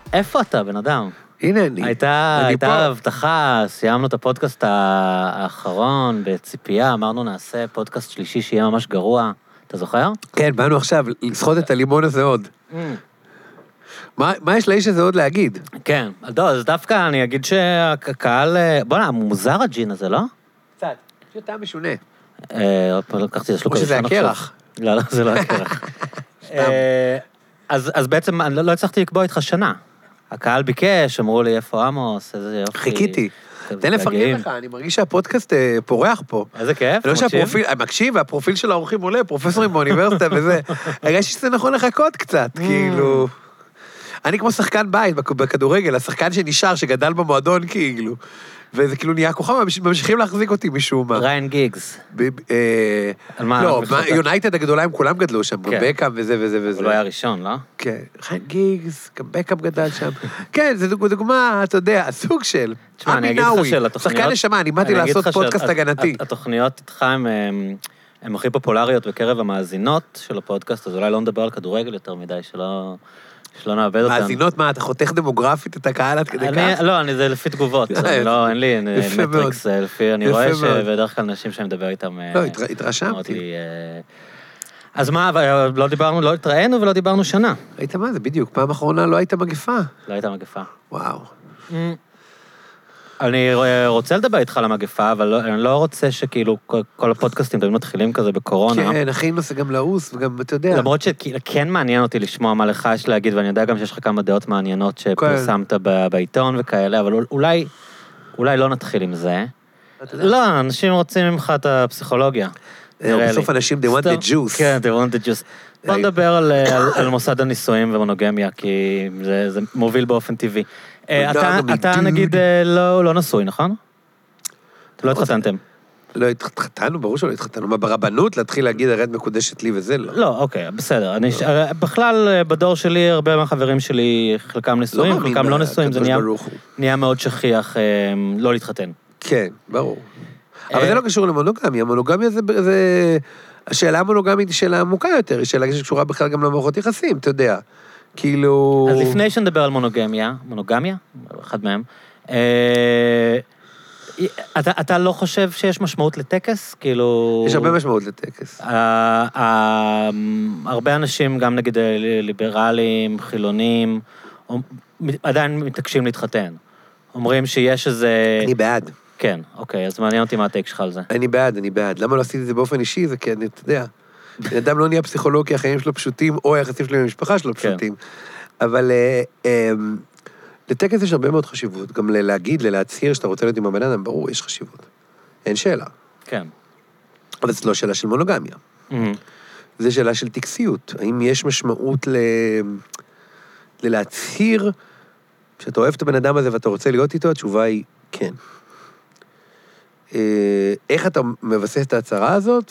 איפה אתה, בן אדם? הנה אני. הייתה הבטחה, סיימנו את הפודקאסט האחרון בציפייה, אמרנו נעשה פודקאסט שלישי שיהיה ממש גרוע. אתה זוכר? כן, באנו עכשיו לסחוט את הלימון הזה עוד. מה יש לאיש הזה עוד להגיד? כן, אז דווקא אני אגיד שהקהל, בוא'נה, מוזר הג'ין הזה, לא? קצת, יש יותר משונה. עוד פעם לקחתי את השלוק. או שזה הקרח. לא, זה לא הקרח. אז בעצם אני לא הצלחתי לקבוע איתך שנה. הקהל ביקש, אמרו לי איפה עמוס, איזה יופי. חיכיתי. תן לפרגן לך, אני מרגיש שהפודקאסט פורח פה. איזה כיף, לא שהפרופיל, מקשיב, והפרופיל של האורחים עולה, פרופסורים באוניברסיטה וזה. הרגשתי שזה נכון לחכות קצת, כאילו. אני כמו שחקן בית בכדורגל, השחקן שנשאר, שגדל במועדון כאילו. וזה כאילו נהיה כוכב, ממשיכים להחזיק אותי משום מה. ריין גיגס. לא, יונייטד הגדולה הם כולם גדלו שם, גם בקאם וזה וזה וזה. הוא לא היה ראשון, לא? כן, ריין גיגס, גם בקאם גדל שם. כן, זו דוגמה, אתה יודע, הסוג של... תשמע, אני אגיד לך שלתוכניות... שחקן נשמה, אני באתי לעשות פודקאסט הגנתי. התוכניות איתך הן הכי פופולריות בקרב המאזינות של הפודקאסט, אז אולי לא נדבר על כדורגל יותר מדי, שלא נאבד אותם. מאזינות, מה, אתה חותך דמוגרפית את הקהל עד כדי כך? לא, זה לפי תגובות, אין לי מטריקס, אני רואה שבדרך כלל נשים שאני מדבר איתם... לא, התרשמתי. אז מה, לא התראינו ולא דיברנו שנה. ראית מה זה, בדיוק, פעם אחרונה לא הייתה מגפה. לא הייתה מגפה. וואו. אני רוצה לדבר איתך על המגפה, אבל אני לא רוצה שכאילו כל הפודקאסטים תמיד מתחילים כזה בקורונה. כן, הכי נושא גם לעוס, וגם, אתה יודע. למרות שכן מעניין אותי לשמוע מה לך יש להגיד, ואני יודע גם שיש לך כמה דעות מעניינות שפרסמת בעיתון וכאלה, אבל אולי לא נתחיל עם זה. לא, אנשים רוצים ממך את הפסיכולוגיה. בסוף אנשים, they want the juice. כן, they want the juice. בוא נדבר על מוסד הנישואים ומונוגמיה, כי זה מוביל באופן טבעי. אתה נגיד לא נשוי, נכון? לא התחתנתם. לא התחתנו, ברור שלא התחתנו. מה, ברבנות להתחיל להגיד הרד מקודשת לי וזה לא. לא, אוקיי, בסדר. בכלל, בדור שלי, הרבה מהחברים שלי, חלקם נשואים, חלקם לא נשואים, זה נהיה מאוד שכיח לא להתחתן. כן, ברור. אבל זה לא קשור למונוגמיה. המונוגמיה זה... השאלה המונוגמית היא שאלה עמוקה יותר, היא שאלה שקשורה בכלל גם למערכות יחסים, אתה יודע. כאילו... אז לפני שנדבר על מונוגמיה, אחד מהם, אתה לא חושב שיש משמעות לטקס? כאילו... יש הרבה משמעות לטקס. הרבה אנשים, גם נגיד ליברלים, חילונים, עדיין מתעקשים להתחתן. אומרים שיש איזה... אני בעד. כן, אוקיי, אז מעניין אותי מה הטייק שלך על זה. אני בעד. למה לא עשיתי את זה באופן אישי? זה כי אני, אתה יודע, אדם לא נהיה פסיכולוג, כי החיים שלו פשוטים, או היחסים שלו עם המשפחה שלו פשוטים. אבל לטקס יש הרבה מאוד חשיבות, גם להצהיר שאתה רוצה להיות עם הבן אדם, ברור, יש חשיבות. אין שאלה. כן. אבל זאת לא שאלה של מונוגמיה. זה שאלה של טקסיות. האם יש משמעות להצהיר שאתה אוהב את הבן אדם הזה ואתה רוצה להיות איתו? התשובה היא כן. איך אתה מבסס את ההצהרה הזאת?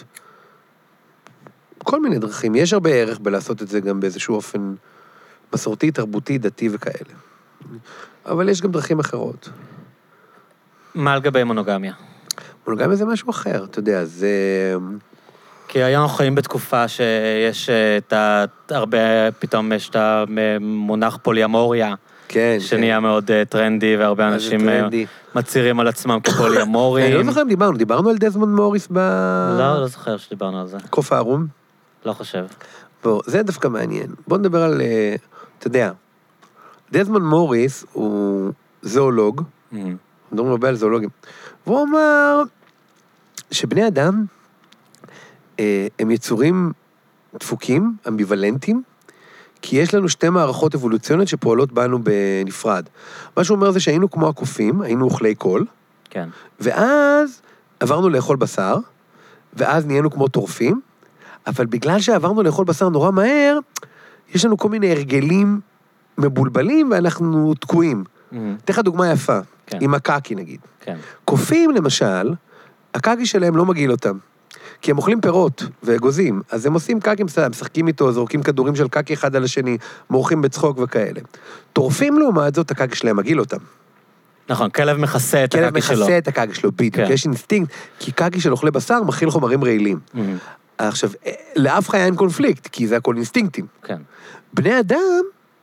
כל מיני דרכים. יש הרבה ערך בלעשות את זה גם באיזשהו אופן מסורתי, תרבותי, דתי וכאלה. אבל יש גם דרכים אחרות. מה לגבי מונוגמיה? מונוגמיה זה משהו אחר, אתה יודע, זה... כי היום אנחנו חיים בתקופה שיש פתאום יש את המונח פוליאמוריה, כן, שנהיה מאוד טרנדי, והרבה אנשים מצהירים על עצמם כפוליאמורים. אני לא זוכר אם דיברנו על דזמונד מוריס ב... לא זוכר שדיברנו על זה. קוף הערום? לא חושב. בוא, זה דווקא מעניין. בוא נדבר על, אתה יודע, דזמונד מוריס הוא זואולוג, מדברים הרבה על זואולוגים, והוא אמר שבני אדם הם יצורים דפוקים, אמביוולנטיים, כי יש לנו שתי מערכות אבולוציוניות שפועלות בנו בנפרד. מה שהוא אומר זה שהיינו כמו הקופים, היינו אוכלי קול, כן. ואז עברנו לאכול בשר, ואז נהיינו כמו טורפים, אבל בגלל שעברנו לאכול בשר נורא מהר, יש לנו כל מיני הרגלים מבולבלים, ואנחנו תקועים. תכף דוגמה יפה, עם הקקי נגיד. קופים למשל, הקקי שלהם לא מגעיל אותם. כי הם אוכלים פירות ואגוזים, אז הם עושים קקי, משחקים איתו, זורקים כדורים של קקי אחד על השני, מורחים בצחוק וכאלה. טורפים לעומת זאת, הקקי שלהם מגיל אותם. נכון, כלב מכסה את הקקי שלו. כלב מכסה את הקקי שלו, בדיוק. יש אינסטינקט, כי קקי של אוכלי בשר מכיל חומרים רעילים. עכשיו, לאף חיה אין קונפליקט, כי זה הכל אינסטינקטים. כן. בני אדם,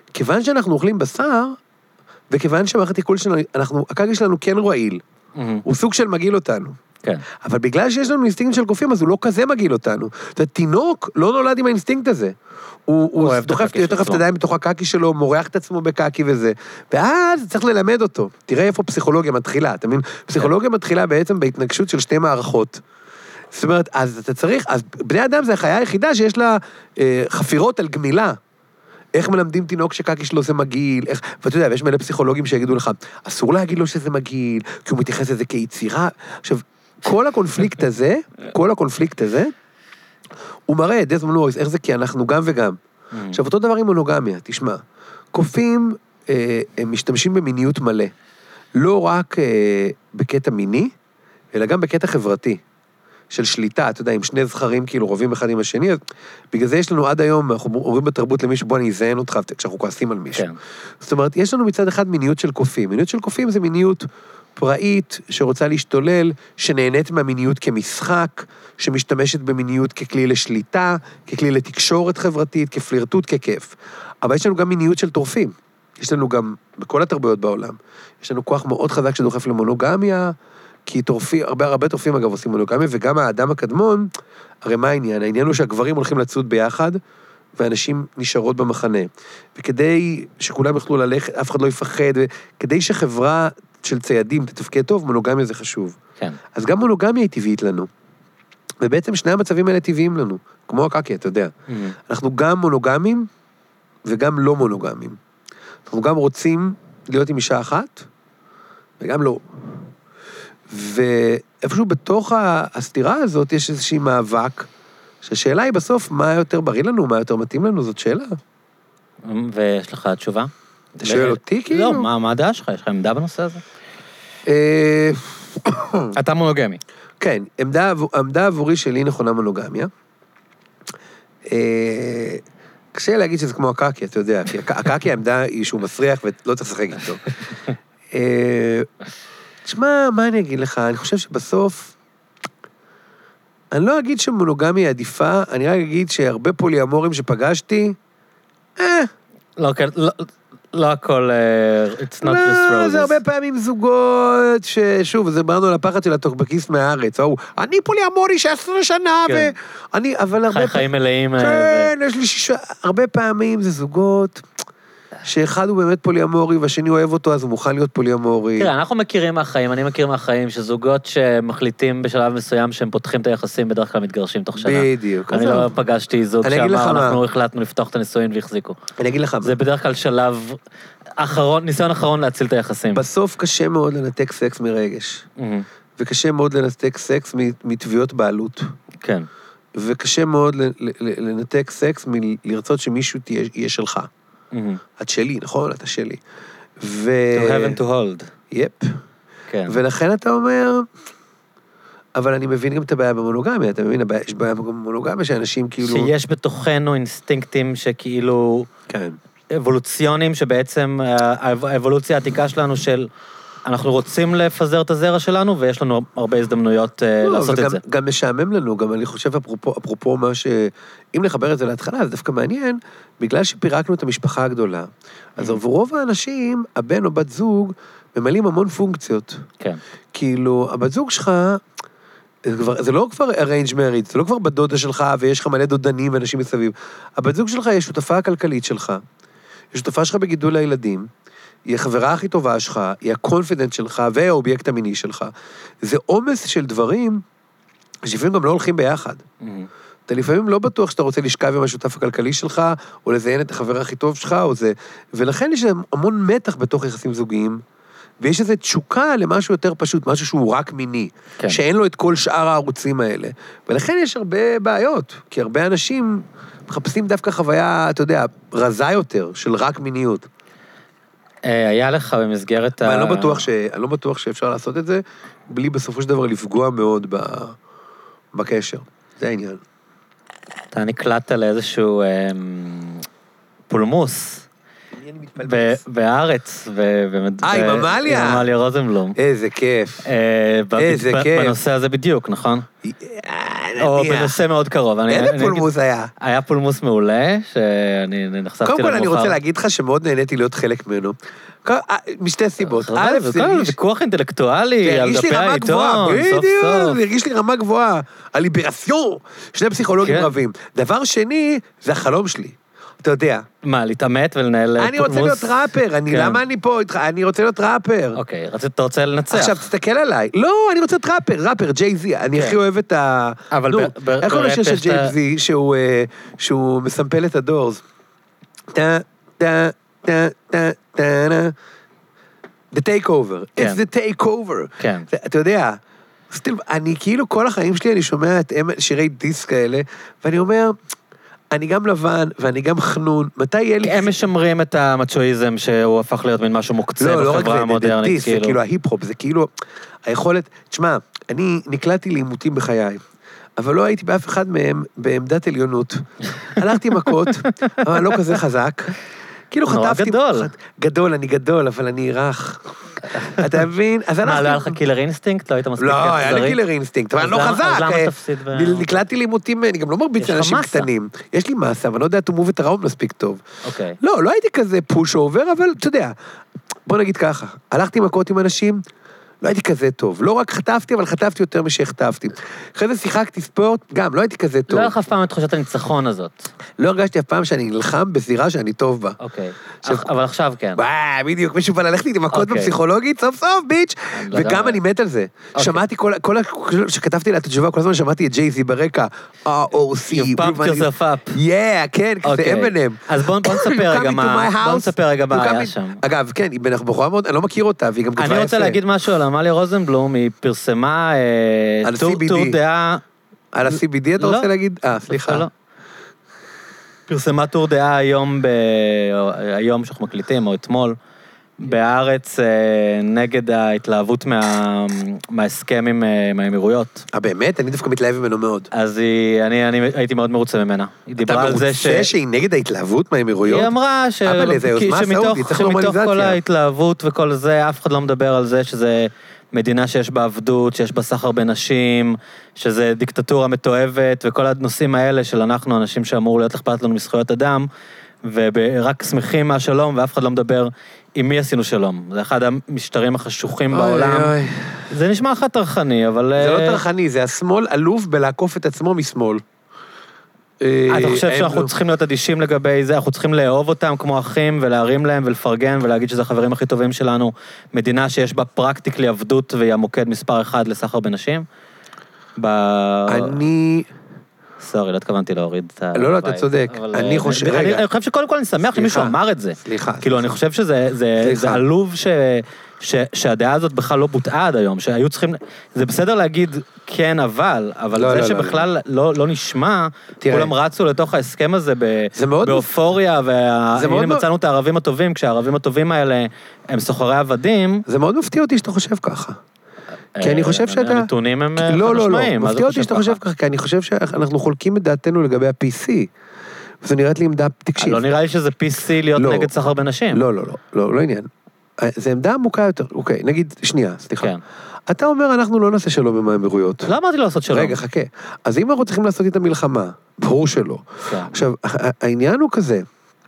כיוון שאנחנו אוכלים בשר, וכיוון שמערכת עיכול שלנו, הקקי שלנו כן רעיל. הוא סוג של מגעיל אותנו. כן. אבל בגלל שיש לנו אינסטינקט של קופים, אז הוא לא כזה מגעיל אותנו. זאת אומרת, תינוק לא נולד עם האינסטינקט הזה. הוא דוחף יותר את הידיים בתוך הקקי שלו, מורח את עצמו בקקי וזה. ואז צריך ללמד אותו. תראה איפה פסיכולוגיה מתחילה, אתה מבין? פסיכולוגיה מתחילה בעצם בהתנגשות של שתי מערכות. זאת אומרת, אז אתה צריך, אז בני אדם זה החיה היחידה שיש לה חפירות על גמילה. איך מלמדים תינוק שקקי שלו זה מגעיל, ואתה יודע, ויש מלא פסיכולוגים שיגידו לך, אסור להגיד לו שזה מגעיל, כי הוא מתייחס לזה כיצירה. עכשיו, כל הקונפליקט הזה, הוא מראה, דזמונד מוריס, איך זה, כי אנחנו גם וגם. עכשיו, אותו דבר עם מונוגמיה, תשמע, קופים הם משתמשים במיניות מלא, לא רק בקטע מיני, אלא גם בקטע חברתי. של שליטה, אתה יודע, עם שני זכרים כאילו רובים אחד עם השני, אז בגלל זה יש לנו עד היום, אנחנו אומרים בתרבות למישהו, בוא אני אזיין אותך, כשאנחנו כועסים על מישהו. כן. זאת אומרת, יש לנו מצד אחד מיניות של קופים. מיניות של קופים זה מיניות פראית, שרוצה להשתולל, שנהנית מהמיניות כמשחק, שמשתמשת במיניות ככלי לשליטה, ככלי לתקשורת חברתית, כפלירטוט, ככיף. אבל יש לנו גם מיניות של טורפים. יש לנו גם, בכל התרבויות בעולם, יש לנו כוח מאוד חזק שדוחף למונוגמיה, כי הרבה טורפים אגב עושים מונוגמיה, וגם האדם הקדמון, הרי מה העניין? העניין הוא שהגברים הולכים לצוד ביחד, ואנשים נשארות במחנה. וכדי שכולם יוכלו ללכת, אף אחד לא יפחד, וכדי שחברה של ציידים תתפקד טוב, מונוגמיה זה חשוב. כן. אז גם מונוגמיה היא טבעית לנו. ובעצם שני המצבים האלה טבעיים לנו, כמו הקקי, אתה יודע. אנחנו גם מונוגמים, וגם לא מונוגמים. אנחנו גם רוצים להיות עם אישה אחת, וגם לא. ואיפשהו בתוך הסתירה הזאת יש איזושהי מאבק, שהשאלה היא בסוף, מה יותר בריא לנו, מה יותר מתאים לנו, זאת שאלה. ויש לך תשובה? אתה שואל אותי כאילו? לא, מה הדעה שלך? יש לך עמדה בנושא הזה? אתה מונוגמי. כן, עמדה עבורי שלי נכונה מונוגמיה. קשה להגיד שזה כמו הקקי, אתה יודע, כי הקקי העמדה היא שהוא מסריח ולא צריך לשחק איתו. תשמע, מה אני אגיד לך? אני חושב שבסוף, אני לא אגיד שמונוגמיה היא עדיפה, אני רק אגיד שהרבה פוליאמורים שפגשתי, לא הכל, it's not just roses. לא, זה הרבה פעמים זוגות, ששוב, זה ברנו על הפחד של הטוקבקיסט מהארץ, אני פוליאמורי 16 שנה, ואני, אבל הרבה... חיים מלאים. כן, יש לי הרבה פעמים זה זוגות, שאחד הוא באמת פוליאמורי, והשני אוהב אותו, אז הוא מוכן להיות פוליאמורי. תראה, אנחנו מכירים מהחיים, אני מכיר מהחיים, שזוגות שמחליטים בשלב מסוים, שהם פותחים את היחסים, בדרך כלל מתגרשים תוך שנה. בדיוק. אני לא פגשתי זוג שאמר, אנחנו החלטנו לפתוח את הנישואין והחזיקו. אני אגיד לך מה. זה בדרך כלל שלב אחרון, ניסיון אחרון להציל את היחסים. בסוף קשה מאוד לנתק סקס מרגש. וקשה מאוד לנתק סקס מתביעות בעלות. כן. וקשה מאוד לנתק סקס מלרצות שמישהו יהיה שלך. את שלי, נכון? אתה שלי. To have and to hold. יפ. כן. ולכן אתה אומר, אבל אני מבין גם את הבעיה במונוגמיה, אתה מבין, יש בעיה במונוגמיה שאנשים כאילו... שיש בתוכנו אינסטינקטים שכאילו... כן. אבולוציונים, שבעצם האבולוציה העתיקה שלנו של... אנחנו רוצים לפזר את הזרע שלנו, ויש לנו הרבה הזדמנויות לעשות את זה. גם משעמם לנו, גם אני חושב, אפרופו מה ש... אם נחבר את זה להתחלה, זה דווקא מעניין, בגלל שפירקנו את המשפחה הגדולה, אז רוב האנשים, הבן או בת זוג, ממלאים המון פונקציות. כן. כאילו, הבת זוג שלך, זה לא כבר arrange marriage, זה לא כבר בדודה שלך, ויש לך מלא דודנים ואנשים מסביב. הבת זוג שלך היא השותפה הכלכלית שלך, היא השותפה שלך בגידול הילדים, היא החברה הכי טובה שלך, היא הקונפידנט שלך והאובייקט המיני שלך. זה עומס של דברים שלפעמים גם לא הולכים ביחד. אתה לפעמים לא בטוח שאתה רוצה לשכב עם השותף הכלכלי שלך, או לזיין את החבר הכי טוב שלך, או זה... ולכן יש המון מתח בתוך יחסים זוגיים, ויש איזו תשוקה למשהו יותר פשוט, משהו שהוא רק מיני, כן. שאין לו את כל שאר הערוצים האלה. ולכן יש הרבה בעיות, כי הרבה אנשים מחפשים דווקא חוויה, אתה יודע, רזה יותר, של רק מיניות. היה לך במסגרת אני לא בטוח שאפשר לעשות את זה, בלי בסופו של דבר לפגוע מאוד בקשר. זה העניין. אתה נקלט על איזשהו פולמוס בארץ, עם אמליה. עם אמליה רוזנבלום. איזה כיף. בנושא הזה בדיוק, נכון? או בנושא מאוד קרוב. איזה פולמוס היה? היה פולמוס מעולה, שאני נחשפתי למאוחר. קודם כל אני רוצה להגיד לך שמאוד נהניתי להיות חלק ממנו. משתי סיבות. זה ויכוח אינטלקטואלי, על דפי העיתון, סוף סוף. זה הרגיש לי רמה גבוהה. הליברסיון, שני פסיכולוגים רבים. דבר שני, זה החלום שלי. אתה יודע. מה, להתאמת ולנהל פולמוס? אני רוצה להיות ראפר, למה אני פה איתך? אני רוצה להיות ראפר. אוקיי, אתה רוצה לנצח. עכשיו, תסתכל עליי. לא, אני רוצה להיות ראפר, ג'יי-זי. אני הכי אוהב את ה... אבל איך קוראים לשיר של ג'יי-זי, שהוא מסמפל את הדורס? The takeover. It's the takeover. כן. אתה יודע, אני כאילו כל החיים שלי, אני שומע את שירי דיסק האלה, ואני אומר... אני גם לבן, ואני גם חנון, מתי יהיה לי... הם משמרים את המצ'ואיזם שהוא הפך להיות מן משהו מוקצה בחברה המודרנית. זה כאילו ההיפ-הופ, זה כאילו היכולת... תשמע, אני נקלעתי לעימותים בחיי, אבל לא הייתי באף אחד מהם בעמדת עליונות. הלכתי מכות, אבל אני לא כזה חזק. כאילו חטפתי... נורא גדול. גדול, אני גדול, אבל אני רך. אתה מבין? מה, לא היה לך קילר אינסטינקט? לא היית מספיק אכזרי? לא, היה לי קילר אינסטינקט, אבל אני לא חזק. אז למה תפסיד? נקלעתי לעימותים, אני גם לא מרביץ לאנשים קטנים. יש לי מסה, אבל אני לא יודע to move it around מספיק טוב. אוקיי. לא הייתי כזה פוש אובר, אבל אתה יודע, בוא נגיד ככה, הלכתי מכות עם אנשים, לא הייתי כזה טוב. לא רק חטפתי, אבל חטפתי יותר משהחטפתי. אחרי זה שיחקתי ספורט, גם לא הייתי כזה טוב. לא היה לך אף פעם את תחושת הניצחון הזאת. לא הרגשתי אף פעם שאני נלחם בזירה שאני טוב בה. אוקיי. אבל עכשיו כן. בדיוק, מישהו בא ללכת איתי מכות בפסיכולוגית, סוף סוף, ביץ'. וגם אני מת על זה. שמעתי שכתבתי לה את התשובה, כל הזמן שמעתי את ג'יי-זי ברקע, ROC. You pumped yourself up. כן, זה אמבנם. אז בוא נספר רגע מה היה שם. אגב, כן, היא בחורה מאוד, אני לא מכיר אותה, והיא גם כתבה יפה. אני רוצה להגיד משהו על עמליה רוזנבלום, היא פרסמה טור דעה... על ה-CBD אתה רוצה להגיד? סליחה. פרסמה טור דעה היום שאנחנו מקליטים, או אתמול, בארץ נגד ההתלהבות מההסכם עם האמירויות. באמת? אני דווקא מתלהב ממנו מאוד. אז אני הייתי מאוד מרוצה ממנה. היא דיברה על זה אתה מרוצה שהיא נגד ההתלהבות מהאמירויות? היא אמרה שמתוך כל ההתלהבות וכל זה, אף אחד לא מדבר על זה שזה מדינה שיש בה עבדות, שיש בה סחר בנשים, שזה דיקטטורה מתועבת, וכל הנושאים האלה של אנחנו, אנשים שאמור להיות אכפת לנו מזכויות אדם, ורק שמחים מהשלום, ואף אחד לא מדבר עם מי עשינו שלום. זה אחד המשטרים החשוכים בעולם. זה נשמע לך טרחני, אבל... זה לא טרחני, זה השמאל עלוב בלעקוף את עצמו משמאל. אתה חושב שאנחנו צריכים להיות אדישים לגבי זה, אנחנו צריכים לאהוב אותם כמו אחים, ולהרים להם ולפרגן, ולהגיד שזה החברים הכי טובים שלנו, מדינה שיש בה פרקטיקלי עבדות, והיא המוקד מספר 1 לסחר בנשים? אני... סורי, לא התכוונתי להוריד את ה... לא, אתה צודק. אני חושב... אני חושב שקודם כל אני שמח שמישהו אמר את זה. סליחה. כאילו, אני חושב שזה עלוב שהדעה הזאת בכלל לא בוטעה עד היום, שהיו צריכים... זה בסדר להגיד כן, אבל זה שבכלל לא נשמע, כולם רצו לתוך ההסכם הזה באופוריה, והנה מצאנו את הערבים הטובים, כשהערבים הטובים האלה הם סוחרי עבדים. זה מאוד מפתיע אותי שאתה חושב ככה. כי אני חושב שאתה... הנתונים הם חד-משמעיים. מפתיע אותי שאתה חושב ככה, כי אני חושב שאנחנו חולקים את דעתנו לגבי ה-PC. וזה נראית לי עמדה, תקשיב. לא נראה לי שזה PC להיות נגד סחר בנשים. לא עניין. זה עמדה עמוקה יותר. אוקיי, נגיד, שנייה, סליחה. אתה אומר, אנחנו לא נעשה שלום עם האמירויות. לא אמרתי לא לעשות שלום. רגע, חכה. אז אם אנחנו צריכים לעשות את המלחמה, ברור שלא. עכשיו, העניין הוא כזה,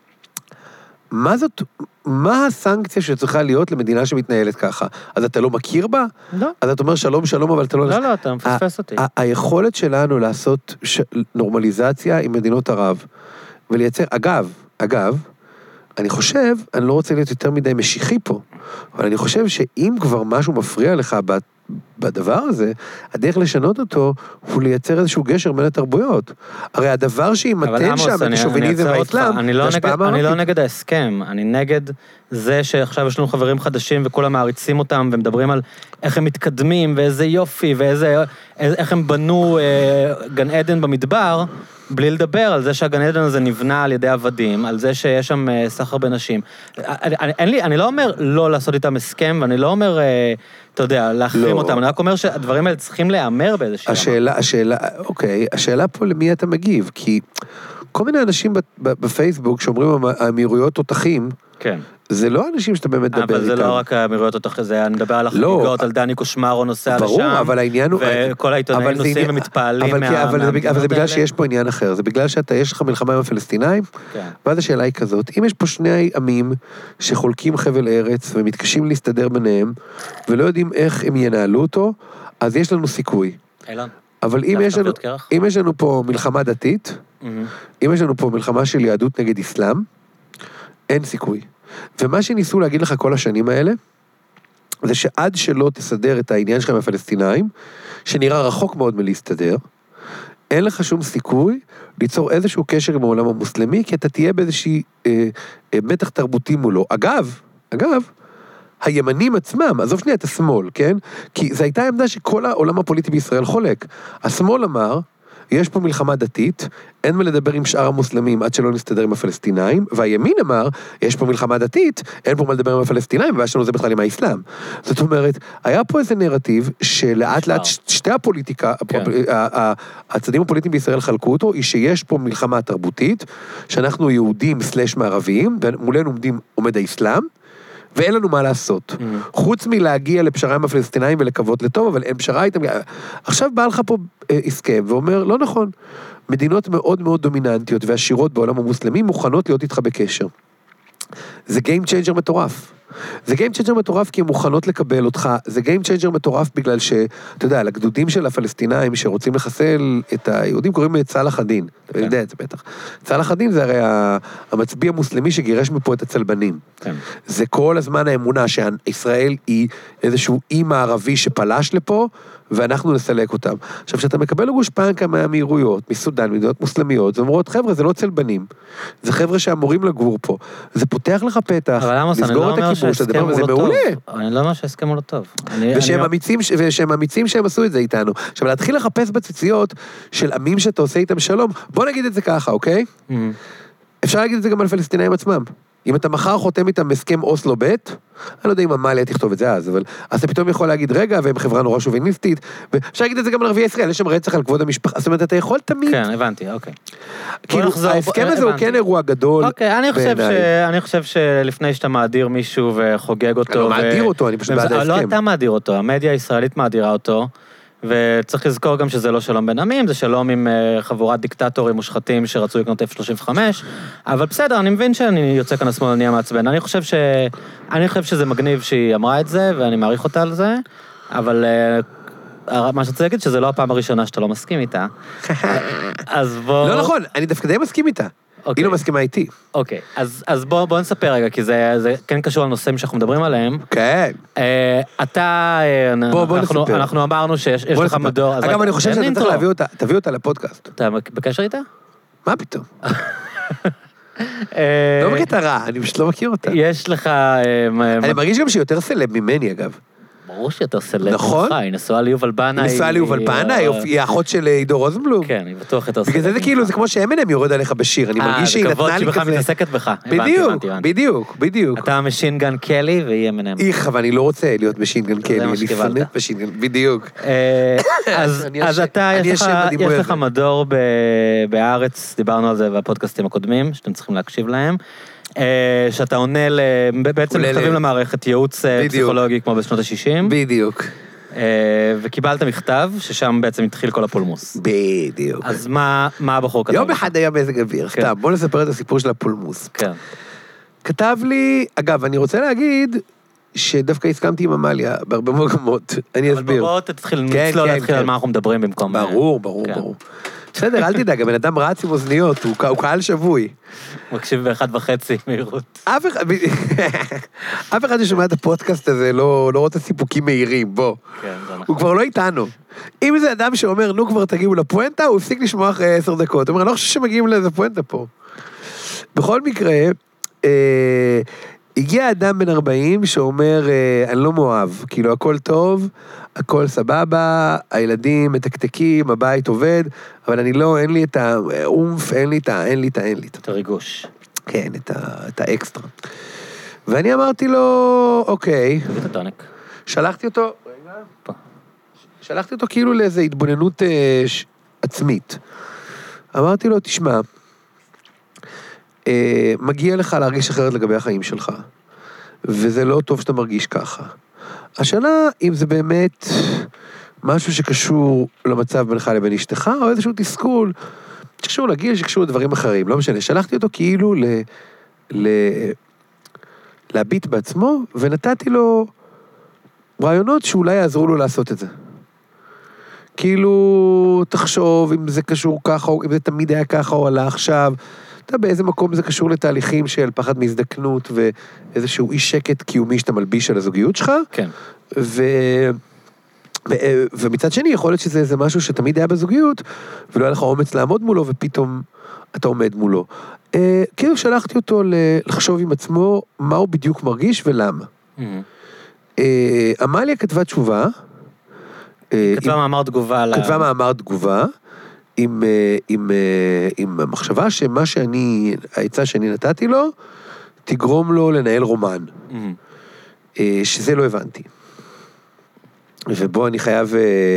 מה הסנקציה שצריכה להיות למדינה שמתנהלת ככה? אז אתה לא מכיר בה? לא. אז אתה אומר שלום, שלום, אבל אתה לא... לא, אתה מפספס אותי. היכולת שלנו לעשות נורמליזציה עם מדינות ערב, ולייצר, אגב, אני חושב, אני לא רוצה להיות יותר מדי משיחי פה, אבל אני חושב שאם כבר משהו מפריע לך בדבר הזה, הדרך לשנות אותו הוא לייצר איזשהו גשר בין התרבויות. הרי הדבר שימתן שם בשוביניזם והאסלאם, אני לא נגד ההסכם, אני נגד זה שעכשיו יש לנו חברים חדשים וכולם מעריצים אותם ומדברים על איך הם מתקדמים ואיזה יופי ואיך הם בנו גן עדן במדבר, בלי לדבר על זה שהגן עדן הזה נבנה על ידי עבדים, על זה שיש שם סחר בנשים. אני לא אומר לא לעשות איתם הסכם, ואני לא אומר, אתה יודע, להחרים אותם, אני רק אומר שהדברים האלה צריכים להיאמר באיזושהי השאלה פה למי אתה מגיב, כי כל מיני אנשים בפייסבוק שאומרים האמירויות תותחים, כן. זה לא אנשים שאתה באמת מדבר איתם. אבל זה לא רק האמירויות אותך, זה אני מדבר על החגיגות, על דני קושמרו נוסע לשם. ברור, אבל העניין הוא... וכל העיתונאים נוסעים ומתפעלים אבל זה בגלל שיש פה עניין אחר, זה בגלל יש לך מלחמה עם הפלסטינאים, ואז השאלה היא כזאת, אם יש פה שני עמים שחולקים חבל ארץ ומתקשים להסתדר ביניהם, ולא יודעים איך הם ינהלו אותו, אז יש לנו סיכוי. אבל אם יש לנו פה מלחמה דתית, אם יש לנו פה מלחמה של יהדות נגד אסלאם, אין סיכוי. ומה שניסו להגיד לך כל השנים האלה, זה שעד שלא תסדר את העניין שלך עם הפלסטינאים, שנראה רחוק מאוד מלהסתדר, אין לך שום סיכוי ליצור איזשהו קשר עם העולם המוסלמי, כי אתה תהיה באיזושהי מתח תרבותי מולו. אגב, הימנים עצמם, עזוב שנייה את השמאל, כן? כי זו הייתה עמדה שכל העולם הפוליטי בישראל חולק. השמאל אמר, יש פה מלחמה דתית, אין מה לדבר עם שאר המוסלמים עד שלא נסתדר עם הפלסטינאים, והימין אמר, יש פה מלחמה דתית, אין פה מה לדבר עם הפלסטינאים, ויש לנו זה בכלל עם האסלאם. זאת אומרת, היה פה איזה נרטיב שלאט לאט שתי הפוליטיקה, הצדדים הפוליטיים בישראל חלקו אותו, היא שיש פה מלחמה תרבותית, שאנחנו יהודים סלש מערביים, ומולנו עומד האסלאם, ואין לנו מה לעשות. חוץ מלהגיע לפשרה עם הפלסטינאים ולקוות לטוב, אבל אין פשרה איתם. עכשיו בא לך פה הסכם ואומר, לא נכון, מדינות מאוד מאוד דומיננטיות ועשירות בעולם המוסלמי מוכנות להיות איתך בקשר. זה game changer מטורף. זה game changer מטורף כי הן מוכנות לקבל אותך, זה game changer מטורף בגלל אתה יודע, לגדודים של הפלסטינאים שרוצים לחסל את היהודים קוראים צלאח א-דין, אתה יודע את זה בטח. צלאח א-דין זה הרי המצביא המוסלמי שגירש מפה את הצלבנים. זה כל הזמן האמונה שישראל היא איזשהו אי מערבי שפלש לפה, ואנחנו נסלק אותם. עכשיו, כשאתה מקבל גושפנקה מהאמירויות, מסודן, מדינות מוסלמיות, זה אומרות, חבר'ה, זה לא צלבנים. זה חבר'ה שאמורים לגור פה. זה פותח לך פתח, לסגור את הכיבוש, הדבר הזה מעולה. אני לא אומר שההסכם הוא לא טוב. ושהם אמיצים שהם עשו את זה איתנו. עכשיו, להתחיל לחפש בציציות של עמים שאתה עושה איתם שלום, בוא נגיד את זה ככה, אוקיי? אפשר להגיד את זה גם על פלסטינאים עצמם. אם אתה מחר חותם איתם הסכם אוסלו ב', אני לא יודע אם המעלה תכתוב את זה אז, אבל אתה פתאום יכול להגיד, רגע, והם חברה נורא שוביניסטית, ואפשר להגיד את זה גם על ערביי ישראל, יש שם רצח על כבוד המשפחה, זאת אומרת, אתה יכול תמיד. כן, הבנתי, אוקיי. כאילו, ההסכם הזה הוא כן אירוע גדול. אוקיי, אני חושב שלפני שאתה מאדיר מישהו וחוגג אותו... אני לא מאדיר אותו, אני פשוט בעד ההסכם. לא אתה מאדיר אותו, המדיה הישראלית מאדירה אותו, וצריך לזכור גם שזה לא שלום בין עמים, זה שלום עם חבורת דיקטטורים מושחתים שרצו לקנות F-35, אבל בסדר, אני מבין שאני יוצא כאן השמאלני המעצבן, אני חושב שזה מגניב שהיא אמרה את זה, ואני מעריך אותה על זה, אבל מה שצריך להגיד שזה לא הפעם הראשונה שאתה לא מסכים איתה, אז בוא... לא נכון, אני דווקא די מסכים איתה. היא לא מסכימה איתי. אוקיי, אז בוא נספר רגע, כי זה כן קשור לנושאים שאנחנו מדברים עליהם. כן. אנחנו אמרנו שיש לך מדור... אגב, אני חושב שאתה צריך להביא אותה, תביא אותה לפודקאסט. אתה בקשר איתה? מה פתאום? לא בקטע רע, אני פשוט לא מכיר אותה. יש לך... אני מרגיש גם שהיא יותר סלב ממני, אגב. ברור שיותר סלב. נכון. היא נשואה ליובל בנאי. נשואה ליובל בנאי, היא האחות של עידו רוזנבלום. כן, היא בטוח יותר סלב. בגלל זה כאילו, זה כמו שאמינם יורד עליך בשיר, אני מרגיש שהיא נתנה לי כזה. זה כבוד שבכלל מתעסקת בך. בדיוק. אתה משינגן קלי והיא אמינם. אבל אני לא רוצה להיות משינגן קלי, אני פנית משינגן, בדיוק. אז אתה, יש לך מדור בהארץ, דיברנו על זה בפודקאסטים הקודמים, שאתם צריכים להקשיב להם. שאתה עונה בעצם מכתבים למערכת ייעוץ פסיכולוגי כמו בשנות ה-60. בדיוק. וקיבלת מכתב ששם בעצם התחיל כל הפולמוס. בדיוק. אז מה הבחור כתב? יום אחד היה מזג אוויר, סתם, בוא נספר את הסיפור של הפולמוס. כן. כתב לי, אגב, אני רוצה להגיד שדווקא הסכמתי עם אמליה בהרבה מקומות, אני אסביר. אבל בוא תתחיל להתחיל על מה אנחנו מדברים במקום... ברור. בסדר, אל תדאג, הבן אדם רץ עם אוזניות, הוא קהל שבוי. מקשיב ב1.5 מהירות. אף אחד ששומע את הפודקאסט הזה לא רוצה סיפוקים מהירים, בוא. הוא כבר לא איתנו. אם זה אדם שאומר, נו כבר תגיעו לפואנטה, הוא הפסיק לשמוע אחרי 10 דקות. הוא אומר, אני לא חושב שמגיעים לאיזה פואנטה פה. בכל מקרה, הגיע אדם בן 40 שאומר, אני לא מאוהב, כאילו הכל טוב, הכל סבבה, הילדים מתקתקים, הבית עובד, אבל אני לא, אין לי את האומף, אין לי את הריגוש. כן, את האקסטרה. ואני אמרתי לו, אוקיי. תביא את הטונק. שלחתי אותו כאילו לאיזו התבוננות עצמית. אמרתי לו, תשמע, מגיע לך להרגיש אחרת לגבי החיים שלך, וזה לא טוב שאתה מרגיש ככה. השאלה, אם זה באמת משהו שקשור למצב בינך לבין אשתך, או איזשהו תסכול, שקשור לגיל, שקשור לדברים אחרים, לא משנה. שלחתי אותו כאילו להביט בעצמו, ונתתי לו רעיונות שאולי יעזרו לו לעשות את זה. כאילו, תחשוב אם זה קשור ככה, או אם זה תמיד היה ככה, או עלה עכשיו, אתה יודע, באיזה מקום זה קשור לתהליכים של פחד מהזדקנות, ואיזשהו אי שקט קיומי שאתה מלביש על הזוגיות שלך. כן. ומצד שני, יכול להיות שזה איזה משהו שתמיד היה בזוגיות, ולא היה לך אומץ לעמוד מולו, ופתאום אתה עומד מולו. כאילו שלחתי אותו לחשוב עם עצמו, מה הוא בדיוק מרגיש ולמה. אמליה כתבה תשובה, כתבה מאמר תגובה. כתבה מאמר תגובה, עם המחשבה שמה העצה שאני נתתי לו, תגרום לו לנהל רומן. שזה לא הבנתי. ובו אני חייב...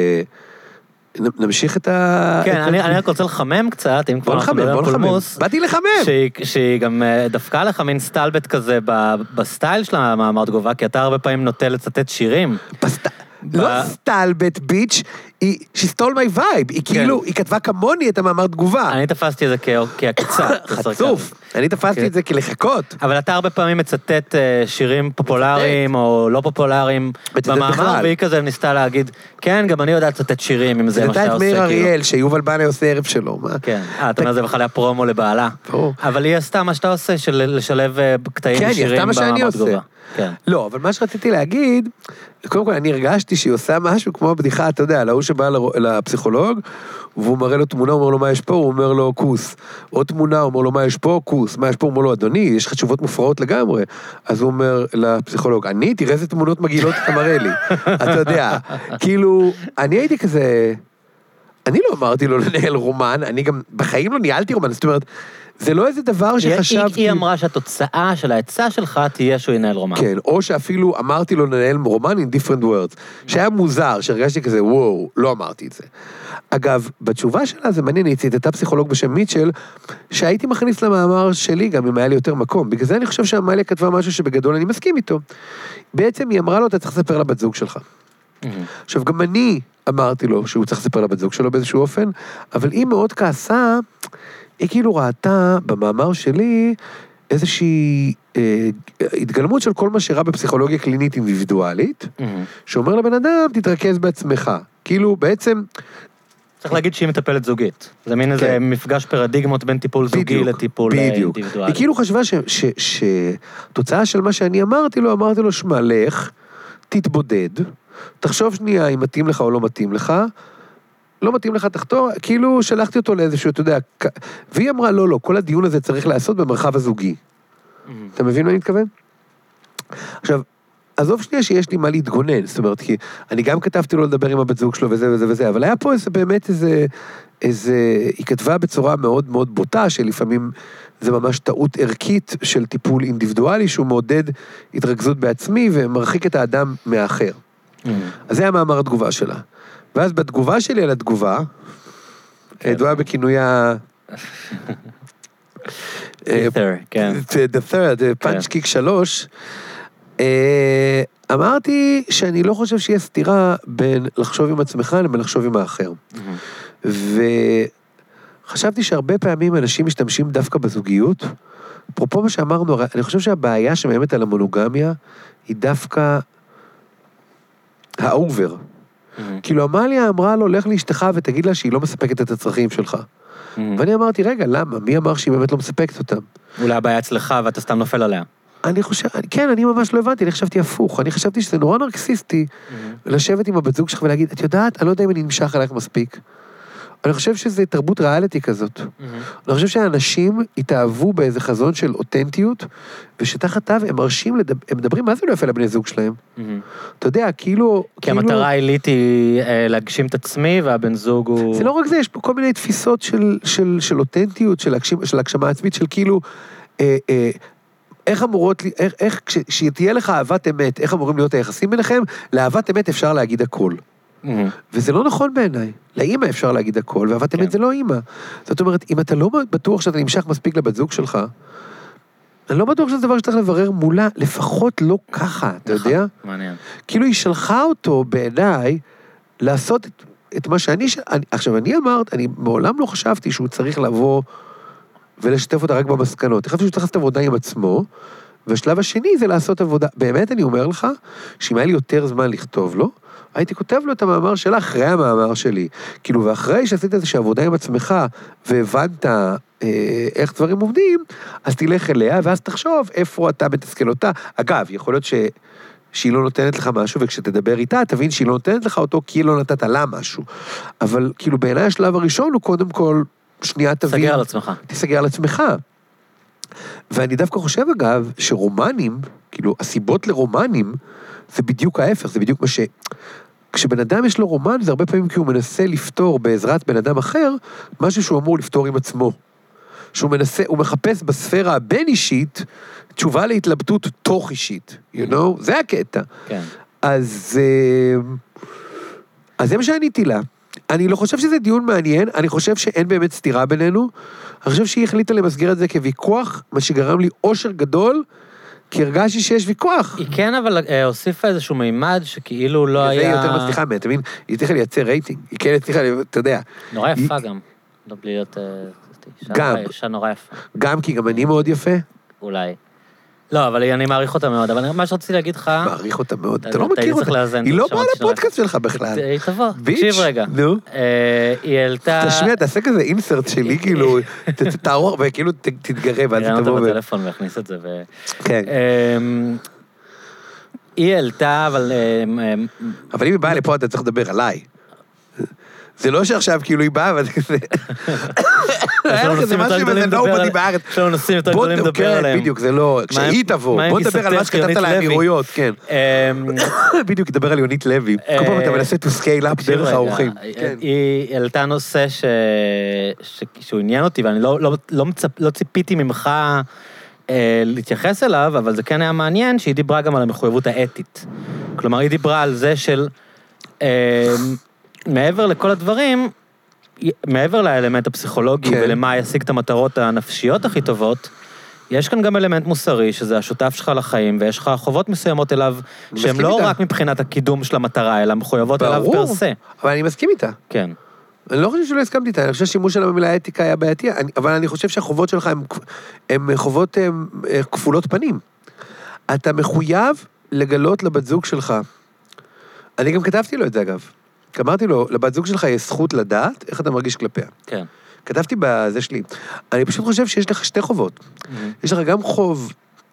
נמשיך את ה... כן, אני רק רוצה לחמם קצת, אם כבר אנחנו מדברים על פולמוס. באתי לחמם. שהיא גם דווקא לך מין סטלבט כזה בסטייל של המאמר תגובה, כי אתה הרבה פעמים נוטה לצטט שירים. לא סטלבט ביץ', she stole my vibe, היא כאילו, היא כתבה כמוני את המאמר תגובה. אני תפסתי את זה כעקיצה. חצוף, אני תפסתי את זה כלחכות. אבל אתה הרבה פעמים מצטט שירים פופולריים או לא פופולריים במאמר, והיא כזה ניסתה להגיד, כן, גם אני יודעת לצטט שירים, אם זה מה שאתה עושה. זה נתת מאיר אריאל, שיובל בנה עושה ערב שלו, מה? כן, אתה אומר, זה בכלל היה פרומו לבעלה. אבל היא עשתה מה שאתה עושה, של לשלב קטעים שירים במאמר תגובה. לא, אבל מה שרציתי להגיד, קודם כל אני הרגשתי שהיא עושה משהו כמו הבדיחה, אתה יודע, להוא שבא לפסיכולוג, והוא מראה לו תמונה, הוא אומר לו מה יש פה, הוא אומר לו כוס. עוד תמונה, הוא אומר לו מה יש פה, כוס. מה יש פה, הוא אומר לו, אדוני, יש לך תשובות מופרעות לגמרי. אז הוא אומר לפסיכולוג, תראה איזה תמונות מגעילות אתה מראה לי. אתה יודע, כאילו, אני הייתי כזה, אני לא אמרתי לו לנהל רומן, אני גם בחיים לא ניהלתי רומן, זאת אומרת, זה לא איזה דבר שחשבתי... היא אמרה שהתוצאה של העצה שלך תהיה שהוא ינהל רומן. כן, או שאפילו אמרתי לו לנהל רומן in different words, שהיה מוזר, שהרגשתי כזה, וואו, לא אמרתי את זה. אגב, בתשובה שלה זה מעניין, היא ציטטה פסיכולוג בשם מיטשל, שהייתי מכניס למאמר שלי גם אם היה לי יותר מקום. בגלל זה אני חושב שאמליה כתבה משהו שבגדול אני מסכים איתו. בעצם היא אמרה לו, אתה צריך לספר לבת זוג שלך. עכשיו, גם אני אמרתי לו שהוא צריך לספר לבת זוג שלו באיזשהו אופן, אבל היא מאוד כעסה, היא כאילו ראתה במאמר שלי איזושהי התגלמות של כל מה שראה בפסיכולוגיה קלינית אינדיבידואלית, שאומר לבן אדם, תתרכז בעצמך. כאילו, בעצם... צריך להגיד שהיא מטפלת זוגית. זה מין איזה מפגש פרדיגמות בין טיפול זוגי לטיפול אינדיבידואלי. היא כאילו חשבה שתוצאה של מה שאני אמרתי לו, שמע, לך, תתבודד, תחשוב שנייה אם מתאים לך או לא מתאים לך, לא מתאים לך תחתור, כאילו שלחתי אותו לאיזשהו, אתה יודע, והיא אמרה, לא, כל הדיון הזה צריך לעשות במרחב הזוגי. אתה מבין מה אני מתכוון? עכשיו, עזוב שנייה שיש לי מה להתגונן, זאת אומרת, כי אני גם כתבתי לו לדבר עם הבת זוג שלו וזה וזה וזה, אבל היה פה באמת היא כתבה בצורה מאוד מאוד בוטה, שלפעמים זה ממש טעות ערכית של טיפול אינדיבידואלי, שהוא מעודד התרכזות בעצמי ומרחיק את האדם מהאחר. אז זה היה מאמר התגובה שלה. ואז בתגובה שלי על התגובה, ידועה בכינויה... The third, punch kick 3, אמרתי שאני לא חושב שיש סתירה בין לחשוב עם עצמך לבין לחשוב עם האחר. וחשבתי שהרבה פעמים אנשים משתמשים דווקא בזוגיות, אפרופו מה שאמרנו, אני חושב שהבעיה שמאיימת על המונוגמיה, היא דווקא האובר. כאילו אמליה אמרה לו, לך לאשתך ותגיד לה שהיא לא מספקת את הצרכים שלך. ואני אמרתי, רגע, למה? מי אמר שהיא באמת לא מספקת אותם? אולי הבעיה אצלך ואתה סתם נופל עליה. אני חושב, כן, אני ממש לא הבנתי, אני חשבתי הפוך, אני חשבתי שזה נורא נרקסיסטי, לשבת עם הבת זוג שלך ולהגיד, את יודעת, אני לא יודע אם אני נמשך עליך מספיק. אני חושב שזה תרבות ריאליטי כזאת. אני חושב שהאנשים התאהבו באיזה חזון של אותנטיות, ושתחתיו הם מרשים, הם מדברים מה זה לא יפה לבני זוג שלהם. אתה יודע, כאילו... כי המטרה העילית היא להגשים את עצמי, והבן זוג הוא... זה לא רק זה, יש פה כל מיני תפיסות של אותנטיות, של הגשמה עצמית, של כאילו... איך אמורות, איך, כשתהיה לך אהבת אמת, איך אמורים להיות היחסים ביניכם, לאהבת אמת אפשר להגיד הכל. וזה לא נכון בעיניי. לאמא אפשר להגיד הכל, ואהבת אמת זה לא אמא. זאת אומרת, אם אתה לא בטוח שאתה נמשך מספיק לבת זוג שלך, אני לא בטוח שזה דבר שצריך לברר מולה, לפחות לא ככה, אתה יודע? מעניין. כאילו היא שלחה אותו בעיניי לעשות את מה שאני... עכשיו, אני מעולם לא חשבתי שהוא צריך לבוא ולשתף אותה רק במסקנות. חשבתי שהוא צריך לעשות עבודה עם עצמו, והשלב השני זה לעשות עבודה. באמת אני אומר לך, שאם היה לי יותר זמן לכתוב לו, הייתי כותב לו את המאמר שלה אחרי המאמר שלי. כאילו, ואחרי שעשית איזושהי עבודה עם עצמך, והבנת איך דברים עובדים, אז תלך אליה, ואז תחשוב איפה אתה מתסכל אותה. אגב, יכול להיות שהיא לא נותנת לך משהו, וכשתדבר איתה, תבין שהיא לא נותנת לך אותו, כי היא לא נתת לה משהו. אבל כאילו, בעיניי השלב הראשון הוא קודם כל, שנייה תבין. תסגר על עצמך. תסגר על עצמך. ואני דווקא חושב, אגב, שרומנים, כאילו, הסיבות לרומנים, זה בדיוק ההפך, זה בדיוק מה כשבן אדם יש לו רומן, זה הרבה פעמים כי הוא מנסה לפתור בעזרת בן אדם אחר, משהו שהוא אמור לפתור עם עצמו. הוא מחפש בספירה הבין-אישית, תשובה להתלבטות תוך אישית, you know? זה הקטע. כן. אז זה מה שעניתי לה. אני לא חושב שזה דיון מעניין, אני חושב שאין באמת סתירה בינינו, אני חושב שהיא החליטה למסגר את זה כוויכוח, מה שגרם לי אושר גדול, כי הרגשתי שיש ויכוח. היא כן, אבל הוסיפה איזשהו מימד שכאילו לא היה... זה יותר מצליחה, אתה מבין? היא צריכה לייצר רייטינג, היא כן צריכה, אתה יודע. נורא יפה גם, לא בלי להיות... אישה נורא יפה. גם כי גם אני מאוד יפה? אולי. לא, אבל אני מעריך אותה מאוד, אבל מה שרציתי להגיד לך... מעריך אותה מאוד, אתה לא מכיר אותה. היא לא באה לפודקאסט שלך בכלל. היא תבוא, תקשיב רגע. נו. היא העלתה... תשמיע, תעשה כזה אינסרט שלי, כאילו, תערוך, וכאילו תתגרה, ואז נראה תבוא... אותה בטלפון והכניס את זה, כן. היא העלתה, אבל... אבל אם היא באה לפה, אתה צריך לדבר עליי. זה לא שעכשיו כאילו היא באה, אבל זה... היה לך איזה משהו וזה נובדי בארץ. יש לנו נושאים יותר גדולים לדבר עליהם. בדיוק, זה לא... כשהיא תבוא, בוא נדבר על מה שכתבת על האמירויות, כן. בדיוק, נדבר על יונית לוי. כל פעם אתה מנסה to scale up דרך האורחים. היא העלתה נושא שהוא עניין אותי, ואני לא ציפיתי ממך להתייחס אליו, אבל זה כן היה מעניין שהיא דיברה גם על המחויבות האתית. כלומר, היא דיברה על זה של... מעבר לכל הדברים, מעבר לאלמנט הפסיכולוגי ולמה ישיג את המטרות הנפשיות הכי טובות, יש כאן גם אלמנט מוסרי, שזה השותף שלך לחיים, ויש לך חובות מסוימות אליו, שהן לא רק מבחינת הקידום של המטרה, אלא מחויבות אליו פרסה. אבל אני מסכים איתה. כן. אני לא חושב שלא הסכמתי איתה, אני חושב שהשימוש שלה במילה אתיקה היה בעייתי, אבל אני חושב שהחובות שלך הן חובות כפולות פנים. אתה מחויב לגלות לבת זוג שלך. אני גם כתבתי לו את זה, אגב. אמרתי לו, לבת זוג שלך יש זכות לדעת איך אתה מרגיש כלפיה. כן. כתבתי בזה שלי. אני פשוט חושב שיש לך שתי חובות. יש לך גם חוב,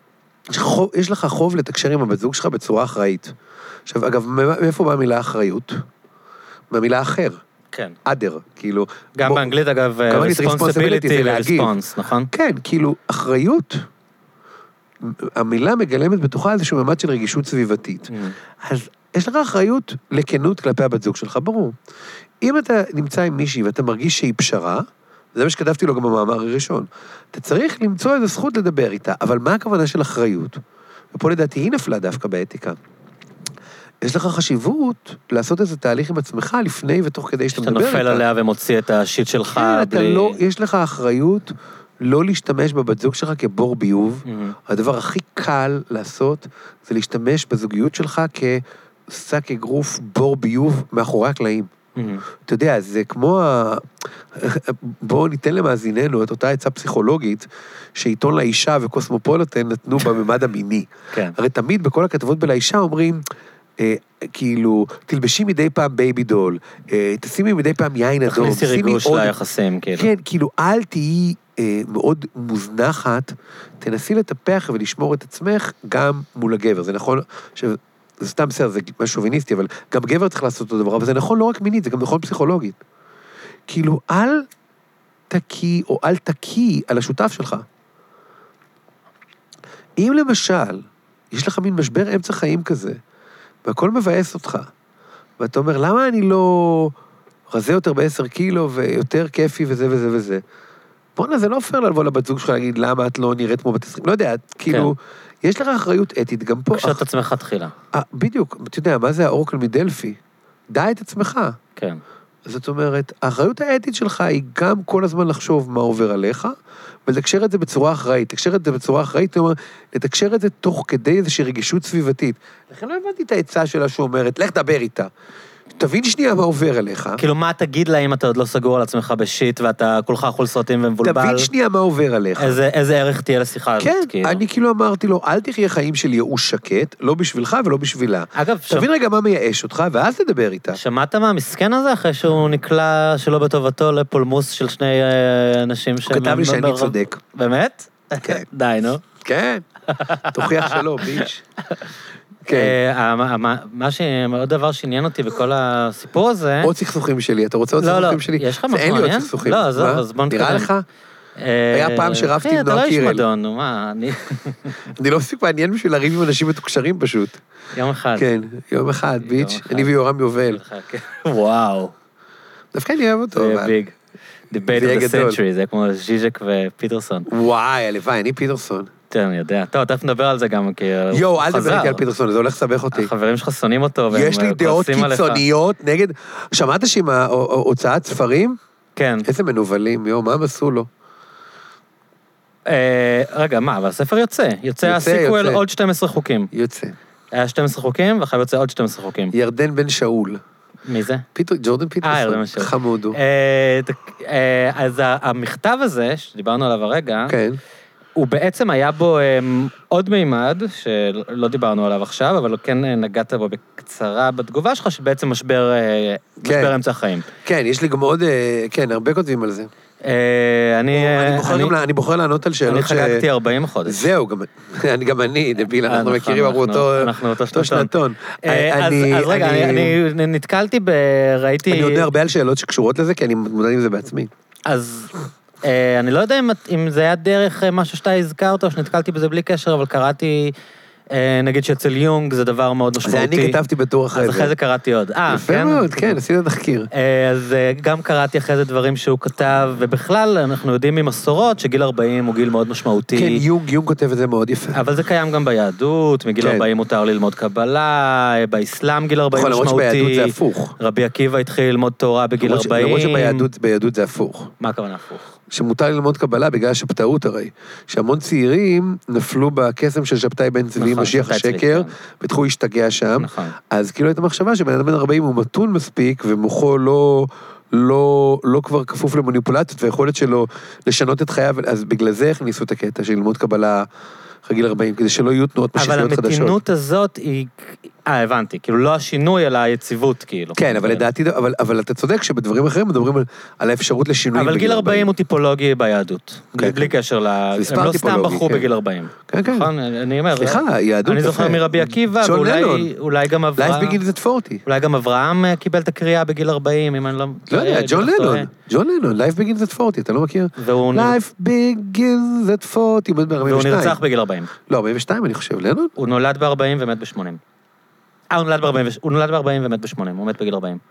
יש לך חוב לתקשר עם הבת זוג שלך בצורה אחראית. עכשיו, אגב, מאיפה באה המילה אחריות? מהמילה אחר. כן. other, כאילו... גם באנגלית, אגב, responsibility ו-response, נכון? כן, כאילו, אחריות, המילה מגלמת בתוכה איזשהו ממד של רגישות סביבתית. אז יש לך אחריות לכנות כלפי הבת זוג שלך, ברור. אם אתה נמצא עם מישהי ואתה מרגיש שהיא פשרה, זה מה שכתבתי לו גם במאמר הראשון, אתה צריך למצוא איזו זכות לדבר איתה, אבל מה הכוונה של אחריות? ופה לדעתי היא נפלה דווקא באתיקה. יש לך חשיבות לעשות איזה תהליך עם עצמך לפני ותוך כדי שאתה מדבר איתה. שאתה נופל עליה ומוציא את השיט שלך בלי... יש לך אחריות לא להשתמש בבת זוג שלך כבור ביוב. הדבר הכי קל לעשות זה להשתמש בזוגיות שלך כשק אגרוף בור ביוב מאחורי הקלעים. אתה יודע, זה כמו בואו ניתן למאזיננו את אותה עצה פסיכולוגית שעיתון לאישה וקוסמופוליטן נתנו בממד המיני. הרי תמיד בכל הכתבות בלאישה אומרים, כאילו, תלבשי מדי פעם בייבי דול, תשימי מדי פעם יין אדום. תכניסי ריגוש ליחסים, כאילו. כן, כאילו, אל תהיי מאוד מוזנחת, תנסי לטפח ולשמור את עצמך גם מול הגבר. זה נכון, זה סתם בסדר, זה משהו שוביניסטי, אבל גם גבר צריך לעשות אותו דבר, אבל זה נכון לא רק מינית, זה גם נכון פסיכולוגית. כאילו, אל תקי או אל תקי על השותף שלך. אם למשל, יש לך מין משבר אמצע חיים כזה, והכל מבאס אותך, ואתה אומר, למה אני לא רזה יותר ב10 קילו, ויותר כיפי וזה וזה וזה? בוא'נה, זה לא פייר לבוא לבת זוג שלך להגיד, למה את לא נראית כמו בת 20? לא יודע, כאילו, יש לך אחריות אתית גם פה. כשאת עצמך תחילה. בדיוק, אתה יודע, מה זה האורקל מדלפי? דע את עצמך. כן. זאת אומרת, האחריות האתית שלך היא גם כל הזמן לחשוב מה עובר עליך, ולתקשר את זה בצורה אחראית. תקשר את זה בצורה אחראית, לתקשר את זה תוך כדי איזושהי רגישות סביבתית. לכן לא הבנתי את העצה שלה שאומרת, לך דבר איתה. תבין שנייה מה עובר אליך. כאילו, מה תגיד לה אם אתה עוד לא סגור על עצמך בשיט, ואתה כולך אכול סרטים ומבולבל? תבין שנייה מה עובר עליך. איזה ערך תהיה לשיחה הזאת, כן, אני כאילו אמרתי לו, אל תחיה חיים של ייאוש שקט, לא בשבילך ולא בשבילה. אגב, תבין רגע מה מייאש אותך, ואז תדבר איתה. שמעת מה המסכן הזה, אחרי שהוא נקלע שלא בטובתו לפולמוס של שני אנשים הוא כתב לי שאני צודק. באמת? כן. די, נו. כן, תוכיח שלא, ביץ'. עוד דבר שעניין אותי בכל הסיפור הזה... עוד סכסוכים שלי, אתה רוצה עוד סכסוכים שלי? יש לך משהו מעניין? אין לי עוד סכסוכים. לא, אז בוא נתקדם. נראה לך? היה פעם שרבתי עם נועה קירל. אתה לא איש מדון, נו מה, אני לא מספיק מעניין בשביל להריב עם אנשים מתוקשרים פשוט. יום אחד. כן, יום אחד, ביץ', אני ויורם יובל. וואו. דווקא אני אוהב אותו. זה ביג. Debate of the century, זה כמו ז'יז'ק ופיטרסון. וואי, הלוואי, אני פיטרסון. אני יודע. טוב, תכף נדבר על זה גם, כי הוא חזר. יואו, אל תדבר איתי על פיטרסון, זה הולך לסבך אותי. החברים שלך שונאים אותו, והם יש לי דעות קיצוניות נגד... שמעת שעם הוצאת ספרים? כן. איזה מנובלים, יואו, מה הם עשו לו? רגע, מה, אבל הספר יוצא. יוצא הסיקוול עוד 12 חוקים. יוצא. היה 12 חוקים, ואחר יוצא עוד 12 חוקים. ירדן בן שאול. מי זה? ג'ורדן פיטרסון. חמוד הוא. אז המכתב הזה, שדיברנו עליו הרגע, כן. הוא בעצם היה בו עוד מימד, שלא דיברנו עליו עכשיו, אבל כן נגעת בו בקצרה בתגובה שלך, שבעצם משבר אמצע החיים. כן, יש לי גם עוד, כן, הרבה כותבים על זה. אני בוחר לענות על שאלות אני חגגתי 40 חודש. זהו, גם אני, דביל, אנחנו מכירים אותו שנתון. אז רגע, אני נתקלתי ראיתי... אני עונה הרבה על שאלות שקשורות לזה, כי אני מתמודד עם זה בעצמי. אז אני לא יודע אם זה היה דרך משהו שאתה הזכרת, או שנתקלתי בזה בלי קשר, אבל קראתי... נגיד שאצל יונג זה דבר מאוד משמעותי. זה אני כתבתי בתור אחרי זה. אז אחרי זה קראתי עוד. יפה מאוד, כן, עשית תחקיר. אז גם קראתי אחרי זה דברים שהוא כתב, ובכלל אנחנו יודעים ממסורות שגיל 40 הוא גיל מאוד משמעותי. כן, יונג כותב את זה מאוד יפה. אבל זה קיים גם ביהדות, מגיל 40 מותר ללמוד קבלה, באסלאם גיל 40 משמעותי. למרות שביהדות זה הפוך. רבי עקיבא התחיל ללמוד תורה בגיל 40. למרות שביהדות זה הפוך. מה הכוונה הפוך? שמותר ללמוד קבלה בגלל השבתאות הרי. שהמון צעירים נפלו בקסם של שבתאי בן צבי, משיח השקר, והתחילו להשתגע שם. אז כאילו הייתה מחשבה שבן אדם בן 40 הוא מתון מספיק, ומוחו לא כבר כפוף למניפולציות, והיכולת שלו לשנות את חייו, אז בגלל זה הכניסו את הקטע של ללמוד קבלה גיל 40, כדי שלא יהיו תנועות משיחיות חדשות. אבל המתינות הזאת היא... הבנתי, כאילו לא השינוי, אלא היציבות, כאילו. כן, אבל לדעתי, אבל אתה צודק שבדברים אחרים מדברים על האפשרות לשינויים אבל גיל 40 הוא טיפולוגי ביהדות. בלי קשר ל... הם לא סתם בחרו בגיל 40. כן, כן. נכון? אני אומר... סליחה, יהדות... אני זוכר מרבי עקיבא, ואולי גם אברהם... Life begins at 40. אולי גם אברהם קיבל את הקריאה בגיל 40, אם אני לא... לא יודע, ג'ון לנון, Life begins at 40, אתה לא מכיר? Life begins at 40, והוא נרצח בגיל 40. לא, 42 אני חושב, לנון? הוא נולד ב-40 ומת ב-80. הוא נולד ב-40 ומת ב-80, הוא מת בגיל 40.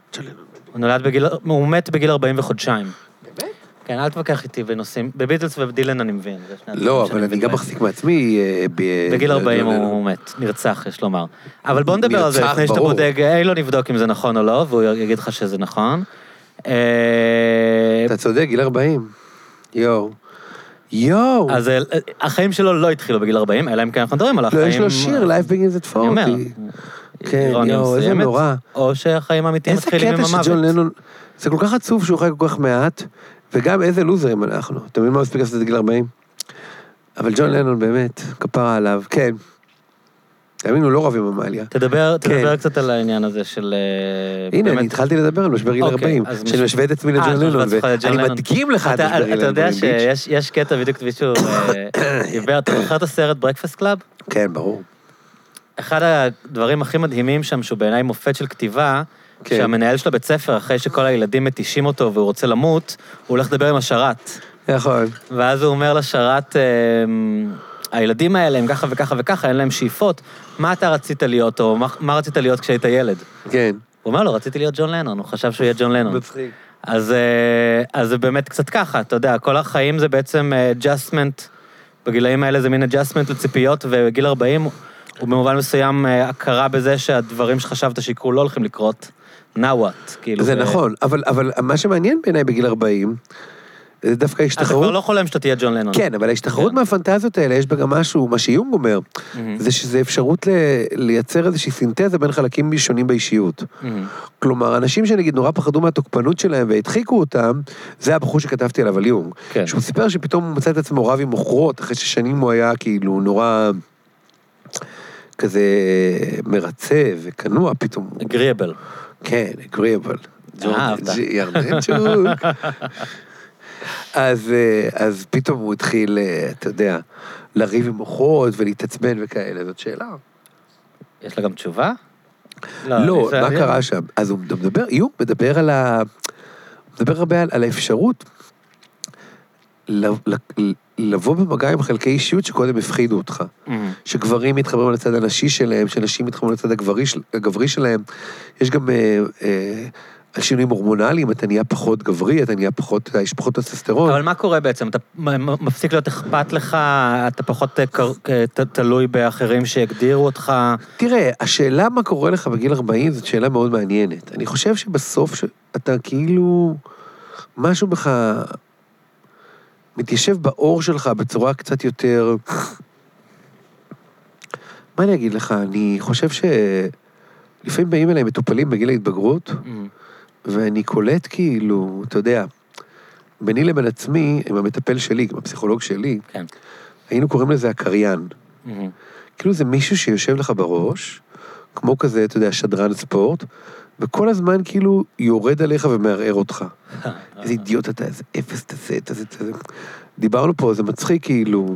הוא מת בגיל 40 וחודשיים. באמת? כן, אל תווכח איתי בנושאים, בביטלס ובדילן אני מבין. לא, אבל אני גם מחזיק מעצמי... בגיל 40 הוא מת, נרצח, יש לומר. אבל בוא נדבר על זה לפני שאתה בודק, לא נבדוק אם זה נכון או לא, והוא יגיד לך שזה נכון. אתה צודק, גיל 40. יואו. אז החיים שלו לא התחילו בגיל 40, אלא אם כן אנחנו מדברים על החיים... לא, יש לו שיר, Life begins at 40. כן, יואו, איזה נורא. או שהחיים האמיתיים מתחילים עם המוות. איזה קטע שג'ון לנון... זה כל כך עצוב שהוא חי כל כך מעט, וגם איזה לוזרים אנחנו. אתה מבין מה מספיק לעשות את גיל 40? אבל ג'ון לנון באמת, כפרה עליו, כן. תאמין, הוא לא רב עם אמליה. תדבר קצת על העניין הזה של... הנה, אני התחלתי לדבר על משבר גיל 40, שאני משווה את עצמי לג'ון לנון, ואני מדגים לך את משבר גיל 40. אתה יודע שיש קטע בדיוק מישהו עיוור, אתה זוכר את הסרט ברקפסט קלאב? כן, ברור. אחד הדברים הכי מדהימים שם, שהוא בעיניי מופת של כתיבה, שהמנהל של הבית ספר, אחרי שכל הילדים מתישים אותו והוא רוצה למות, הוא הולך לדבר עם השרת. נכון. ואז הוא אומר לשרת, הילדים האלה הם ככה וככה וככה, אין להם שאיפות, מה אתה רצית להיות, או מה רצית להיות כשהיית ילד? כן. הוא אומר לו, רציתי להיות ג'ון לנון, הוא חשב שהוא יהיה ג'ון לנון. מצחיק. אז זה באמת קצת ככה, אתה יודע, כל החיים זה בעצם adjustment, בגילאים האלה זה מין adjustment לציפיות, ובגיל 40 ובמובן מסוים הכרה בזה שהדברים שחשבת שיקרו לא הולכים לקרות, now what, כאילו. זה נכון, אבל מה שמעניין בעיניי בגיל 40, זה דווקא השתחררות. אתה כבר לא חולם שאתה תהיה ג'ון לנון. כן, אבל ההשתחררות מהפנטזיות האלה, יש בה גם משהו, מה שיונג אומר, זה שזה אפשרות לייצר איזושהי סינתזה בין חלקים שונים באישיות. כלומר, אנשים שנגיד נורא פחדו מהתוקפנות שלהם והדחיקו אותם, זה הבחור שכתבתי עליו על יונג. שהוא סיפר שפתאום הוא מצא את עצמו רב עם מוכרות, אחרי ששנים הוא היה כאילו נורא כזה מרצה וכנוע פתאום. אגריאבל. כן, אגריאבל. אהבת. ירדנצ'וק. אז פתאום הוא התחיל, אתה יודע, לריב עם מוחות ולהתעצבן וכאלה, זאת שאלה. יש לה גם תשובה? לא, מה קרה שם? אז הוא מדבר, מדבר הרבה על האפשרות לבוא במגע עם חלקי אישיות שקודם הפחידו אותך. שגברים מתחברים לצד הנשי שלהם, שנשים מתחברים לצד הגברי שלהם. יש גם על שינויים הורמונליים, אתה נהיה פחות גברי, יש פחות טסטוסטרון. אבל מה קורה בעצם? אתה מפסיק להיות אכפת לך, אתה פחות תלוי באחרים שהגדירו אותך? תראה, השאלה מה קורה לך בגיל 40, זאת שאלה מאוד מעניינת. אני חושב שבסוף שאתה כאילו, משהו בך מתיישב באור שלך בצורה קצת יותר, מה אני אגיד לך? אני חושב שלפעמים באים אליי מטופלים בגיל ההתבגרות, ואני קולט כאילו, אתה יודע, ביני לבין עצמי, עם המטפל שלי, עם הפסיכולוג שלי, כן. היינו קוראים לזה הקריין. כאילו זה מישהו שיושב לך בראש, כמו כזה, אתה יודע, שדרן ספורט, וכל הזמן כאילו יורד עליך ומערער אותך. איזה אידיוט אתה, איזה אפס תעשה. דיברנו פה, זה מצחיק כאילו,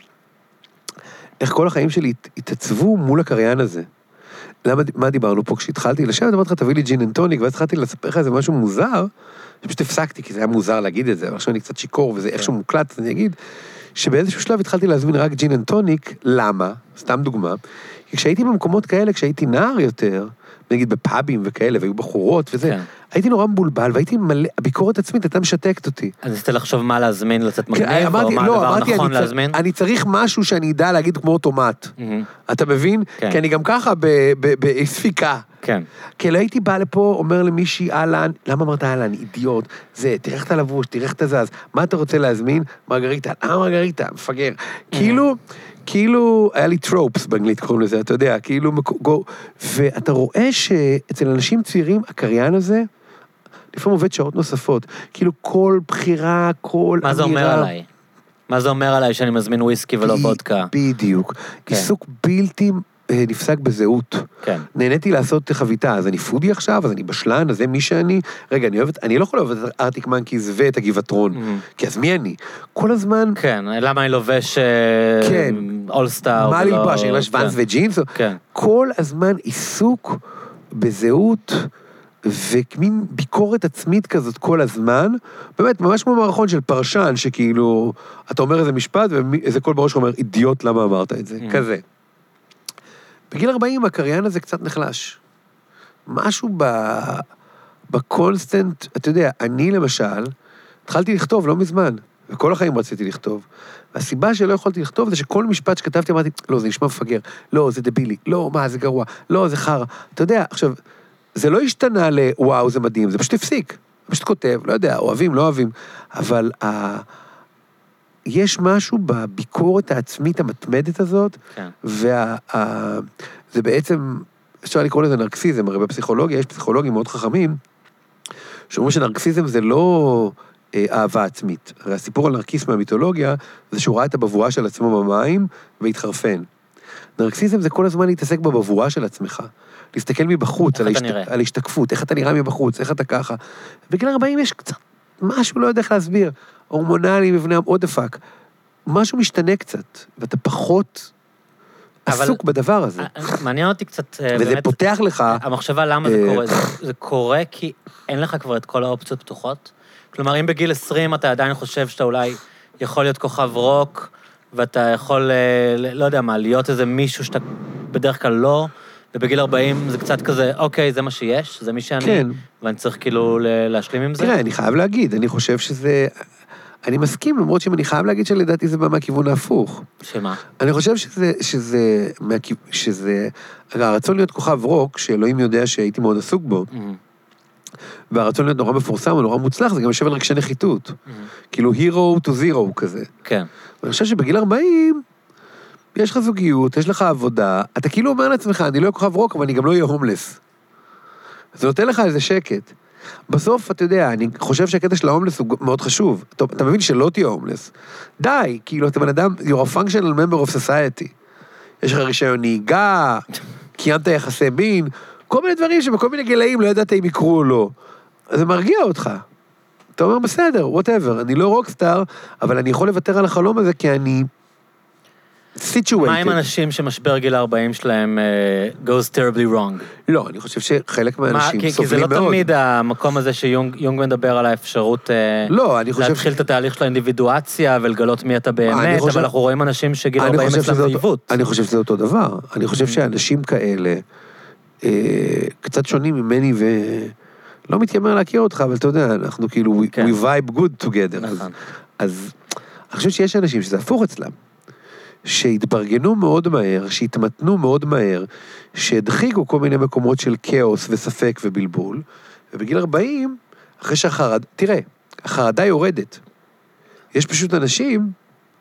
איך כל החיים שלי התעצבו מול הקריין הזה. מה דיברנו פה? כשהתחלתי לשבת, אמרתי לך, תביא לי ג'ין אנד טוניק, ואז התחלתי לספר לך איזה משהו מוזר, שפשוט הפסקתי, כי זה היה מוזר להגיד את זה, אבל עכשיו אני קצת שיקור, וזה איכשהו מוקלט, אז אני אגיד, שבאיזשהו שלב התחלתי להזמין רק ג'ין אנד טוניק, למה? סתם דוגמה, כי כשהייתי במקומות כאלה, כשהייתי נער יותר, נגיד בפאבים וכאלה, והיו בחורות וזה, הייתי נורא מבולבל, והייתי מלא, הביקורת עצמית הייתה משתקת אותי. אז ניסית לחשוב מה להזמין, לצאת מגניב, או מה הדבר הנכון להזמין? אני צריך משהו שאני אדע להגיד כמו אוטומט. אתה מבין? כי אני גם ככה בספיקה. כן. כי לא הייתי בא לפה, אומר למישהי, אהלן, למה אמרת אהלן, אידיוט, זה, תראה איך אתה לבוש, תראה איך אתה זז, מה אתה רוצה להזמין? מרגריטה, מרגריטה, מפגר. כאילו, היה לי טרופס באנגלית, קוראים לזה, אתה יודע, כאילו, ואתה רואה שאצל אנשים צעירים, הקריין הזה, לפעמים עובד שעות נוספות, כאילו כל בחירה, כל אמירה. מה זה אומר עליי? מה זה אומר עליי שאני מזמין וויסקי ולא וודקה? בדיוק. עיסוק בלתי נפסק בזהות. כן. נהניתי לעשות חביתה, אז אני פודי עכשיו, אז אני בשלן, אז זה מי שאני. רגע, אני לא יכול לאהוב את ארטיק מנקיז ואת הגבעטרון, כי אז מי אני? כל הזמן... כן, למה אני לובש אולסטאר? מה ללבש, אני לובש ואנס וג'ינס? כן. כל הזמן עיסוק בזהות, וכמין ביקורת עצמית כזאת כל הזמן, באמת, ממש כמו מערכון של פרשן, שכאילו, אתה אומר איזה משפט, ואיזה קול בראש אומר, אידיוט, למה אמרת את זה? כזה. בגיל 40 הקריין הזה קצת נחלש. משהו בקונסטנט, אתה יודע, אני למשל, התחלתי לכתוב לא מזמן, וכל החיים רציתי לכתוב. והסיבה שלא יכולתי לכתוב זה שכל משפט שכתבתי אמרתי, לא, זה נשמע מפגר, לא, זה דבילי, לא, מה, זה גרוע, לא, זה חרא. אתה יודע, עכשיו, זה לא השתנה לוואו, זה מדהים, זה פשוט הפסיק. פשוט כותב, לא יודע, אוהבים, לא אוהבים, אבל יש משהו בביקורת העצמית המתמדת הזאת, כן. זה בעצם, אפשר לקרוא לזה נרקסיזם, הרי בפסיכולוגיה יש פסיכולוגים מאוד חכמים, שאומרים שנרקסיזם זה לא אהבה עצמית. הרי הסיפור על נרקיס מהמיתולוגיה, זה שהוא ראה את הבבואה של עצמו במים, והתחרפן. נרקסיזם זה כל הזמן להתעסק בבבואה של עצמך. להסתכל מבחוץ, על ההשתקפות, איך אתה נראה מבחוץ, איך אתה ככה. בגיל 40 יש קצת משהו, לא יודע איך להסביר, הורמונלי, מבנה, עוד דפק. משהו משתנה קצת, ואתה פחות עסוק בדבר הזה. מעניין אותי קצת... וזה פותח לך... המחשבה למה זה קורה, זה קורה כי אין לך כבר את כל האופציות פתוחות. כלומר, אם בגיל 20 אתה עדיין חושב שאתה אולי יכול להיות כוכב רוק, ואתה יכול, לא יודע מה, להיות איזה מישהו שאתה בדרך כלל לא, ובגיל 40 זה קצת כזה, אוקיי, זה מה שיש, זה מי שאני, כן. ואני צריך כאילו להשלים עם זה. תראה, אני חייב להגיד, אני חושב שזה... אני מסכים, למרות שאני חייב להגיד שלדעתי זה בא מהכיוון ההפוך. שמה? אני חושב שזה הרצון להיות כוכב רוק, שאלוהים יודע שהייתי מאוד עסוק בו, והרצון להיות נורא מפורסם ונורא מוצלח, זה גם יושב על רגשי נחיתות. כאילו, hero to zero כזה. כן. ואני חושב שבגיל 40, יש לך זוגיות, יש לך עבודה, אתה כאילו אומר לעצמך, אני לא אהיה כוכב רוק, אבל אני גם לא אהיה הומלס. זה נותן לך איזה שקט. בסוף, אתה יודע, אני חושב שהקטע של ההומלס הוא מאוד חשוב. אתה מבין שלא תהיה הומלס. די, כאילו, אתה בן אדם, you're a functional member of society. יש לך רישיון נהיגה, קיימת יחסי מין, כל מיני דברים שבכל מיני גילאים לא ידעת אם יקרו או לא. אז זה מרגיע אותך. אתה אומר, בסדר, whatever, אני לא רוקסטאר, אבל אני יכול לוותר על החלום הזה, כי אני situated. מה עם אנשים שמשבר גיל 40 שלהם goes terribly wrong? לא, אני חושב שחלק מהאנשים סובלים מאוד. כי זה לא תמיד המקום הזה שיונג מדבר על האפשרות להתחיל את התהליך של האינדיבידואציה ולגלות מי אתה באמת, אבל אנחנו רואים אנשים שגיל 40 אצלם זה עיוות. אני חושב שזה אותו דבר. אני חושב שאנשים כאלה, קצת שונים ממני ולא מתיימר להכיר אותך, אבל אתה יודע, אנחנו כאילו, we vibe good together. אז אני חושב שיש אנשים שזה הפוך אצלם. שהתברגנו מאוד מהר, שהתמתנו מאוד מהר, שהדחיקו כל מיני מקומות של כאוס וספק ובלבול, ובגיל 40, אחרי תראה, החרדה יורדת. יש פשוט אנשים,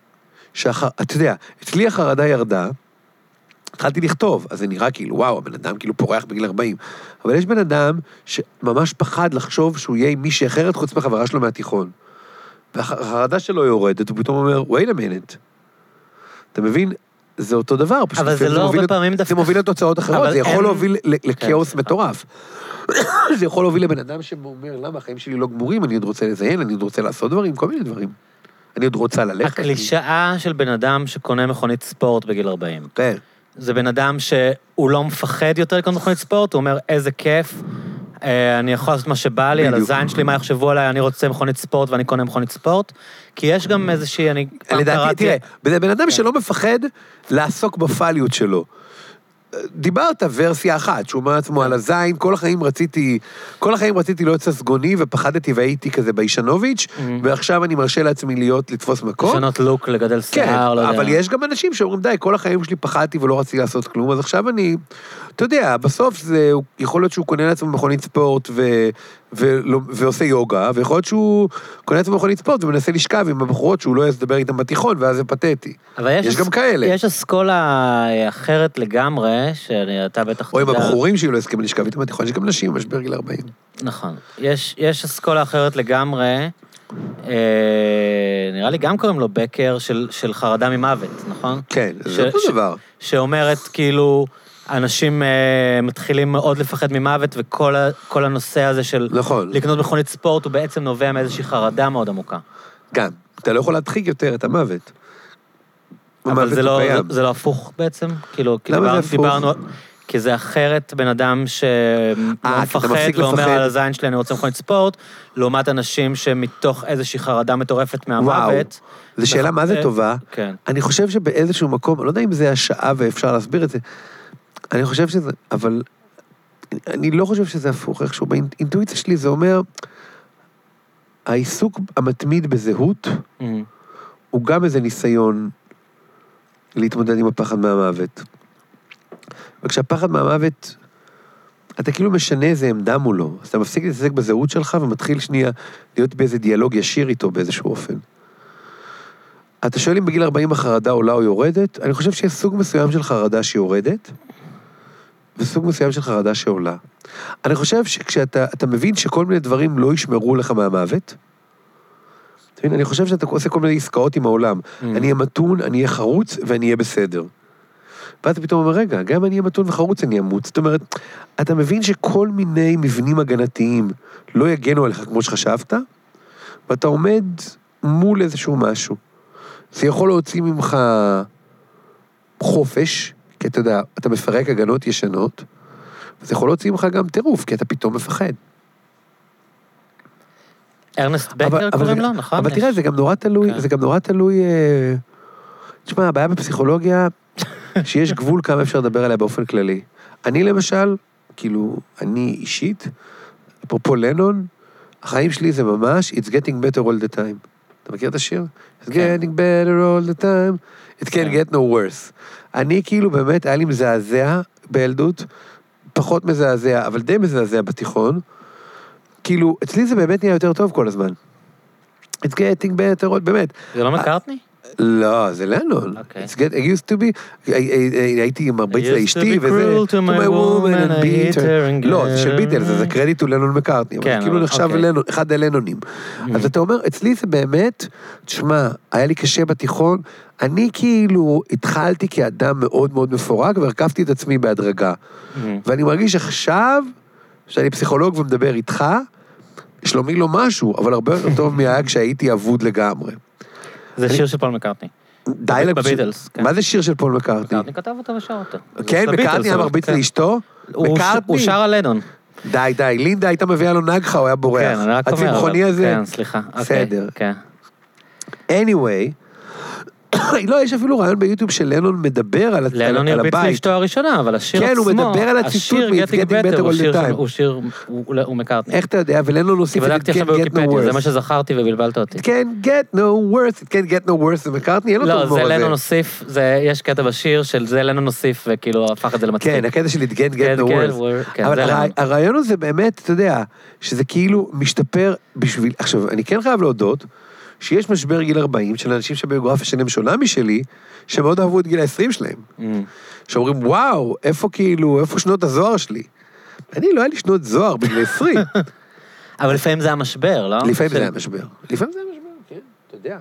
אתה יודע, אצלי החרדה ירדה, התחלתי לכתוב, אז זה נראה כאילו, וואו, הבן אדם כאילו פורח בגיל 40, אבל יש בן אדם שממש פחד לחשוב שהוא יהיה עם מישהי אחרת חוץ מחברה שלו מהתיכון. והחרדה שלו יורדת, הוא פתאום אומר, wait a minute, אתה מבין? זה אותו דבר. אבל זה לא הרבה פעמים דווקא. זה מוביל לתוצאות אחרות, זה יכול להוביל לכאוס מטורף. זה יכול להוביל לבן אדם שאומר, למה החיים שלי לא גמורים, אני עוד רוצה לזיין, אני עוד רוצה לעשות דברים, כל מיני דברים. אני עוד רוצה ללכת. הקלישאה של בן אדם שקונה מכונית ספורט בגיל 40. כן. זה בן אדם שהוא לא מפחד יותר לקנות מכונית ספורט, הוא אומר, איזה כיף, אני יכול לעשות מה שבא לי, על הזין שלי, מה יחשבו עליי, אני רוצה מכונית ספורט ואני קונה מכונית ספורט, כי יש גם איזושהי, אני לדעתי, תראה, בן אדם שלא מפחד לעסוק בפליות שלו. דיברת ורסיה אחת, שהוא אומר לעצמו על הזין, כל החיים רציתי להיות ססגוני, ופחדתי והייתי כזה בישנוביץ', ועכשיו אני מרשה לעצמי לתפוס מקום. לשנות לוק, לגדל שיער, לא יודע. אבל יש גם אנשים שאומרים, די, כל החיים שלי פחדתי ולא רציתי לעשות כלום, אז עכשיו אתה יודע, בסוף זה, יכול להיות שהוא קונה לעצמו מכונית ספורט ועושה יוגה, ויכול להיות שהוא קונה לעצמו מכונית ספורט ומנסה לשכב עם הבחורות שהוא לא ידבר איתם בתיכון, ואז זה פתטי. יש גם כאלה. יש אסכולה אחרת לגמרי, שאתה בטח... או עם הבחורים שהוא לא יסכים לשכב איתם בתיכון, יש גם נשים, משבר גיל 40. נכון. יש אסכולה אחרת לגמרי, נראה לי גם קוראים לו בקר של חרדה ממוות, נכון? כן, זה אותו דבר. שאומרת כאילו... אנשים מתחילים מאוד לפחד ממוות, וכל הנושא הזה של לקנות מכונית ספורט, הוא בעצם נובע מאיזושהי חרדה מאוד עמוקה. גם, אתה לא יכול להדחיק יותר את המוות. אבל זה לא הפוך בעצם? למה זה הפוך? כי זה אחרת בן אדם שמפחד ואומר על הזין שלי, אני רוצה מכונית ספורט, לעומת אנשים שמתוך איזושהי חרדה מטורפת מהמוות. זו שאלה מה זה טובה. אני חושב שבאיזשהו מקום, אני לא יודע אם זה השעה ואפשר להסביר את זה, אני חושב שזה, אבל אני לא חושב שזה הפוך, איכשהו, באינטואיציה שלי זה אומר, העיסוק המתמיד בזהות, הוא גם איזה ניסיון להתמודד עם הפחד מהמוות. וכשהפחד מהמוות, אתה כאילו משנה איזה עמדה מולו, אז אתה מפסיק להתעסק בזהות שלך, ומתחיל שנייה להיות באיזה דיאלוג ישיר איתו באיזשהו אופן. אתה שואל אם בגיל 40 החרדה עולה או יורדת, אני חושב שיש סוג מסוים של חרדה שיורדת, וסוג מסוים של חרדה שעולה. אני חושב שכשאתה מבין שכל מיני דברים לא ישמרו לך מהמוות, אני חושב שאתה עושה כל מיני עסקאות עם העולם. אני אהיה מתון, אני אהיה חרוץ, ואני אהיה בסדר. ואז אתה פתאום אומר, רגע, גם אני אהיה מתון וחרוץ, אני אמוץ. זאת אומרת, אתה מבין שכל מיני מבנים הגנתיים לא יגנו עליך כמו שחשבת, ואתה עומד מול איזשהו משהו. זה יכול להוציא ממך חופש, כי אתה יודע, אתה מפרק הגנות ישנות, וזה יכול להוציא ממך גם טירוף, כי אתה פתאום מפחד. ארנסט בקר קוראים לו, נכון? אבל תראה, זה גם נורא תלוי, תשמע, הבעיה בפסיכולוגיה, שיש גבול כמה אפשר לדבר עליה באופן כללי. אני למשל, כאילו, אני אישית, אפרופו לנון, החיים שלי זה ממש, it's getting better all the time. אתה מכיר את השיר? It's getting better all the time, it can't get no worse. אני כאילו באמת, היה לי מזעזע בילדות, פחות מזעזע, אבל די מזעזע בתיכון, כאילו, אצלי זה באמת נהיה יותר טוב כל הזמן. It's getting better, באמת. זה לא מקארטני? לא, זה לנון. It used to be, הייתי מרביץ לאשתי וזה, to my woman and beat her. לא, זה של ביטלס, זה קרדיט הוא לנון מקארטני, אבל זה כאילו נחשב אחד הלנונים. אז אתה אומר, אצלי זה באמת, תשמע, היה לי קשה בתיכון, אני כאילו התחלתי כאדם מאוד מאוד מפורק, והרכבתי את עצמי בהדרגה. ואני מרגיש עכשיו, שאני פסיכולוג ומדבר איתך, שלומי לו משהו, אבל הרבה יותר טוב מהיה כשהייתי אבוד לגמרי. זה שיר של פול מקארטני. בביטלס. מה זה שיר של פול מקארטני? מקארטני כתב אותו ושר אותו. כן, מקארטני היה מרביץ לאשתו? הוא שר על לנון. די, לינדה הייתה מביאה לו נגחה, הוא היה בורח. כן, אני רק אומר. הצמחוני הזה? כן, סליחה. בסדר. כן. anyway, לא, יש אפילו רעיון ביוטיוב של לנון מדבר על הבית. לנון הרביץ לאשתו הראשונה, אבל השיר עצמו, כן, הוא מדבר על הציטוט מ-It's Getting Better All the Time. הוא שיר, הוא מקארטני. איך אתה יודע? ולנון הוסיף את It Can't Get No Worse. זה מה שזכרתי ובלבלת אותי. It Can't Get No Worse, It Can't Get No Worse, זה מקארטני, אין לו לא, זה לנון הוסיף, יש קטע בשיר של זה לנון הוסיף, וכאילו הפך את זה למצחיק. כן, הקטע של It Can't Get No Worse. אבל הרעיון הזה באמת, אתה יודע, שזה כאילו משתפר בשביל, עכשיו, אני כן חייב להודות, שיש משבר גיל 40 של אנשים שביוגרפיה שלהם שונה משלי, שמאוד אהבו את גיל ה-20 שלהם. שאומרים, וואו, איפה שנות הזוהר שלי? אני לא היה לי שנות זוהר בגיל 20. אבל לפעמים זה המשבר, לא? לפעמים זה המשבר, כן, אתה יודע.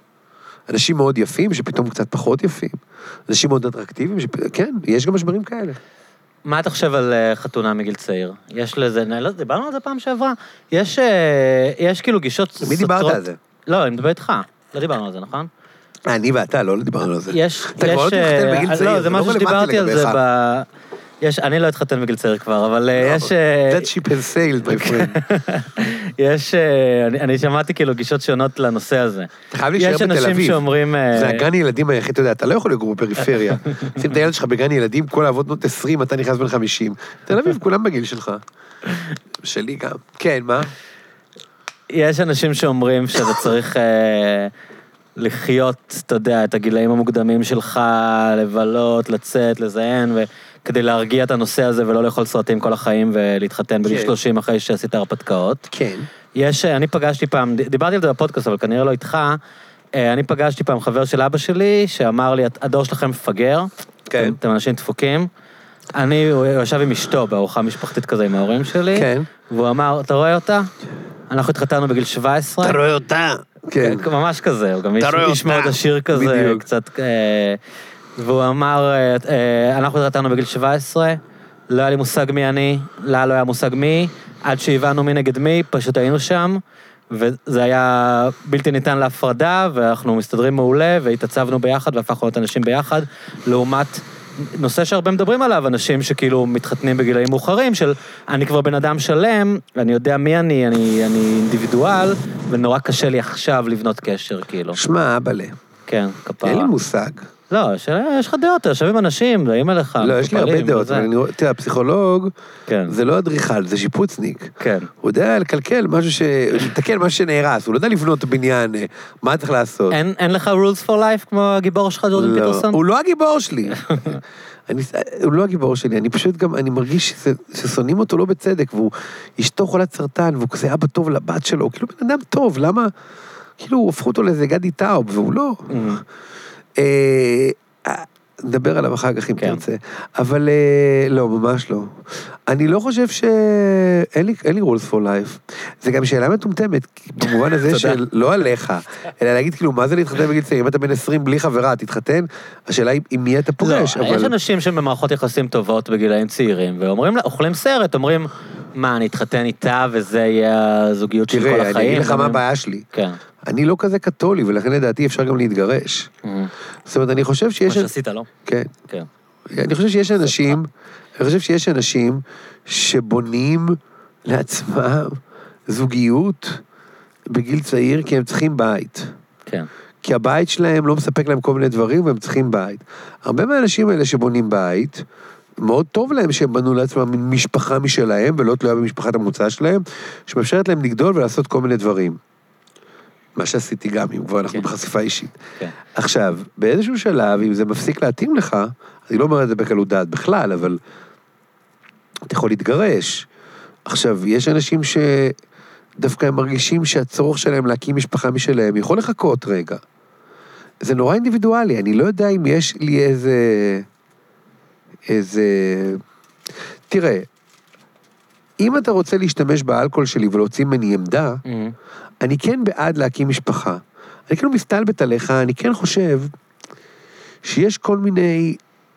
אנשים מאוד יפים, שפתאום קצת פחות יפים. אנשים מאוד אטרקטיביים, כן, יש גם משברים כאלה. מה אתה חושב על חתונה מגיל צעיר? יש לזה, דיברנו על זה פעם שעברה? יש כאילו גישות סותרות. מי דיברת על זה? לא, אני מדבר איתך. לא דיברנו על זה, נכון? אני ואתה, לא דיברנו על זה. אתה כבר לא תתחתן בגיל צעיר, לא, זה משהו שדיברתי על זה אני לא התחתן בגיל צעיר כבר, אבל יש... That ship has sailed, my friend. אני שמעתי כאילו גישות שונות לנושא הזה. אתה חייב להישאר בתל אביב. יש אנשים שאומרים... זה הגן ילדים היחיד, אתה יודע, אתה לא יכול לגור בפריפריה. שים את הילד שלך בגן ילדים, כל האבות בנות 20, אתה נכנס בין 50. תל אביב, כולם בגיל שלך. שלי גם. כן, מה? יש אנשים שאומרים שאתה צריך לחיות, אתה יודע, את הגילאים המוקדמים שלך, לבלות, לצאת, לזיין, כדי להרגיע את הנושא הזה ולא לאכול סרטים כל החיים ולהתחתן בגיל 30 אחרי שעשית הרפתקאות. כן. אני פגשתי פעם, דיברתי על זה בפודקאסט, אבל כנראה לא איתך, אני פגשתי פעם חבר של אבא שלי, שאמר לי, הדור שלכם מפגר, כן. אתם אנשים דפוקים, הוא ישב עם אשתו בארוחה משפחתית כזה עם ההורים שלי, כן. והוא אמר, אתה רואה אותה? אנחנו התחתנו בגיל 17. אתה רואה אותה? כן. ממש כזה, הוא גם איש מאוד עשיר כזה, קצת... והוא אמר, אנחנו התחתנו בגיל 17, לא היה לי מושג מי אני, לא היה מושג מי, עד שהבנו מי נגד מי, פשוט היינו שם, וזה היה בלתי ניתן להפרדה, ואנחנו מסתדרים מעולה, והתעצבנו ביחד, והפכנו להיות אנשים ביחד, לעומת נושא שהרבה מדברים עליו, אנשים שכאילו מתחתנים בגילאים מאוחרים, של אני כבר בן אדם שלם, אני יודע מי אני אינדיבידואל, ונורא קשה לי עכשיו לבנות קשר, כאילו. שמע, אבאלה. כן, כפרה. אין לי מושג. לא, יש לך דעות, יושבים אנשים, דעים עליך. לא, יש לי הרבה דעות, אבל תראה, הפסיכולוג, זה לא אדריכל, זה שיפוצניק. כן. הוא יודע לקלקל לתקן משהו שנהרס, הוא לא יודע לבנות בניין, מה צריך לעשות? אין לך rules for life כמו הגיבור שלך, ג'ורדן פיטרסון? הוא לא הגיבור שלי. הוא לא הגיבור שלי, אני פשוט גם, אני מרגיש ששונאים אותו לא בצדק, והוא אשתו חולת סרטן, והוא כזה אבא טוב לבת שלו, כאילו בן אדם טוב, למה? כאילו, הפכו אותו לאיזה גדי טאוב, והוא לא. נדבר עליו אחר כך אם תרצה, אבל לא, ממש לא. אני לא חושב אין לי rules for life. זה גם שאלה מטומטמת, במובן הזה של לא עליך, אלא להגיד כאילו, מה זה להתחתן בגיל צעיר? אם אתה בן 20 בלי חברה, תתחתן, השאלה היא עם מי אתה פוגש. לא, יש אנשים שבמערכות יחסים טובות בגילאים צעירים, ואומרים לה, אוכלים סרט, אומרים, מה, אני אתחתן איתה, וזה יהיה הזוגיות של כל החיים. תראה, אני אגיד לך מה הבעיה שלי. כן. אני לא כזה קתולי, ולכן לדעתי אפשר גם להתגרש. זאת אומרת, אני חושב שיש... מה שעשית, לא? כן. אני חושב שיש אנשים שבונים לעצמם זוגיות בגיל צעיר, כי הם צריכים בית. כן. כי הבית שלהם לא מספק להם כל מיני דברים, והם צריכים בית. הרבה מהאנשים האלה שבונים בית, מאוד טוב להם שהם בנו לעצמם משפחה משלהם, ולא תלויה במשפחת המוצא שלהם, שמאפשרת להם לגדול ולעשות כל מיני דברים. מה שעשיתי גם, אם כבר אנחנו בחשיפה אישית. כן. עכשיו, באיזשהו שלב, אם זה מפסיק להתאים לך, אני לא אומר את זה בקלות דעת בכלל, אבל אתה יכול להתגרש. עכשיו, יש אנשים שדווקא הם מרגישים שהצורך שלהם להקים משפחה משלהם יכול לחכות רגע. זה נורא אינדיבידואלי, אני לא יודע אם יש לי איזה... תראה, אם אתה רוצה להשתמש באלכוהול שלי ולהוציא ממני עמדה, אני כן בעד להקים משפחה. אני כאילו מסתלבט עליך, אני כן חושב שיש כל מיני...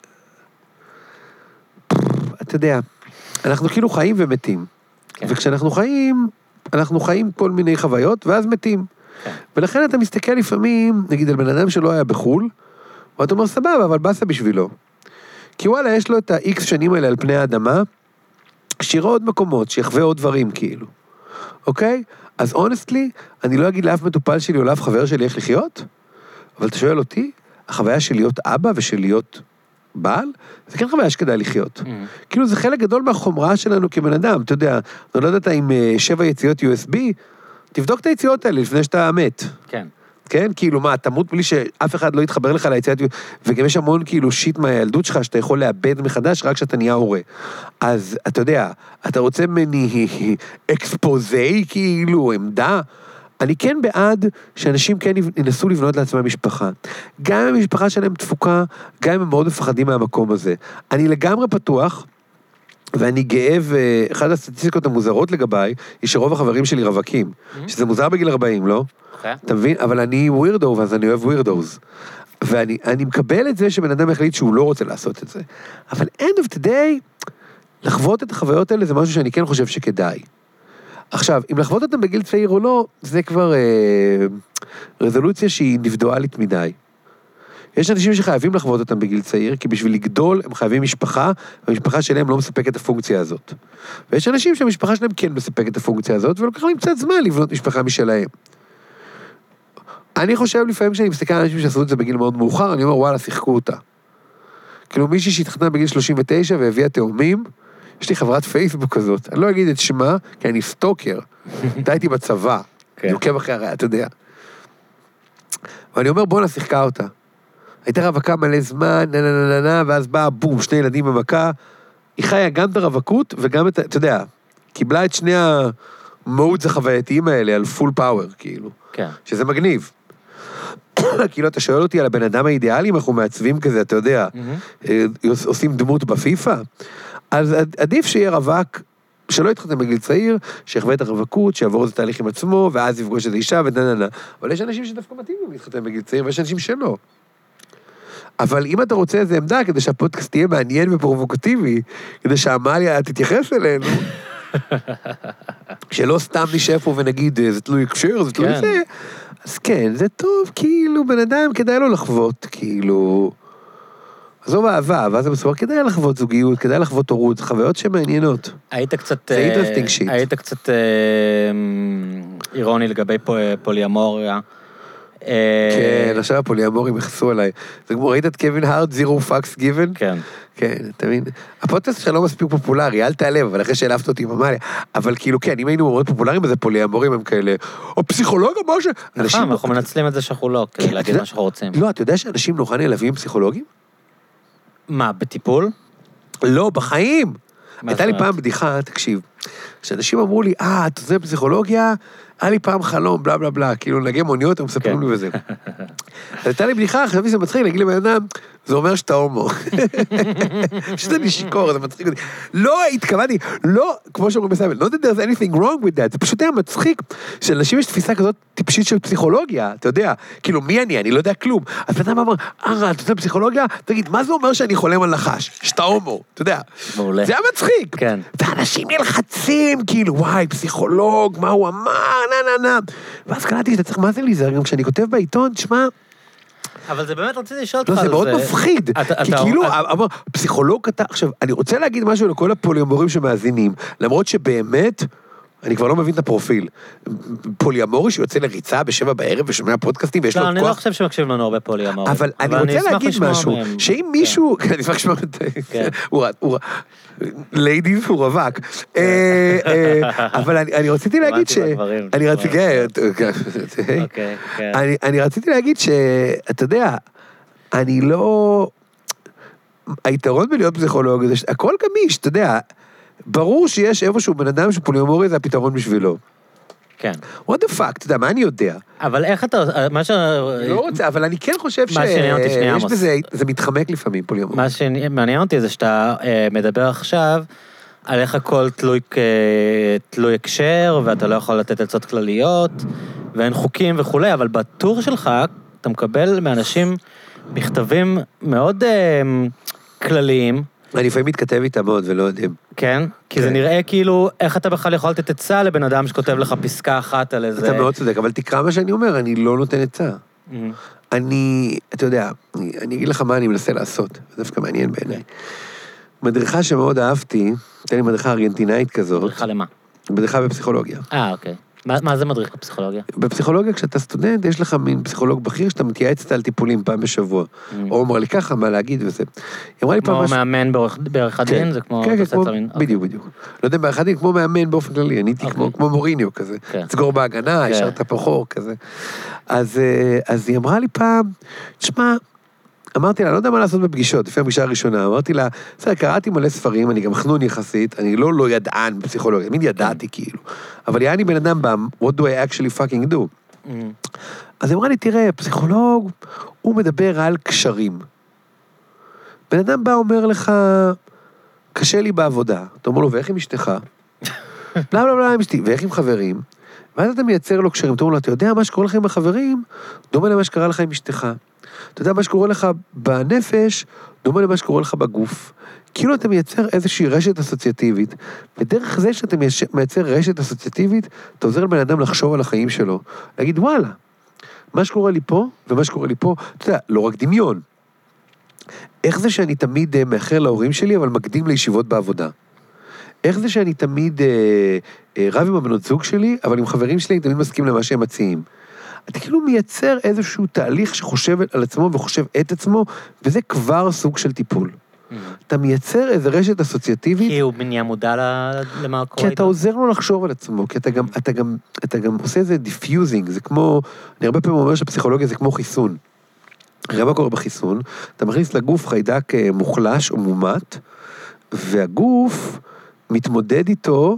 אתה יודע, אנחנו כאילו חיים ומתים. כן. וכשאנחנו חיים כל מיני חוויות, ואז מתים. כן. ולכן אתה מסתכל לפעמים, נגיד על בן אדם שלא היה בחול, ואתה אומר, סבבה, אבל בסה בשבילו. כי וואלה, יש לו את ה-X שנים האלה על פני האדמה, שירה עוד מקומות, שיחווה עוד דברים כאילו. אוקיי? אז honestly, אני לא אגיד לאף מטופל שלי או לאף חבר שלי איך לחיות, אבל אתה שואל אותי, החוויה של להיות אבא ושל להיות בעל, זה כן חוויה שכדאי לחיות. כאילו זה חלק גדול מהחומרה שלנו כבן אדם, אתה יודע, אני לא יודעת עם 7 יציאות USB, תבדוק את היציאות האלה לפני שאתה מת. כן. כן? כאילו מה, תמות בלי שאף אחד לא יתחבר לך ליציאות, וגם יש המון כאילו שיט מהילדות שלך, שאתה יכול לאבד מחדש רק כשאתה נהיה הורה. אז אתה יודע, אתה רוצה ממני אקספוזי, כאילו, עמדה, אני כן בעד שאנשים כן ינסו לבנות לעצמם משפחה. גם אם המשפחה שלהם תפוקה, גם אם הם מאוד מפחדים מהמקום הזה. אני לגמרי פתוח, ואני גאה, ואחת הסטטיסטיקות המוזרות לגביי, היא שרוב החברים שלי רווקים, שזה מוזר בגיל 40, לא? אתה מבין? אבל אני ווירדו, אז אני אוהב ווירדוז. ואני מקבל את זה שבן אדם החליט שהוא לא רוצה לעשות את זה. אבל end of the day, לחוות את החוויות האלה זה משהו שאני כן חושב שכדאי. עכשיו, אם לחוות אותם בגיל צעיר או לא, זה כבר רזולוציה שהיא אינדיבידואלית מדי. יש אנשים שחייבים לחוות אותם בגיל צעיר, כי בשביל לגדול הם חייבים משפחה, והמשפחה שלהם לא מספקת את הפונקציה הזאת. ויש אנשים שהמשפחה שלהם כן מספקת את הפונקציה הזאת, ולוקח להם קצת זמן לבנות משפחה משלהם. אני חושב לפעמים כשאני מסתכל על אנשים שעשו את זה בגיל מאוד מאוחר, אני אומר, וואלה, שיחקו אותה. כאילו מישהי שהתחתנה בגיל 39 והביאה תאומים, יש לי חברת פייסבוק כזאת, אני לא אגיד את שמה, כי אני סטוקר, הייתי בצבא, אני עוקב אחרי הרי, אתה יודע. ואני אומר, בוא נשיחקה אותה. הייתה רווקה מלא זמן, ואז באה בום, 2 ילדים במכה, היא חיה גם את הרווקות, וגם את, אתה יודע, קיבלה את שני המודס החווייתיים האלה, על פול פאוור, כאילו. כן. שזה מגניב. כאילו, אתה שואל אותי על הבן אדם האידיאלי, אנחנו מעצבים כזה, אתה יודע, עושים דמות בפיפה, אז עדיף שיהיה רווק, שלא יתחתן בגיל צעיר, שיחווה את הרווקות, שיעבור איזה תהליך עם עצמו, ואז יפגוש את האישה, ודננה. אבל יש אנשים שדווקא מתאים להתחתן בגיל צעיר, ויש אנשים שלא. אבל אם אתה רוצה איזה עמדה, כדי שהפודקאסט תהיה מעניין ופרובוקטיבי, כדי שהמליה תתייחס אלינו, שלא סתם נשב פה ונגיד, זה תלוי קשר, זה תלוי זה, אז כן, זה טוב, כאילו, בן אדם כדאי לו לחוות, כאילו, עזוב אהבה, ואז בסופו כדאי לחוות זוגיות, כדאי לחוות הורות, חוויות שמעניינות. היית קצת... זה אינטרסטינג שיט. היית קצת אירוני לגבי פוליאמוריה. כן, עכשיו הפוליאמורים יחסו עליי. זה כמו, ראית את קווין הארט, זירו פאקס גיבן? כן. כן, אתה מבין? הפודקאסט שלך לא מספיק פופולרי, אל תעלב, אבל אחרי שהלפת אותי עם אמליה. אבל כאילו, כן, אם היינו מאוד פופולריים, אז הפוליאמורים הם כאלה, או פסיכולוג או משהו. נכון, אנחנו מנצלים את זה שאנחנו לא, כדי להגיד מה שאנחנו רוצים. לא, אתה יודע שאנשים נורא נעלבים עם פסיכולוגים? מה, בטיפול? לא, בחיים. הייתה לי פעם בדיחה, תקשיב, כשאנשים אמרו לי, אתה עושה פסיכולוגיה, היה לי פעם חלום, בלה בלה בלה, כאילו נגי מוניות, הם מספרים לי וזה. אז הייתה לי בדיחה, חשבתי שזה מצחיק, להגיד לבן אדם, זה אומר שאתה הומו. שזה לי שיקור, זה מצחיק אותי. לא, התכוונתי, לא, כמו שאומרים בסבל, not that there's anything wrong with that, זה פשוט היה מצחיק, שלאנשים יש תפיסה כזאת טיפשית של פסיכולוגיה, אתה יודע, כאילו, מי אני לא יודע כלום. אז בן אדם אמר, אתה עושה פסיכולוגיה? תגיד, מה זה אומר שאני חולם על נחש? שאתה הומו, אתה יודע. זה היה מצחיק. כן. ואנשים נלחצים, כאילו, וואי, פסיכולוג, מה הוא אמר, ואז קלטתי שאתה צריך מה זה להיזהר, גם כשאני כותב בעיתון, תשמע... אבל זה באמת רציתי לשאול אותך על זה. לא, זה מאוד מפחיד, כי כאילו, פסיכולוג, עכשיו, אני רוצה להגיד משהו לכל הפוליאמורים שמאזינים, למרות שבאמת, אני כבר לא מבין את הפרופיל. פוליאמורי שיוצא לריצה ב7 בערב ושומע פודקאסטים ויש לו את כוח. לא, אני לא חושב שמקשיב לנו הרבה פוליאמורי. אבל אני רוצה להגיד משהו, שאם מישהו, אני אשמח לשמוע את זה, ליידיז הוא רווק. אבל אני רציתי להגיד אני רציתי להגיד שאתה יודע, אני לא... היתרון בלהיות פסיכולוג, הכל גמיש, אתה יודע, ברור שיש איפשהו בן אדם שפוליאמורי זה הפתרון בשבילו. כן. what the fuck, אתה יודע, מה אני יודע? אבל איך אתה, לא רוצה, אבל אני כן חושב שיש בזה, זה מתחמק לפעמים, פוליאמורי. מה שמעניין אותי זה שאתה מדבר עכשיו, על איך הכל תלוי הקשר, ואתה לא יכול לתת עצות כלליות, ואין חוקים וכולי, אבל בטור שלך, אתה מקבל מאנשים מכתבים מאוד כלליים. אני לפעמים מתכתב איתם מאוד ולא יודעים. כן? כי זה נראה כאילו, איך אתה בכלל יכול לתת עצה לבן אדם שכותב לך פסקה אחת על איזה... אתה מאוד צודק, אבל תקרא מה שאני אומר, אני לא נותן עצה. אתה יודע, אני אגיד לך מה אני מנסה לעשות, זה דווקא מעניין בעיניי. מדריכה שמאוד אהבתי, תן לי מדריכה ארגנטינאית כזאת. מדריכה למה? מדריכה בפסיכולוגיה. אוקיי. מה זה מדריך בפסיכולוגיה? בפסיכולוגיה, כשאתה סטודנט, יש לך מין פסיכולוג בכיר שאתה מתייעץ על טיפולים פעם בשבוע. או אומר לי ככה, מה להגיד וזה. היא אמרה לי פעם כמו מאמן בעריכת דין? זה כמו... כן, בדיוק. לא יודע, בעריכת דין כמו מאמן באופן כללי, אני הייתי כמו מוריניו כזה. תסגור בהגנה, השארת פחור כזה. אז היא אמרה לי פעם, תשמע, אמרתי לה, לא יודע מה לעשות בפגישות, לפני הפגישה הראשונה, אמרתי לה, קראתי מלא ספרים, אני גם חנון יחסית, אני לא ידען בפסיכולוגיה, תמיד ידעתי כאילו, אבל יעני בן אדם בם, what do I actually fucking do? אז היא אמרה לי, תראה, פסיכולוג, הוא מדבר על קשרים. בן אדם בא אומר לך, קשה לי בעבודה, אתה אומר לו, ואיך עם אשתך? לא, עם אשתי, ואיך עם חברים? ואז אתה מייצר לו קשרים, אתה אומר לו, אתה יודע מה שקורה לך עם החברים? דומה למה שקרה לך עם אשתך. אתה יודע מה שקורה לך בנפש, דומה למה שקורה לך בגוף. כאילו אתה מייצר איזושהי רשת אסוציאטיבית, ודרך זה שאתה מייצר רשת אסוציאטיבית, אתה עוזר לבן אדם לחשוב על החיים שלו. להגיד, וואלה, מה שקורה לי פה, ומה שקורה לי פה, אתה יודע, לא רק דמיון. איך זה שאני תמיד מאחר להורים שלי, אבל מקדים לישיבות בעבודה? איך זה שאני תמיד רב עם הבנות זוג שלי, אבל עם חברים שלי אני תמיד מסכים למה שהם מציעים? אתה כאילו מייצר איזשהו תהליך שחושב על עצמו וחושב את עצמו, וזה כבר סוג של טיפול. אתה מייצר איזו רשת אסוציאטיבית. כי הוא נהיה מודע למה קורה. כי אתה עוזר לו לחשוב על עצמו, כי אתה גם עושה איזה דיפיוזינג, זה כמו, אני הרבה פעמים אומר שפסיכולוגיה זה כמו חיסון. הרי מה קורה בחיסון? אתה מכניס לגוף חיידק מוחלש או מומת, והגוף מתמודד איתו,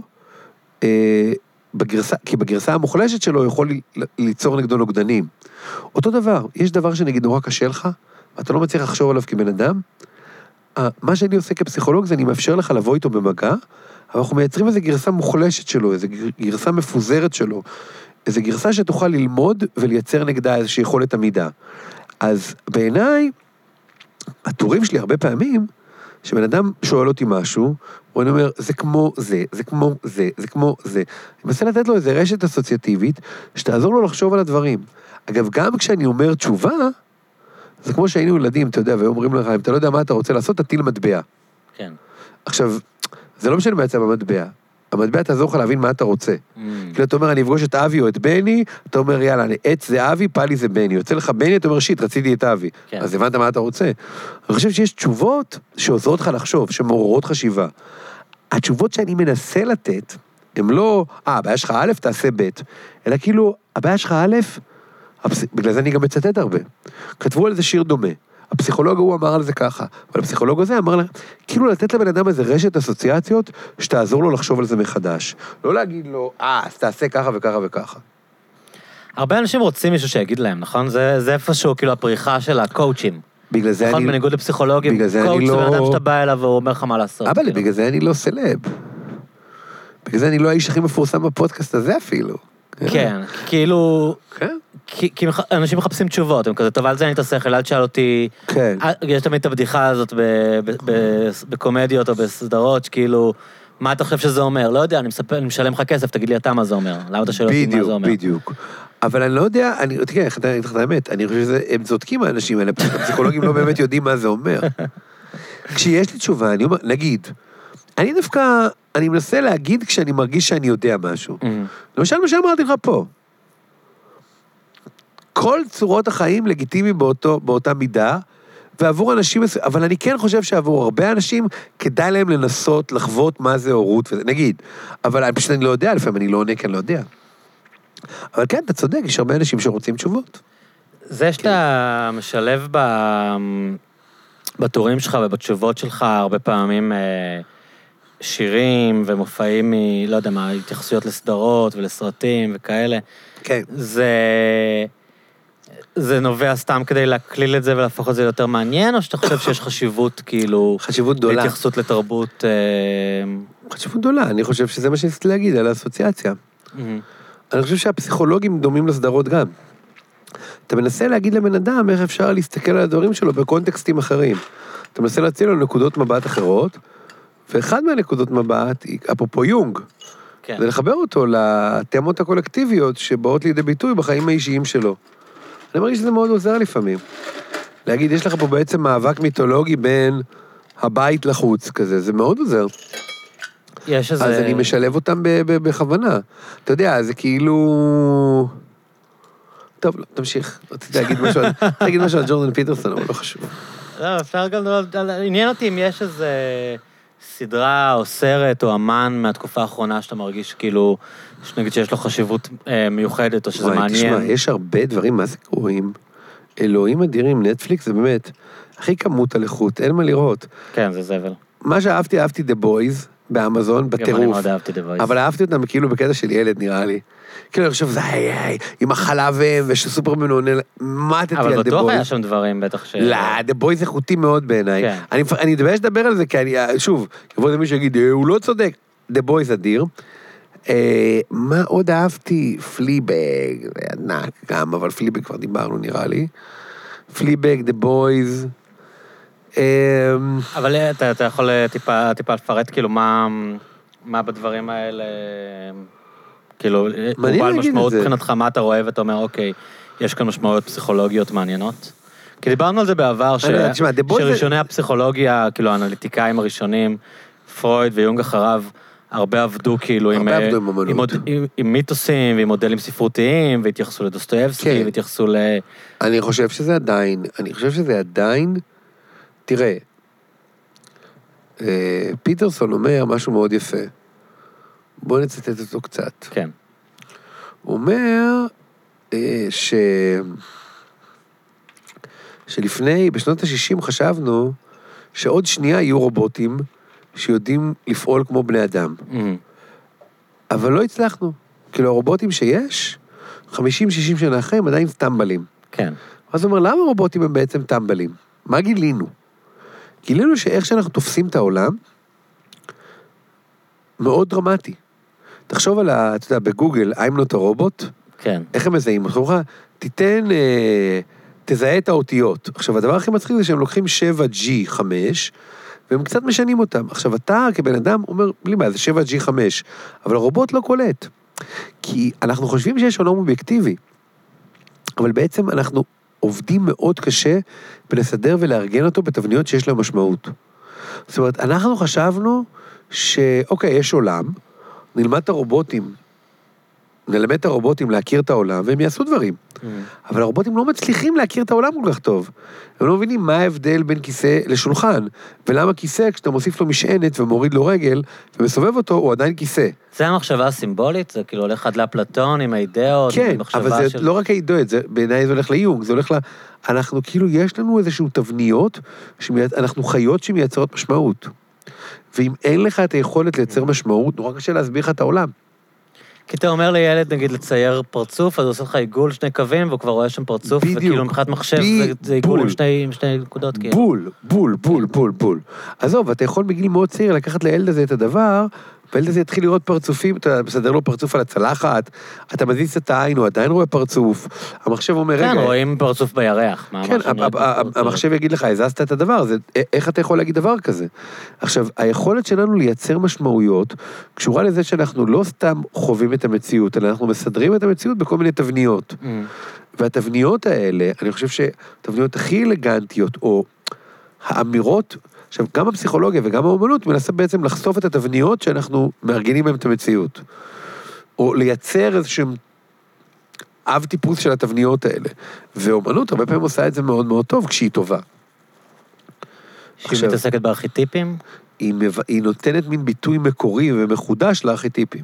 כי בגרסה המוחלשת שלו יכול ליצור נגדו נוגדנים. אותו דבר, יש דבר שנגיד נורא קשה לך, ואתה לא מצליח לחשוב עליו כבן אדם, מה שאני עושה כפסיכולוג זה אני מאפשר לך לבוא איתו במגע, אבל אנחנו מייצרים איזו גרסה מוחלשת שלו, איזו גרסה מפוזרת שלו, איזו גרסה שתוכל ללמוד ולייצר נגדה איזושהי יכולת עמידה. אז בעיניי, הטורים שלי הרבה פעמים, שבן אדם שואל אותי משהו, הוא אומר, זה כמו זה, זה כמו זה, זה כמו זה. אני מנסה לתת לו איזו רשת אסוציאטיבית, שתעזור לו לחשוב על הדברים. אגב, גם כשאני אומר תשובה, זה כמו שהיינו ילדים, אתה יודע, ואומרים לך, אם אתה לא יודע מה אתה רוצה לעשות, תטיל מטבע. כן. עכשיו, זה לא משנה מה יצא במטבע. המטבע תעזור לך להבין מה אתה רוצה. כאילו, אתה אומר, אני אפגוש את אבי או את בני, אתה אומר, יאללה, עץ זה אבי, פלי זה בני. יוצא לך בני, אתה אומר, שיט, רציתי את אבי. אז הבנת מה אתה רוצה. אני חושב שיש תשובות שעוזרות לך לחשוב, שמעוררות חשיבה. התשובות שאני מנסה לתת, הן לא, הבעיה שלך א', תעשה ב', אלא כאילו, הבעיה שלך א', בגלל זה אני גם מצטט הרבה. כתבו על זה שיר דומה. הפסיכולוג הוא אמר על זה ככה, אבל הפסיכולוג הזה אמר, כאילו לתת לבן אדם איזה רשת אסוציאציות, שתעזור לו לחשוב על זה מחדש. לא להגיד לו, אז תעשה ככה וככה וככה. הרבה אנשים רוצים מישהו שיגיד להם, נכון? זה איפשהו כאילו הפריחה של הקואוצ'ים. בגלל זה נכון, בניגוד לפסיכולוגים, קואוצ' זה בן אדם שאתה בא אליו והוא אומר לך מה לעשות. אבל בגלל זה אני לא סלב. בגלל זה אני לא האיש הכי מפורסם בפודקאסט הזה אפילו. כן, כאילו... כי אנשים מחפשים תשובות, הם כזה, טוב, על זה אני אתעסק, אל תשאל אותי... כן. יש תמיד את הבדיחה הזאת בקומדיות או בסדרות, שכאילו, מה אתה חושב שזה אומר? לא יודע, אני משלם לך כסף, תגיד לי אתה מה זה אומר. למה אתה שואל אותי מה זה אומר? בדיוק. אבל אני לא יודע, תראה, איך אתה את האמת, אני חושב שהם צודקים האנשים האלה, הפסיכולוגים לא באמת יודעים מה זה אומר. כשיש לי תשובה, אני אומר, נגיד, אני דווקא, אני מנסה להגיד כשאני מרגיש שאני יודע משהו. למשל, מה שאמרתי לך פה. כל צורות החיים לגיטימיים באותה מידה, ועבור אנשים, אבל אני כן חושב שעבור הרבה אנשים, כדאי להם לנסות לחוות מה זה הורות, נגיד, אבל פשוט אני לא יודע, לפעמים אני לא עונה, כי אני לא יודע. אבל כן, אתה צודק, יש הרבה אנשים שרוצים תשובות. זה שאתה משלב בתורים שלך ובתשובות שלך, הרבה פעמים שירים ומופעים, לא יודע מה, התייחסויות לסדרות ולסרטים וכאלה. כן. זה נובע סתם כדי להקליל את זה ולהפוך את זה יותר מעניין, או שאתה חושב שיש חשיבות כאילו... חשיבות גדולה. להתייחסות לתרבות... חשיבות גדולה, אני חושב שזה מה שניסיתי להגיד, על האסוציאציה. אני חושב שהפסיכולוגים דומים לסדרות גם. אתה מנסה להגיד לבן אדם איך אפשר להסתכל על הדברים שלו בקונטקסטים אחרים. אתה מנסה להציע לו נקודות מבט אחרות, ואחד מהנקודות מבט, אפרופו יונג, זה לחבר אותו לתאמות הקולקטיביות שבאות לידי ביטוי בחיים האישיים שלו. אני מרגיש שזה מאוד עוזר לפעמים. להגיד, יש לך פה בעצם מאבק מיתולוגי בין הבית לחוץ כזה, זה מאוד עוזר. יש איזה... אז אני משלב אותם בכוונה. אתה יודע, זה כאילו... טוב, לא, תמשיך. רציתי להגיד משהו על ג'ורדן פיטרסון, אבל לא חשוב. לא, אפשר גם... עניין אותי אם יש איזה סדרה או סרט או אמן מהתקופה האחרונה שאתה מרגיש כאילו, שנגיד שיש לו חשיבות מיוחדת או שזה מעניין. תשמע, יש הרבה דברים, מה זה קוראים? אלוהים אדירים, נטפליקס, זה באמת הכי כמות על איכות, אין מה לראות. כן, זה זבל. מה שאהבתי, אהבתי The Boys באמזון, בטירוף. גם אני מאוד אהבתי The Boys. אבל אהבתי אותם כאילו בקטע של ילד, נראה לי. כאילו, אני חושב, זה עם החלב ושסופרמן עונה, מתתי על The Boys. אבל בטוח היה שם דברים, בטח ש... לא, The Boys איכותי מאוד בעיניי. אני אדבר על זה, כי אני, שוב, יבוא למי שיגיד, הוא לא צודק. The Boys אדיר. מה עוד אהבתי? פליבג, זה ענק גם, אבל פליבג כבר דיברנו, נראה לי. פליבג, The Boys. אבל אתה יכול טיפה לפרט, כאילו, מה בדברים האלה, כאילו, הוא בעל משמעות מבחינתך, מה אתה רואה ואתה אומר, אוקיי, יש כאן משמעויות פסיכולוגיות מעניינות? כי דיברנו על זה בעבר, שראשוני הפסיכולוגיה, כאילו, האנליטיקאים הראשונים, פרויד ויונג אחריו, הרבה עבדו כאילו עם מיתוסים ועם מודלים ספרותיים, והתייחסו לדוסטויבסקי, והתייחסו אני חושב שזה עדיין, תראה, פיטרסון אומר משהו מאוד יפה. בוא נצטט אותו קצת. כן. הוא אומר שלפני, בשנות ה-60 חשבנו שעוד שנייה יהיו רובוטים שיודעים לפעול כמו בני אדם. אבל לא הצלחנו. כאילו הרובוטים שיש, 50-60 שנה אחרי הם עדיין טמבלים. כן. אז הוא אומר, למה רובוטים הם בעצם טמבלים? מה גילינו? גילינו שאיך שאנחנו תופסים את העולם, מאוד דרמטי. תחשוב על, אתה יודע, בגוגל, I'm not a robot. כן. איך הם מזהים? עכשיו, תזהה את האותיות. עכשיו, הדבר הכי מצחיק זה שהם לוקחים 7G5, והם קצת משנים אותם. עכשיו, אתה כבן אדם אומר, בלי מה, זה 7G5, אבל הרובוט לא קולט. כי אנחנו חושבים שיש עולם אובייקטיבי, אבל בעצם אנחנו עובדים מאוד קשה בלסדר ולארגן אותו בתבניות שיש להם משמעות. זאת אומרת, אנחנו חשבנו שאוקיי, יש עולם, נלמד את הרובוטים, נלמד את הרובוטים להכיר את העולם, והם יעשו דברים. אבל הרובוטים לא מצליחים להכיר את העולם כל כך טוב. הם לא מבינים מה ההבדל בין כיסא לשולחן, ולמה כיסא, כשאתה מוסיף לו משענת ומוריד לו רגל, ומסובב אותו, הוא עדיין כיסא. זה המחשבה הסימבולית? זה כאילו הולך עד לאפלטון עם האידאות? כן, אבל זה לא רק האידאות, בעיניי זה הולך ליונג, זה הולך אנחנו כאילו, יש לנו איזשהו תבניות, אנחנו חיות שמייצרות משמעות. ואם אין לך את היכולת לייצר משמעות, נורא קשה להסביר לך את העולם. כי אתה אומר לילד, נגיד, לצייר פרצוף, אז הוא עושה לך עיגול שני קווים, והוא כבר רואה שם פרצוף, וכאילו מבחינת מחשב, זה עיגול עם שני נקודות. בול. עזוב, אתה יכול בגיל מאוד צעיר לקחת לילד הזה את הדבר, והילד הזה יתחיל לראות פרצופים, אתה מסדר לו פרצוף על הצלחת, אתה מזיז את העין, הוא עדיין רואה פרצוף, המחשב אומר, רגע... כן, רואים פרצוף בירח. כן, המחשב יגיד לך, הזזת את הדבר, איך אתה יכול להגיד דבר כזה? עכשיו, היכולת שלנו לייצר משמעויות, קשורה לזה שאנחנו לא סתם חווים את המציאות, אלא אנחנו מסדרים את המציאות בכל מיני תבניות. והתבניות האלה, אני חושב שהתבניות הכי אלגנטיות, או האמירות עכשיו, גם הפסיכולוגיה וגם האומנות מנסה בעצם לחשוף את התבניות שאנחנו מארגנים בהם את המציאות. או לייצר איזשהו אב טיפוס של התבניות האלה. ואומנות הרבה פעמים עושה את זה מאוד מאוד טוב כשהיא טובה. שהיא מתעסקת בארכיטיפים? היא נותנת מין ביטוי מקורי ומחודש לארכיטיפים.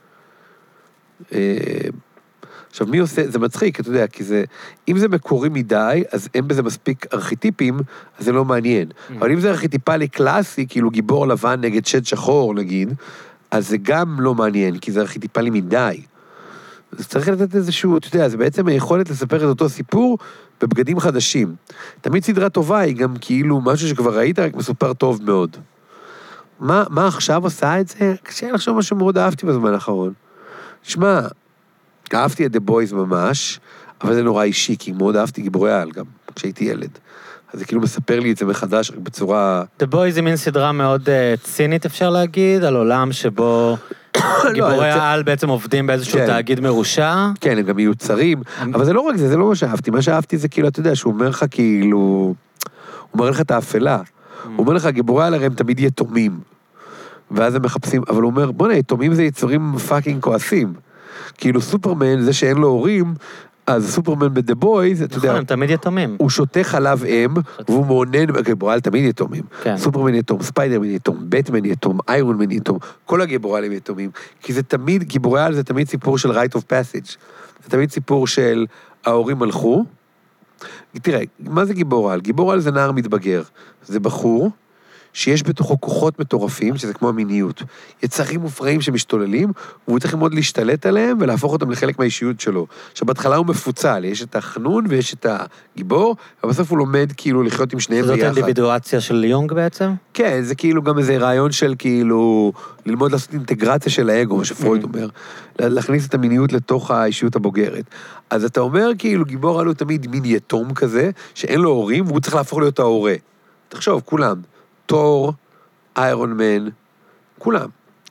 עכשיו, מי עושה, זה מצחיק, אתה יודע, כי זה, אם זה מקורי מדי, אז אין בזה מספיק ארכיטיפים, אז זה לא מעניין. אבל אם זה ארכיטיפלי קלאסי, כאילו גיבור לבן נגד שד שחור, נגיד, אז זה גם לא מעניין, כי זה ארכיטיפלי מדי. אז צריך לתת איזשהו, אתה יודע, זה בעצם היכולת לספר את אותו סיפור בבגדים חדשים. תמיד סדרה טובה היא גם כאילו משהו שכבר ראית, רק מסופר טוב מאוד. מה עכשיו עושה את זה? קשה לחשוב מה שמאוד אהבתי בזמן האחרון. תשמע, אהבתי את The Boys ממש, אבל זה נורא אישי, כי מאוד אהבתי גיבורי על גם, כשהייתי ילד. אז זה כאילו מספר לי את זה מחדש, רק בצורה... The Boys זה מין סדרה מאוד צינית, אפשר להגיד, על עולם שבו גיבורי העל בעצם עובדים באיזשהו תאגיד מרושע. כן, הם גם מיוצרים, אבל זה לא רק זה, זה לא מה שאהבתי. מה שאהבתי זה כאילו, אתה יודע, שהוא אומר לך כאילו... הוא מראה לך את האפלה. הוא אומר לך, גיבורי העל הרי הם תמיד יתומים. ואז הם מחפשים, אבל הוא אומר, בוא נה, יתומים זה יצורים פאקינג כועסים. כאילו סופרמן, זה שאין לו הורים, אז סופרמן ב-The Boys, אתה יודע... נכון, הם תמיד יתומים. הוא שותה חלב אם, והוא מעונן, גיבורי תמיד יתומים. סופרמן יתום, ספיידרמן יתום, בטמן יתום, איירון מן יתום, כל הגיבורי הם יתומים. כי זה תמיד, גיבורי על זה תמיד סיפור של rite of passage. זה תמיד סיפור של ההורים הלכו. תראה, מה זה גיבור על? גיבור על זה נער מתבגר. זה בחור שיש בתוכו כוחות מטורפים, שזה כמו המיניות. יצרים מופרעים שמשתוללים, והוא צריך מאוד להשתלט עליהם, ולהפוך אותם לחלק מהאישיות שלו. עכשיו, בהתחלה הוא מפוצל, יש את החנון ויש את הגיבור, ובסוף הוא לומד כאילו לחיות עם שניהם ביחד. זאת אינדיבידואציה של יונג בעצם? כן, זה כאילו גם איזה רעיון של כאילו, ללמוד לעשות אינטגרציה של האגו, מה שפרויד אומר, להכניס את המיניות לתוך האישיות הבוגרת. אז אתה אומר כאילו, גיבור עלו תמיד מין יתום כזה, שאין לו הורים, והוא צריך להפוך להיות ההורה. תחשוב, כולם. תור, איירון מן, כולם.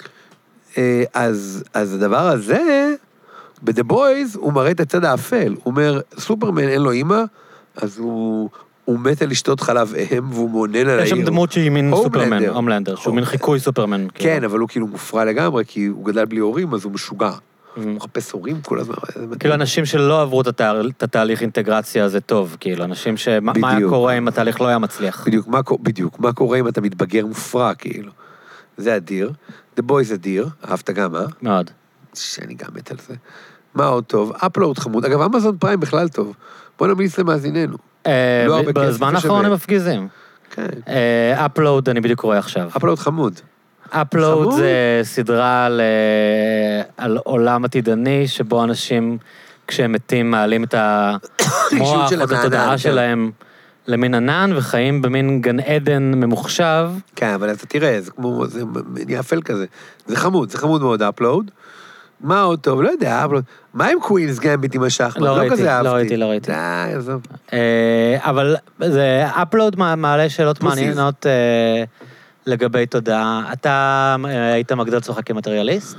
אז הדבר הזה, ב-The Boys, הוא מראה את הצד האפל. הוא אומר, סופרמן אין לו אימא, אז הוא מת על לשתות חלב אם, והוא מעונן על העיר. יש שם דמות שהיא מין סופרמן, הומלנדר, שהוא מין חיקוי סופרמן. כן, אבל הוא כאילו מופרע לגמרי, כי הוא גדל בלי הורים, אז הוא משוגע. הוא מחפש הורים כל הזמן. כאילו אנשים שלא עברו את התהליך אינטגרציה זה טוב, כאילו אנשים מה היה קורה אם התהליך לא היה מצליח. בדיוק, מה קורה אם אתה מתבגר מופרע, כאילו. זה אדיר. The Boys אדיר, אהבת גם, אה? מאוד. שאני גם מת על זה. מה עוד טוב? אפלוד חמוד. אגב, אמזון פריים בכלל טוב. בוא נמליץ למאזיננו. בזמן האחרון הם מפגיזים. כן. אפלוד אני בדיוק רואה עכשיו. אפלוד חמוד. אפלוד זה סדרה על עולם עתידני, שבו אנשים, כשהם מתים, מעלים את המוח או את התודעה שלהם למין ענן, וחיים במין גן עדן ממוחשב. כן, אבל אתה תראה, זה כמו, זה יאפל כזה. זה חמוד מאוד, אפלוד. מה עוד טוב? לא יודע, אפלוד. מה עם קווינס גמביט עם השחמט? לא ראיתי. עזוב. אבל זה אפלוד מעלה שאלות מעניינות לגבי תודעה. אתה היית מגדל צוחק כמטריאליסט?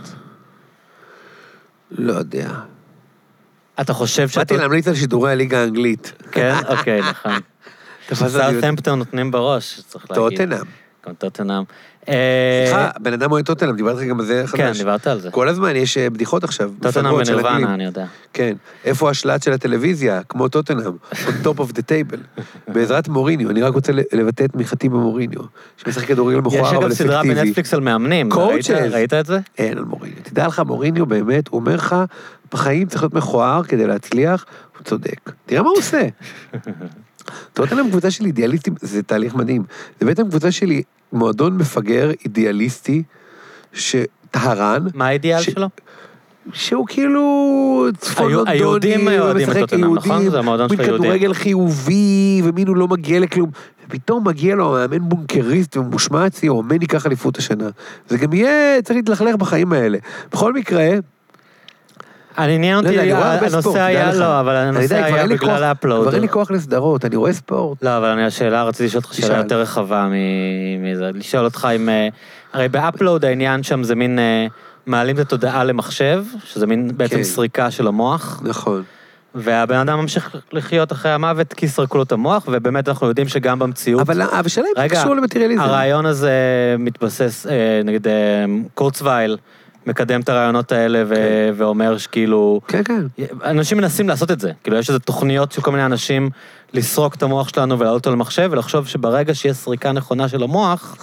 לא יודע. אתה חושב שאתה... באתי להמליץ על שידורי הליגה האנגלית. כן? אוקיי, נכון. סאות'המפטון נותנים בראש, צריך להגיד. טוטנהאם. גם טוטנהאם. סליחה, בן אדם אוהד טוטנהאם, דיברתי לך גם על זה חדש. כן, דיברת על זה. כל הזמן יש בדיחות עכשיו. טוטנהאם ונירוונה, אני יודע. כן. איפה השלט של הטלוויזיה, כמו טוטנהאם, on top of the table. בעזרת מוריניו, אני רק רוצה לבטא את תמיכתי במוריניו, שמשחק כדורגל מכוער, אבל אפקטיבי. יש אגב סדרה בנטפליקס על מאמנים. ראית את זה? אין, על מוריניו. תדע לך, מוריניו באמת, הוא אומר לך, בחיים צריך להיות מכוער כדי להצליח, הוא צודק. תראה מה הוא עושה. טוטנהאם קבוצה של אידיאליסטים, זה תהליך מדהים. זה בעצם קבוצה שלי, מועדון מפגר אידיאליסטי, שטהרן. מה האידיאל שלו? שהוא כאילו צפון לונדוני. היהודים אוהדים את טוטנהאם, נכון? זה המועדון של היהודים. כדורגל חיובי, ומין הוא לא מגיע לכלום. ופתאום מגיע לו מאמן בונקריסט ומושמצי, או אמן ייקח אליפות השנה. זה גם יהיה, צריך להתלכלך בחיים האלה. בכל מקרה, עניין אותי, הנושא היה לא, אבל הנושא היה בגלל האפלוד. כבר אין לי כוח לסדרות, אני רואה ספורט. לא, אבל השאלה, רציתי לשאול אותך שאלה יותר רחבה מזה, לשאול אותך אם, הרי באפלוד העניין שם זה מין, מעלים את התודעה למחשב, שזה מין בעצם סריקה של המוח. נכון. והבן אדם ממשיך לחיות אחרי המוות כי סרקו לו את המוח, ובאמת אנחנו יודעים שגם במציאות... אבל השאלה אם זה קשור למטריאליזם. הרעיון הזה מתבסס, נגיד, קורצווייל מקדם את הרעיונות האלה ואומר שכאילו... כן, כן. אנשים מנסים לעשות את זה. כאילו, יש איזה תוכניות של כל מיני אנשים לסרוק את המוח שלנו ולעלות אותו למחשב, ולחשוב שברגע שיש סריקה נכונה של המוח,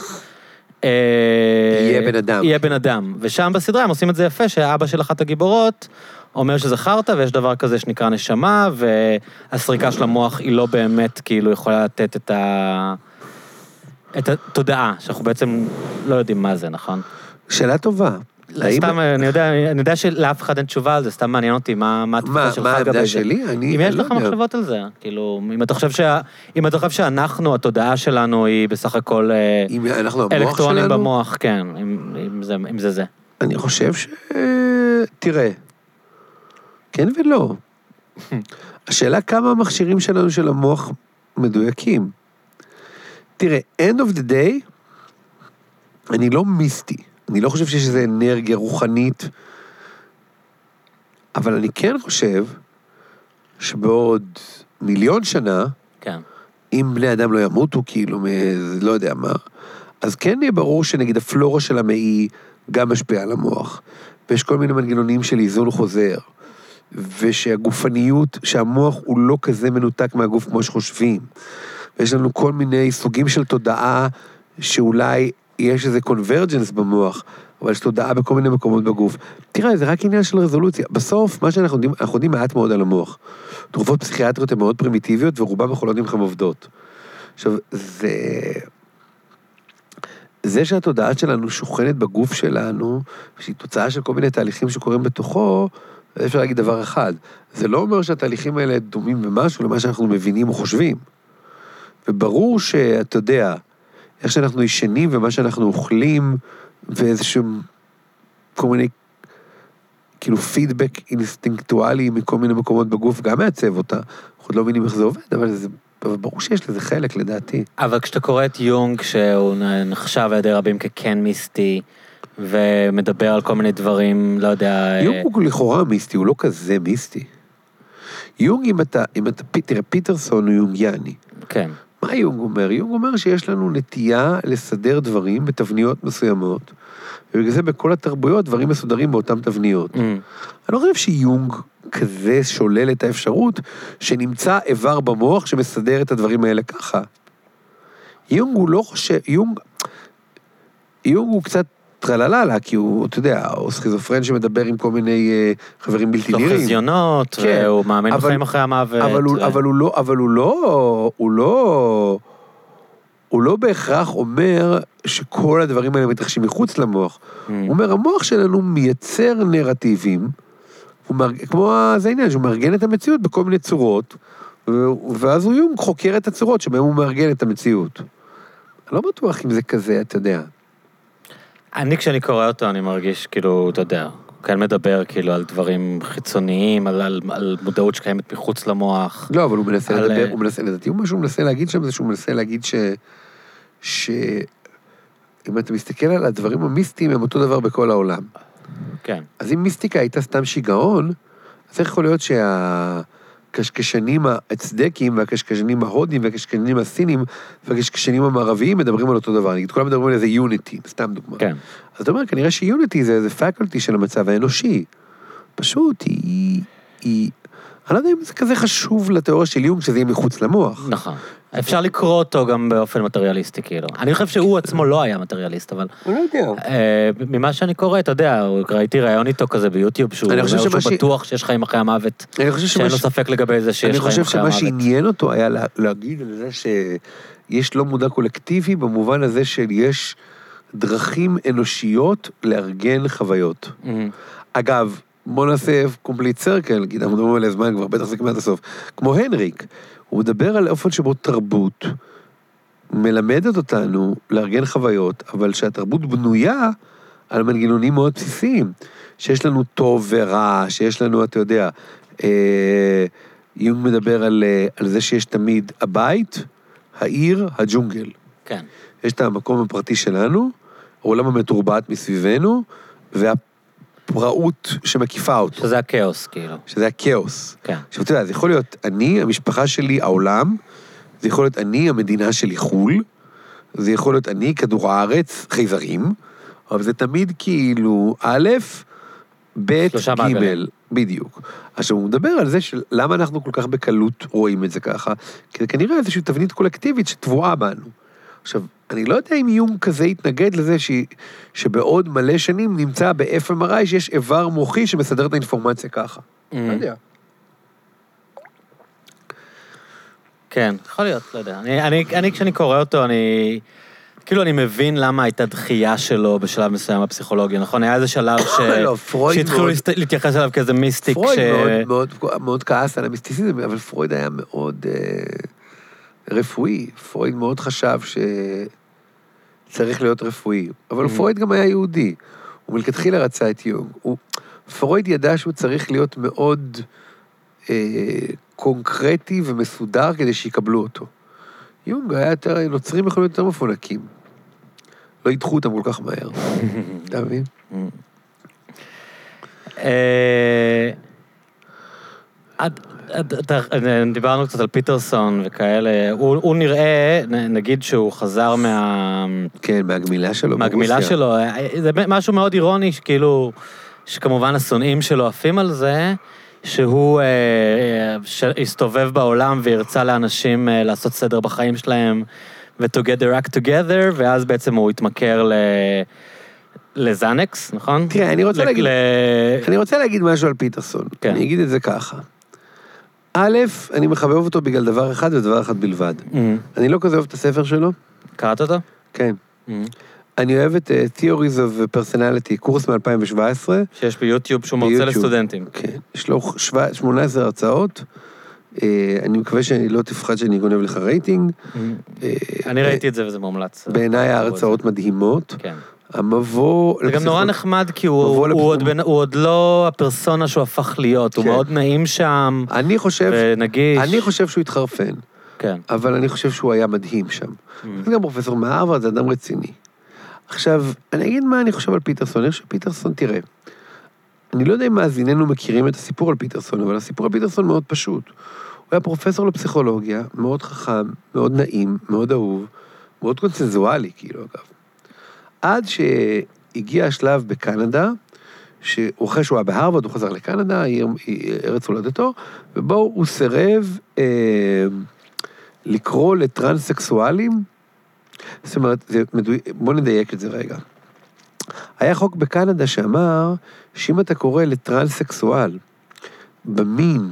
יהיה בן אדם. ושם בסדרה הם עושים את זה יפה, שאבא של אחת הגיבורות אומר שזה חרטה, ויש דבר כזה שנקרא נשמה, והסריקה של המוח היא לא באמת כאילו יכולה לתת את התודעה, שאנחנו בעצם לא יודעים מה זה, נכון? שאלה טובה. סתם, אני יודע שלאף אחד אין תשובה על זה, סתם מעניין אותי, מה התקופה שלך מה העמדה שלי? אם יש לך מחשבות על זה, כאילו, אם אתה חושב שאנחנו, התודעה שלנו היא בסך הכל אלקטרונים במוח, כן, אם זה זה. אני חושב תראה, כן ולא. השאלה כמה המכשירים שלנו של המוח מדויקים. תראה, end of the day, אני לא מיסטי. אני לא חושב שיש איזו אנרגיה רוחנית, אבל אני כן חושב שבעוד 1,000,000 שנה, כן. אם בני אדם לא ימותו, כאילו, לא יודע מה, אז כן יהיה ברור שנגיד הפלורה של המעי גם משפיעה על המוח, ויש כל מיני מנגנונים של איזון חוזר, ושהגופניות, שהמוח הוא לא כזה מנותק מהגוף כמו שחושבים, ויש לנו כל מיני סוגים של תודעה שאולי יש איזה קונברג'נס במוח, אבל יש תודעה בכל מיני מקומות בגוף. תראה, זה רק עניין של רזולוציה. בסוף, מה שאנחנו יודעים מעט מאוד על המוח. תרופות פסיכיאטריות הן מאוד פרימיטיביות, ורובם יכולות לכם עובדות. עכשיו, זה שהתודעה שלנו שוכנת בגוף שלנו, שהיא תוצאה של כל מיני תהליכים שקורים בתוכו, אפשר להגיד דבר אחד. זה לא אומר שהתהליכים האלה דומים במשהו למה שאנחנו מבינים או חושבים. וברור שאתה יודע, איך שאנחנו ישנים ומה שאנחנו אוכלים, ואיזשהו כל מיני, כאילו פידבק אינסטינקטואלי מכל מיני מקומות בגוף, גם מעצב אותה. אנחנו לא מבינים איך זה עובד, אבל ברור שיש לזה חלק, לדעתי. אבל כשאתה קורא את יונג, שהוא נחשב על ידי רבים ככן מיסטי, ומדבר על כל מיני דברים, לא יודע... יונג הוא לכאורה מיסטי, הוא לא כזה מיסטי. יונג, אם אתה תראה, פיטרסון הוא יונגיאני. כן. מה יונג אומר? יונג אומר שיש לנו נטייה לסדר דברים בתבניות מסוימות, ובגלל זה בכל התרבויות דברים מסודרים באותן תבניות. אני לא חושב שיונג כזה שולל את האפשרות שנמצא איבר במוח שמסדר את הדברים האלה ככה. יונג הוא לא חושב, יונג הוא קצת טרללה, כי הוא, אתה יודע, הוא סכיזופרן שמדבר עם כל מיני חברים בלתי נראים. יש לו חזיונות, והוא מאמן בחיים אחרי המוות. אבל הוא לא בהכרח אומר שכל הדברים האלה מתרחשים מחוץ למוח. הוא אומר, המוח שלנו מייצר נרטיבים, כמו זה העניין, שהוא מארגן את המציאות בכל מיני צורות, ואז הוא חוקר את הצורות שבהם הוא מארגן את המציאות. אני לא בטוח אם זה כזה, אתה יודע. כשאני קורא אותו, אני מרגיש כאילו, אתה יודע, הוא כאן מדבר כאילו על דברים חיצוניים, על מודעות שקיימת מחוץ למוח. לא, אבל הוא מנסה לדבר, הוא מנסה, לדעתי, מה שהוא מנסה להגיד שם זה שהוא מנסה להגיד אם אתה מסתכל על הדברים המיסטיים, הם אותו דבר בכל העולם. כן. אז אם מיסטיקה הייתה סתם שיגעון, אז איך יכול להיות שהקשקשנים הצדקים, והקשקשנים ההודים, והקשקשנים הסינים, והקשקשנים המערביים מדברים על אותו דבר. נגיד, כולם מדברים על איזה יוניטי, סתם דוגמה. כן. אז אתה אומר, כנראה שיוניטי זה איזה פקולטי של המצב האנושי. פשוט, אני לא יודע אם זה כזה חשוב לתיאוריה של יונג, שזה יהיה מחוץ למוח. נכון. אפשר לקרוא אותו גם באופן מטריאליסטי, כאילו. אני חושב שהוא עצמו לא היה מטריאליסט, אבל... אני לא יודע. ממה שאני קורא, אתה יודע, ראיתי רעיון איתו כזה ביוטיוב, שהוא אומר שהוא בטוח שיש חיים אחרי המוות, שאין לו ספק לגבי זה שיש חיים אחרי המוות. אני חושב שמה שעניין אותו היה להגיד על זה שיש לא מודע קולקטיבי, במובן הזה שיש דרכים אנושיות לארגן חוויות. אגב, בוא נעשה קומפליט סרקל, כי אנחנו מדברים על הזמן כבר, בטח זה כמעט הסוף, כמו הנריק, הוא מדבר על אופן שבו תרבות מלמדת אותנו לארגן חוויות, אבל שהתרבות בנויה על מנגנונים מאוד בסיסיים, שיש לנו טוב ורע, שיש לנו, אתה יודע, יונג מדבר על זה שיש תמיד הבית, העיר, הג'ונגל. כן. יש את המקום הפרטי שלנו, העולם המתורבת מסביבנו, הפראות שמקיפה אותו. שזה הכאוס, כאילו. שזה הכאוס. כן. עכשיו, אתה יודע, זה יכול להיות אני, המשפחה שלי, העולם, זה יכול להיות אני, המדינה שלי, חול, זה יכול להיות אני, כדור הארץ, חייזרים, אבל זה תמיד כאילו, א', ב', ג', בדיוק. עכשיו, הוא מדבר על זה של למה אנחנו כל כך בקלות רואים את זה ככה, כי כנראה איזושהי תבנית קולקטיבית שטבועה בנו. עכשיו, אני לא יודע אם יום כזה יתנגד לזה שבעוד מלא שנים נמצא ב-FMRI שיש איבר מוחי שמסדר את האינפורמציה ככה. לא יודע. כן, יכול להיות, לא יודע. אני כשאני קורא אותו, אני מבין למה הייתה דחייה שלו בשלב מסוים בפסיכולוגיה, נכון? היה איזה שלב שהתחילו להתייחס אליו כאיזה מיסטיק. פרויד מאוד כעס על המיסטיסיזם, אבל פרויד היה מאוד רפואי. פרויד מאוד חשב שצריך להיות רפואי. אבל פרויד גם היה יהודי. הוא מלכתחילה רצה את יונג. פרויד ידע שהוא צריך להיות מאוד קונקרטי ומסודר כדי שיקבלו אותו. יונג היה יותר, נוצרים יכולים להיות יותר מפונקים. לא ידחו אותם כל כך מהר. אתה מבין? דיברנו קצת על פיטרסון וכאלה, הוא נראה, נגיד שהוא חזר כן, מהגמילה שלו. מהגמילה שלו, זה משהו מאוד אירוני, שכאילו, שכמובן השונאים שלו עפים על זה, שהוא הסתובב בעולם והרצה לאנשים לעשות סדר בחיים שלהם, ו-together act together, ואז בעצם הוא התמכר לזנקס, נכון? תראה, אני רוצה להגיד משהו על פיטרסון. אני אגיד את זה ככה. א', אני מחבב אותו בגלל דבר אחד ודבר אחד בלבד. אני לא כזה אוהב את הספר שלו. קראת אותו? כן. אני אוהב את Theories of Personality, קורס מ-2017. שיש ביוטיוב שהוא מרצה לסטודנטים. כן. יש לו 18 הרצאות. אני מקווה שאני לא תפחד שאני גונב לך רייטינג. אני ראיתי את זה וזה מומלץ. בעיניי ההרצאות מדהימות. כן. המבוא... זה גם נורא נחמד, כי הוא עוד לא הפרסונה שהוא הפך להיות, הוא מאוד נעים שם, ונגיש. אני חושב שהוא התחרפן. כן. אבל אני חושב שהוא היה מדהים שם. זה גם פרופסור מהרווארד, זה אדם רציני. עכשיו, אני אגיד מה אני חושב על פיטרסון. אני חושב שפיטרסון, תראה, אני לא יודע אם מאזיננו מכירים את הסיפור על פיטרסון, אבל הסיפור על פיטרסון מאוד פשוט. הוא היה פרופסור לפסיכולוגיה, מאוד חכם, מאוד נעים, מאוד אהוב, מאוד קונצנזואלי, כאילו, אגב. עד שהגיע השלב בקנדה, אחרי שהוא היה בהרווארד, הוא חזר לקנדה, ארץ הולדתו, ובו הוא סירב לקרוא לטרנסקסואלים, זאת אומרת, בוא נדייק את זה רגע. היה חוק בקנדה שאמר, שאם אתה קורא לטרנסקסואל, במין,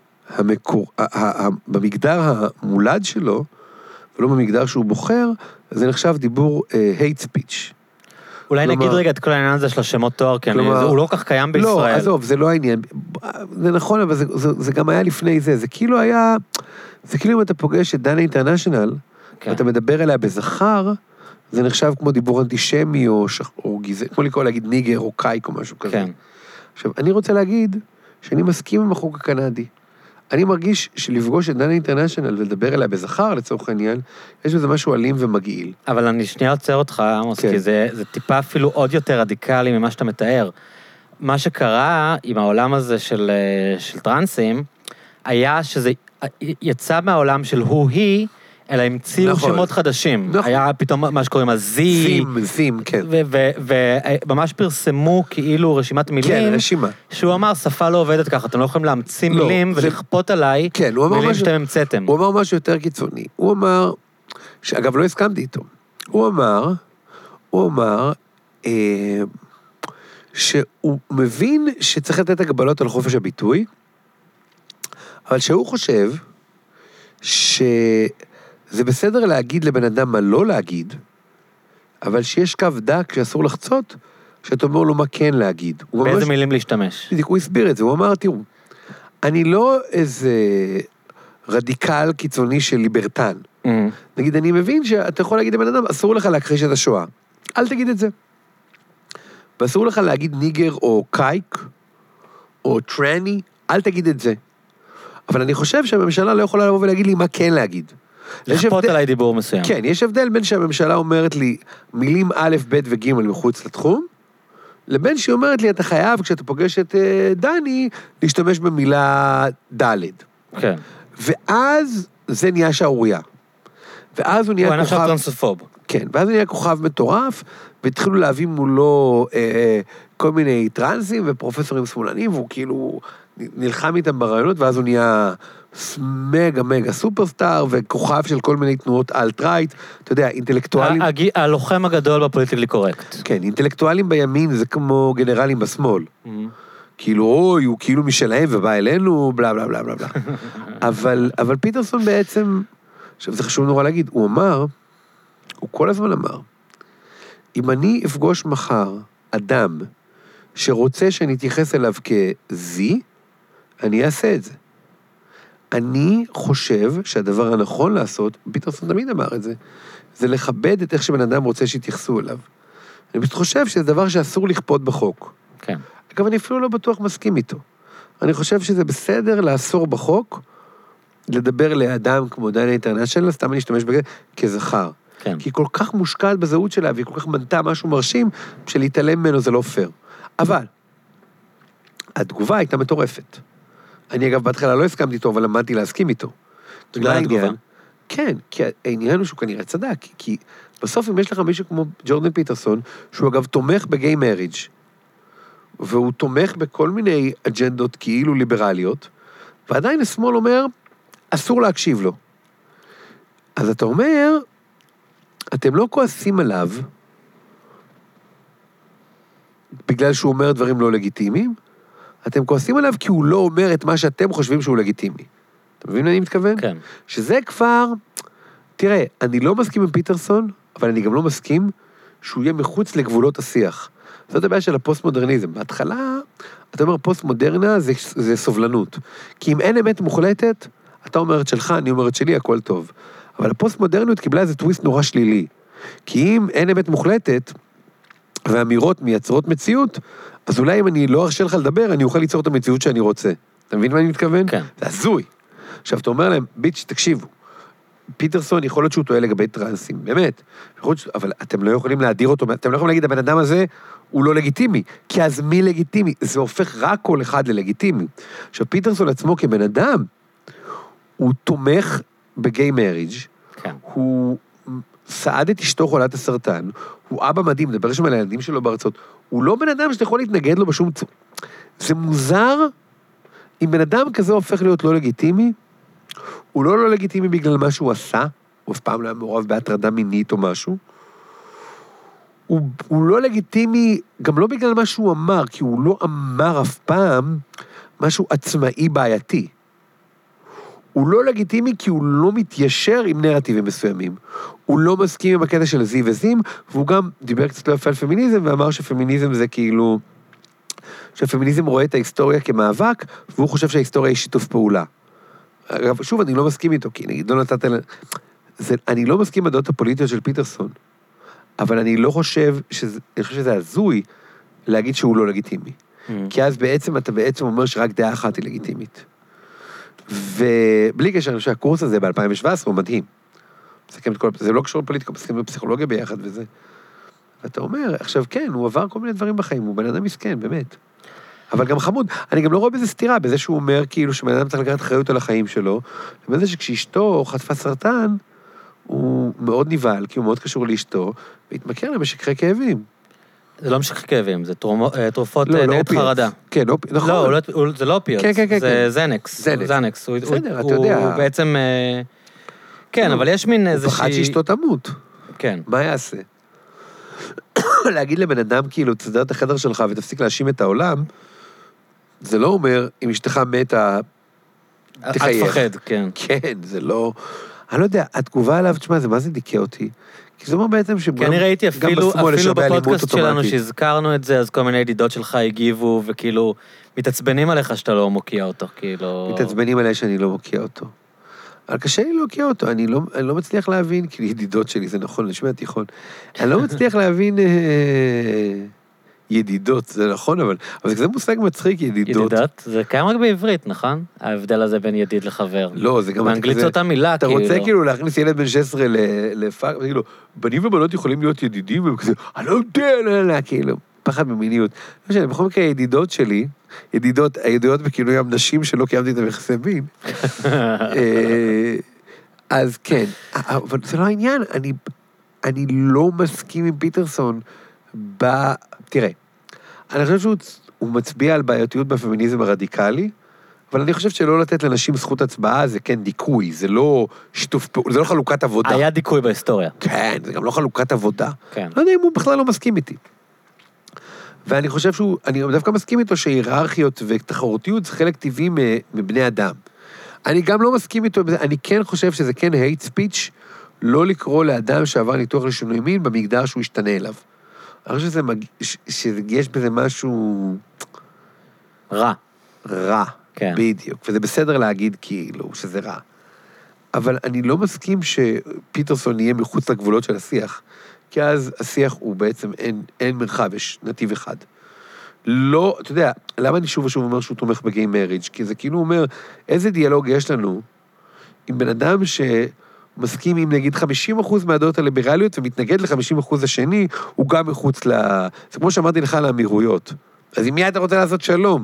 במגדר המולד שלו, ולא במגדר שהוא בוחר, זה נחשב דיבור hate speech. אולי נגיד רגע את כל העניין הזה של השמות תואר, כי הוא לא כך קיים בישראל. לא, עזוב, זה לא העניין. זה נכון, אבל זה גם היה לפני זה. זה כאילו היה, זה כאילו אם אתה פוגש את דנה אינטרנשיונל, ואתה מדבר אליה בזכר, זה נחשב כמו דיבור אנטישמי, או גזעני, כמו לקרוא להגיד ניגר, או קייק, או משהו כזה. עכשיו, אני רוצה להגיד שאני מסכים עם החוק הקנדי. אני מרגיש שלפגוש את דנה אינטרנשיונל ולדבר אליה בזכר, לצורך העניין, יש בזה משהו אלים ומגעיל. אבל אני שנייה עוצר אותך, עמוס, כי זה טיפה אפילו עוד יותר רדיקלי ממה שאתה מתאר. מה שקרה עם העולם הזה של טרנסים, היה שזה יצא מהעולם של הוא-היא, אלא המציאו שמות חדשים. היה פתאום מה שקוראים זים, כן. וממש פרסמו כאילו רשימת מילים. כן, רשימה. שהוא אמר, שפה לא עובדת ככה, אתם לא יכולים להמציא מילים ולכפות עליי מילים שאתם המצאתם. הוא אמר משהו יותר קיצוני. הוא אמר, שאגב לא הסכמתי איתו, הוא אמר, שהוא מבין שצריך לתת הגבלות על חופש הביטוי, אבל שהוא חושב זה בסדר להגיד לבן אדם מה לא להגיד, אבל שיש קו דק שאסור לחצות, שאתה אומר לו מה כן להגיד. באיזה מילים להשתמש? הוא הסביר את זה, הוא אמר, תראו, אני לא איזה רדיקל קיצוני של ליברטן. נגיד, אני מבין שאתה יכול להגיד לבן אדם, אסור לך להכחיש את השואה. אל תגיד את זה. ואסור לך להגיד ניגר או קייק, או טרני, אל תגיד את זה. אבל אני חושב שהממשלה לא יכולה לבוא ולהגיד לי מה כן להגיד. לכפות עליי דיבור מסוים. כן, יש הבדל בין שהממשלה אומרת לי מילים א', ב' וג' מחוץ לתחום, לבין שהיא אומרת לי, אתה חייב, כשאתה פוגש את דני, להשתמש במילה ד'. כן. ואז זה נהיה שערוריה. ואז הוא נהיה כוכב... הוא טרנספוב. כן, ואז הוא נהיה כוכב מטורף, והתחילו להביא מולו כל מיני טרנסים ופרופסורים שמאלנים, והוא כאילו נלחם איתם ברעיונות, ואז הוא נהיה מגה סופרסטאר, וכוכב של כל מיני תנועות אלט-רייט, אתה יודע, אינטלקטואלים... הלוחם הגדול בפוליטיקלי קורקט. כן, אינטלקטואלים בימין זה כמו גנרלים בשמאל. כאילו, אוי, הוא כאילו משלהם ובא אלינו, בלה בלה בלה בלה בלה. אבל פיטרסון בעצם, עכשיו זה חשוב נורא להגיד, הוא אמר, הוא כל הזמן אמר, אם אני אפגוש מחר אדם שרוצה שאני אתייחס אליו כזי, אני אעשה את זה. אני חושב שהדבר הנכון לעשות, פיטרסון תמיד אמר את זה, זה לכבד את איך שבן אדם רוצה שיתייחסו אליו. אני פשוט חושב שזה דבר שאסור לכפות בחוק. כן. אגב, אני אפילו לא בטוח מסכים איתו. אני חושב שזה בסדר לאסור בחוק, לדבר לאדם כמו דני אינטרנשיונל, סתם אני אשתמש בזה כזכר. כן. כי היא כל כך מושקעת בזהות שלה, והיא כל כך מנתה משהו מרשים, שלהתעלם ממנו זה לא פייר. אבל, התגובה הייתה מטורפת. אני אגב, בהתחלה לא הסכמתי איתו, אבל למדתי להסכים איתו. בגלל התגובה? כן, כי העניין הוא שהוא כנראה צדק, כי בסוף אם יש לך מישהו כמו ג'ורדן פיטרסון, שהוא אגב תומך בגיי מריג' והוא תומך בכל מיני אג'נדות כאילו ליברליות, ועדיין השמאל אומר, אסור להקשיב לו. אז אתה אומר, אתם לא כועסים עליו, בגלל שהוא אומר דברים לא לגיטימיים, אתם כועסים עליו כי הוא לא אומר את מה שאתם חושבים שהוא לגיטימי. אתה מבין מה אני מתכוון? כן. שזה כבר, תראה, אני לא מסכים עם פיטרסון, אבל אני גם לא מסכים שהוא יהיה מחוץ לגבולות השיח. זאת הבעיה של הפוסט-מודרניזם. בהתחלה, אתה אומר פוסט-מודרנה זה סובלנות. כי אם אין אמת מוחלטת, אתה אומר את שלך, אני אומר את שלי, הכל טוב. אבל הפוסט-מודרניות קיבלה איזה טוויסט נורא שלילי. כי אם אין אמת מוחלטת, ואמירות מייצרות מציאות, אז אולי אם אני לא ארשה לך לדבר, אני אוכל ליצור את המציאות שאני רוצה. אתה מבין מה אני מתכוון? כן. זה הזוי. עכשיו, אתה אומר להם, ביץ', תקשיבו, פיטרסון יכול להיות שהוא טועה לגבי טרנסים, באמת. אבל אתם לא יכולים להדיר אותו, אתם לא יכולים להגיד, הבן אדם הזה הוא לא לגיטימי, כי אז מי לגיטימי? זה הופך רק כל אחד ללגיטימי. עכשיו, פיטרסון עצמו כבן אדם, הוא תומך בגיי מריג', כן. הוא סעד את אשתו חולת הסרטן, הוא אבא מדהים, מדבר שם על הילדים שלו בארצות, הוא לא בן אדם שאתה יכול להתנגד לו בשום צורה. זה מוזר, אם בן אדם כזה הופך להיות לא לגיטימי, הוא לא לגיטימי בגלל מה שהוא עשה, הוא אף פעם לא היה מעורב בהטרדה מינית או משהו, הוא לא לגיטימי גם לא בגלל מה שהוא אמר, כי הוא לא אמר אף פעם משהו עצמאי בעייתי. הוא לא לגיטימי כי הוא לא מתיישר עם נרטיבים מסוימים. הוא לא מסכים עם הקטע של זי וזים, והוא גם דיבר קצת לא יפה על פמיניזם, ואמר שפמיניזם זה כאילו, שהפמיניזם רואה את ההיסטוריה כמאבק, והוא חושב שההיסטוריה היא שיתוף פעולה. אגב, שוב, אני לא מסכים איתו, כי נגיד, לא נתת... אני לא מסכים עם הדעות הפוליטיות של פיטרסון, אבל אני לא חושב שזה הזוי להגיד שהוא לא לגיטימי. כי אז בעצם אתה בעצם אומר שרק דעה אחת היא לגיטימית. ובלי קשר, אני חושב שהקורס הזה ב-2017 הוא מדהים. זה לא קשור לפוליטיקה, מסכים בפסיכולוגיה ביחד וזה. ואתה אומר, עכשיו כן, הוא עבר כל מיני דברים בחיים, הוא בן אדם מסכן, באמת. אבל גם חמוד, אני גם לא רואה בזה סתירה, בזה שהוא אומר כאילו שבן אדם צריך לקחת אחריות על החיים שלו, ובזה שכשאשתו חטפה סרטן, הוא מאוד נבהל, כי הוא מאוד קשור לאשתו, והתמכר למשככי כאבים. זה לא משככי כאבים, זה תרופות נגד חרדה. כן, נכון. לא, זה לא אופיות, זה זנקס. זנקס. בסדר, אתה יודע. הוא בעצם... כן, אבל יש מין איזושהי... הוא פחד שאשתו תמות. כן. מה יעשה? להגיד לבן אדם, כאילו, תסדר את החדר שלך ותפסיק להאשים את העולם, זה לא אומר, אם אשתך מתה, תחייך. את פחד, כן. כן, זה לא... אני לא יודע, התגובה עליו, תשמע, זה מה זה דיכא אותי? כי זה אומר בעצם שגם... כי אני ראיתי אפילו בפודקאסט שלנו שהזכרנו את זה, אז כל מיני ידידות שלך הגיבו, וכאילו, מתעצבנים עליך שאתה לא מוקיע אותו, כאילו... מתעצבנים עליי שאני לא מוקיע אותו. אבל קשה לי להוקיע אותו, אני לא מצליח להבין, כי ידידות שלי, זה נכון, נשמע תיכון, אני לא מצליח להבין ידידות, זה נכון, אבל זה מושג מצחיק, ידידות. ידידות? זה קיים רק בעברית, נכון? ההבדל הזה בין ידיד לחבר. לא, זה גם... באנגלית זו אותה מילה, אתה רוצה כאילו להכניס ילד בן 16 לפאק, כאילו, בנים ובנות יכולים להיות ידידים, וכזה, אני לא יודע, כאילו. פחד ממיניות. לא משנה, בכל מקרה, ידידות שלי, הידידות בכינויים נשים שלא קיימתי את היחסי מין. אז כן, אבל זה לא העניין, אני לא מסכים עם פיטרסון תראה, אני חושב שהוא מצביע על בעייתיות בפמיניזם הרדיקלי, אבל אני חושב שלא לתת לנשים זכות הצבעה זה כן דיכוי, זה לא שיתוף פעולה, זה לא חלוקת עבודה. היה דיכוי בהיסטוריה. כן, זה גם לא חלוקת עבודה. כן. לא יודע אם הוא בכלל לא מסכים איתי. ואני חושב אני דווקא מסכים איתו שהיררכיות ותחרותיות זה חלק טבעי מבני אדם. אני גם לא מסכים איתו, אני כן חושב שזה כן hate speech, לא לקרוא לאדם שעבר ניתוח לשינוי מין במגדר שהוא ישתנה אליו. אני חושב שיש בזה משהו רע, כן. בדיוק, וזה בסדר להגיד כאילו שזה רע. אבל אני לא מסכים שפיטרסון יהיה מחוץ לגבולות של השיח, כי אז השיח הוא בעצם אין מרחב, יש נתיב אחד. לא, אתה יודע, למה אני שוב ושוב אומר שהוא תומך בגיי מריג'? כי זה כאילו אומר, איזה דיאלוג יש לנו עם בן אדם שמסכים עם נגיד 50% מהדעות הליברליות ומתנגד ל-50% השני, הוא גם מחוץ זה כמו שאמרתי לך על האמירויות. אז עם מי אתה רוצה לעשות שלום?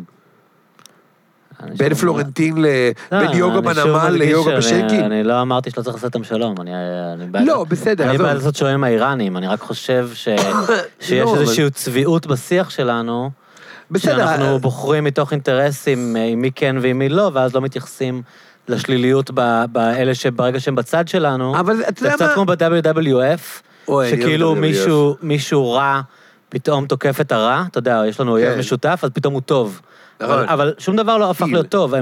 בין פלורנטין בין יוגה בנמל ליוגה בשקי? אני לא אמרתי שלא צריך לעשות אותם שלום. לא, בסדר. אני בעד לעשות שלום עם האיראנים, אני רק חושב שיש איזושהי צביעות בשיח שלנו, שאנחנו בוחרים מתוך אינטרסים עם מי כן ועם מי לא, ואז לא מתייחסים לשליליות באלה שברגע שהם בצד שלנו, זה קצת כמו ב-WWF, שכאילו מישהו רע פתאום תוקף את הרע, אתה יודע, יש לנו אויב משותף, אז פתאום הוא טוב. אבל שום דבר לא הפך להיות טוב,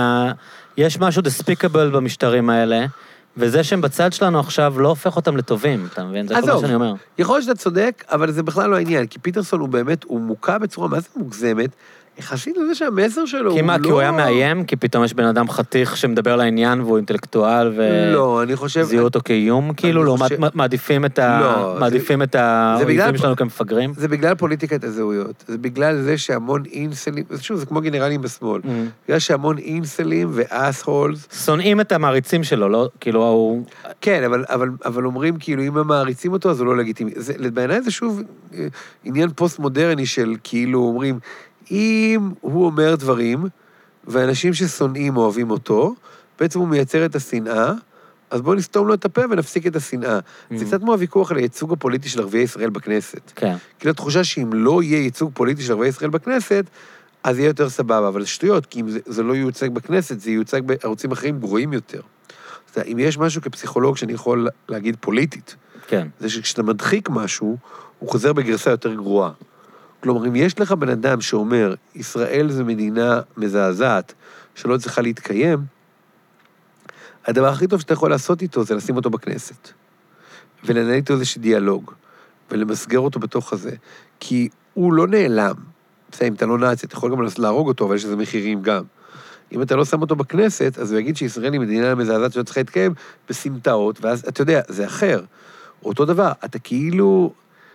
יש משהו despicable במשטרים האלה, וזה שהם בצד שלנו עכשיו לא הופך אותם לטובים, אתה מבין? זה כל מה שאני אומר. יכול להיות שאתה צודק, אבל זה בכלל לא העניין, כי פיטרסון הוא באמת, הוא מוקע בצורה מה זה מוגזמת, יחסית לזה שהמסר שלו הוא לא... כי הוא היה מאיים? כי פתאום יש בן אדם חתיך שמדבר לעניין והוא אינטלקטואל לא, אני חושב... זיהו אותו כאיום, כאילו, לא מעדיפים את האויבים שלנו כמפגרים? זה בגלל פוליטיקת הזהויות. זה בגלל זה שהמון אינסלים, שוב, זה כמו גנרלים בשמאל. בגלל שהמון אינסלים ואס-הולס... שונאים את המעריצים שלו, לא? כאילו, הוא... כן, אבל אומרים, כאילו, אם הם מעריצים אותו, אז הוא לא לגיטימי. בעיניי זה שוב עניין פוסט-מודרני של, כאילו, אומרים, אם הוא אומר דברים, ואנשים ששונאים אוהבים אותו, בעצם הוא מייצר את השנאה, אז בואו נסתום לו את הפה ונפסיק את השנאה. זה קצת כמו הוויכוח על הייצוג הפוליטי של ערביי ישראל בכנסת. כן. כאילו התחושה שאם לא יהיה ייצוג פוליטי של ערביי ישראל בכנסת, אז יהיה יותר סבבה, אבל זה שטויות, כי אם זה לא ייוצג בכנסת, זה ייוצג בערוצים אחרים גרועים יותר. אז אם יש משהו כפסיכולוג שאני יכול להגיד פוליטית, כן. זה שכשאתה מדחיק משהו, הוא חוזר בגרסה יותר גרועה. כלומר, אם יש לך בן אדם שאומר, ישראל זו מדינה מזעזעת, שלא צריכה להתקיים, הדבר הכי טוב שאתה יכול לעשות איתו, זה לשים אותו בכנסת. ולנהל איתו איזשהו דיאלוג, ולמסגר אותו בתוך הזה. כי הוא לא נעלם. אם אתה לא נאצי, אתה יכול גם להרוג אותו, אבל יש איזה מחירים גם. אם אתה לא שם אותו בכנסת, אז הוא יגיד שישראל היא מדינה מזעזעת שלא צריכה להתקיים, בסמטאות, ואז, אתה יודע, זה אחר. אותו דבר, אתה כאילו,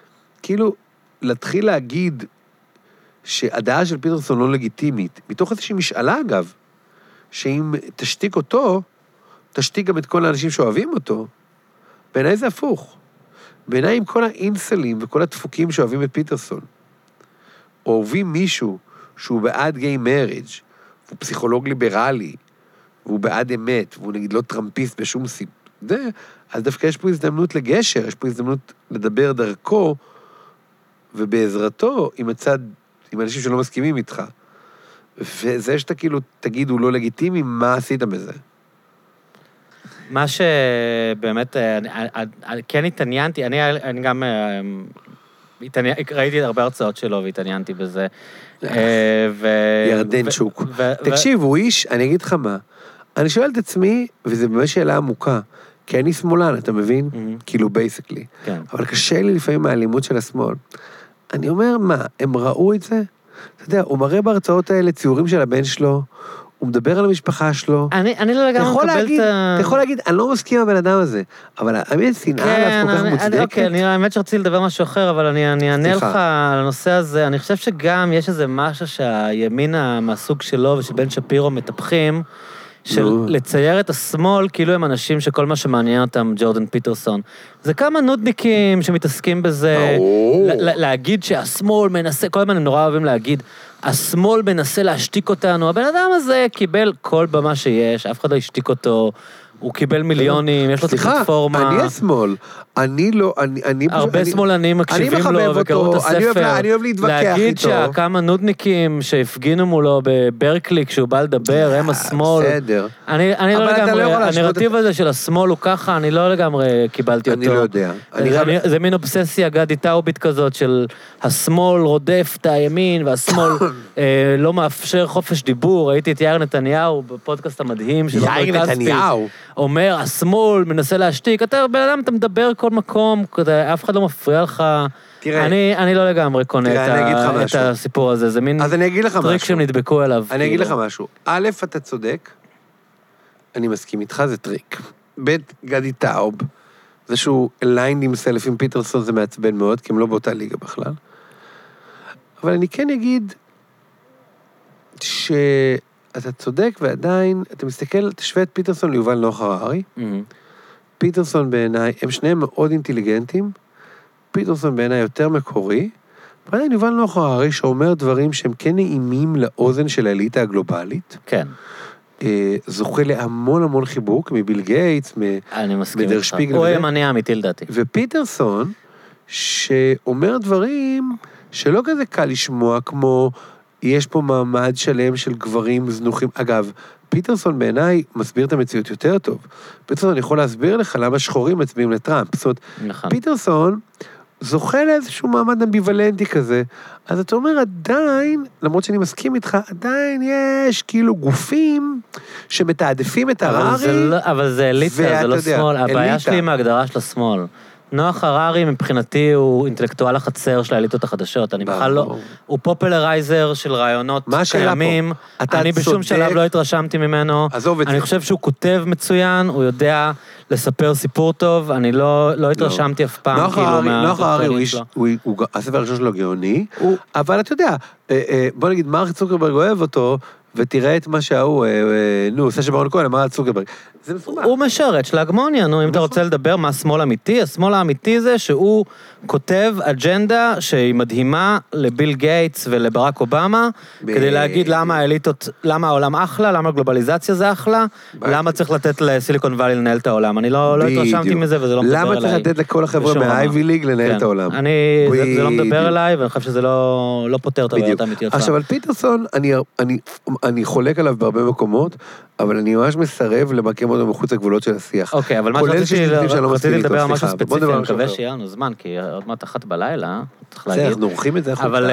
להתחיל להגיד שהדעה של פיטרסון לא לגיטימית, מתוך איזושהי משאלה אגב, שאם תשתיק אותו, תשתיק גם את כל האנשים שאוהבים אותו, בעיניי זה הפוך. בעיניי עם כל האינסלים וכל הדפוקים שאוהבים את פיטרסון, אוהבים מישהו שהוא בעד גיי מריג', הוא פסיכולוג ליברלי, והוא בעד אמת, והוא נגיד לא טראמפיסט בשום סיבה, אז דווקא יש פה הזדמנות לגשר, יש פה הזדמנות לדבר דרכו, ובעזרתו עם אנשים שלא מסכימים איתך. וזה שאתה כאילו תגיד הוא לא לגיטימי, מה עשית בזה? מה שבאמת, כן התעניינתי, אני גם ראיתי הרבה הרצאות שלו והתעניינתי בזה. ירדן שוק. תקשיב, הוא איש, אני אגיד לך מה, אני שואל את עצמי, וזו באמת שאלה עמוקה, כי אני שמאלן, אתה מבין? כאילו בייסקלי. אבל קשה לי לפעמים מהאלימות של השמאל. אני אומר, מה, הם ראו את זה? אתה יודע, הוא מראה בהרצאות האלה ציורים של הבן שלו, הוא מדבר על המשפחה שלו. אני לא לגמרי מקבל את אתה יכול להגיד, אני לא מסכים עם הבן אדם הזה, אבל האמת, שנאה עליו כל כך מוצדקת. האמת שרציתי לדבר משהו אחר, אבל אני אענה לך על הנושא הזה. אני חושב שגם יש איזה משהו שהימין מהסוג שלו ושל בן שפירו מטפחים, של לצייר את השמאל, כאילו הם אנשים שכל מה שמעניין אותם, ג'ורדן פיטרסון. זה כמה נודניקים שמתעסקים בזה, להגיד שהשמאל מנסה, כל הזמן הם נורא אוהבים להגיד, השמאל מנסה להשתיק אותנו, הבן אדם הזה קיבל כל במה שיש, אף אחד לא השתיק אותו, הוא קיבל מיליונים, יש לו פלטפורמה. סליחה, אני השמאל. אני לא, הרבה שמאלנים מקשיבים לו וקראו את הספר. אני אוהב להתווכח איתו. להגיד שכמה נודניקים שהפגינו מולו בברקלי כשהוא בא לדבר, הם השמאל. בסדר. אני לא לגמרי, הנרטיב הזה של השמאל הוא ככה, אני לא לגמרי קיבלתי אותו. אני לא יודע. זה מין אובססיה גדי טאובית כזאת של השמאל רודף את הימין, והשמאל לא מאפשר חופש דיבור. ראיתי את יאיר נתניהו בפודקאסט המדהים של יאיר נתניהו. אומר, השמאל מנסה להשתיק, אתה בן אדם, אתה מדבר כל מקום, אף אחד לא מפריע לך. אני לא לגמרי קונה את הסיפור הזה, זה מין טריק שהם נדבקו אליו. אני אגיד לך משהו. א', אתה צודק, אני מסכים איתך, זה טריק. ב', גדי טאוב, זה שהוא אליינד עם סלף עם פיטרסון, זה מעצבן מאוד, כי הם לא באותה ליגה בכלל. אבל אני כן אגיד אתה צודק, ועדיין, אתה מסתכל, תשווה את פיטרסון ליובל נוח הררי. פיטרסון בעיניי, הם שניהם מאוד אינטליגנטים, פיטרסון בעיניי יותר מקורי, ועדיין יובל נוח הררי שאומר דברים שהם כן נעימים לאוזן של האליטה הגלובלית. כן. זוכה להמון המון חיבוק, מביל גייטס, מדר שפיגל. הוא ימני אמיתי לדעתי. ופיטרסון, שאומר דברים שלא כזה קל לשמוע, כמו יש פה מעמד שלם של גברים זנוחים. אגב, פיטרסון בעיניי מסביר את המציאות יותר טוב. פיטרסון יכול להסביר לך למה שחורים מצביעים לטראמפ. זאת אומרת, נכון. פיטרסון זוכה לאיזשהו מעמד אמביוולנטי כזה. אז אתה אומר עדיין, למרות שאני מסכים איתך, עדיין יש כאילו גופים שמתעדפים את הררי. אבל זה אליטה, זה לא שמאל. הבעיה שלי עם ההגדרה של השמאל. נוח הררי מבחינתי הוא אינטלקטואל החצר של האליטות החדשות, אני בכלל לא, הוא פופולרייזר של רעיונות קיימים, אני בשום שלב לא התרשמתי ממנו, אני חושב שהוא כותב מצוין, הוא יודע לספר סיפור טוב, אני לא התרשמתי אף פעם, נוח הררי, הספר הראשון שלו גאוני, אבל אתה יודע, בוא נגיד, מרק צוקרברג אוהב אותו, ותראה את מה שהוא, עושה שברון כהן, אמר על צוקרברג. זה מסובך. הוא משרת של ההגמוניה, אם אתה רוצה לדבר מה השמאל האמיתי, השמאל האמיתי זה שהוא כותב אג'נדה שהיא מדהימה לביל גייטס ולברק אובמה, כדי להגיד למה האליטות, למה העולם אחלה, למה הגלובליזציה זה אחלה, למה צריך לתת לסיליקון ואלי לנהל את העולם. אני לא התרשמתי מזה וזה לא מדבר אליי. למה צריך לתת לכל החבר'ה מהאייבי ליג לנהל את העולם? זה לא מדבר אליי, ואני חושב שזה לא פותר את הבעיות האמיתיות. עכשיו, על פיטרסון, אני חולק עליו בהרבה מקומות, אבל אני ממש מסרב למקם אותו מחוץ לגבולות של השיח. אוקיי, אבל מה שרציתי לדבר על משהו ספציפי, אני מקווה שיהיה לנו זמן, כי עוד מעט 1 בלילה, צריך להגיד. אנחנו עורכים את זה, אבל...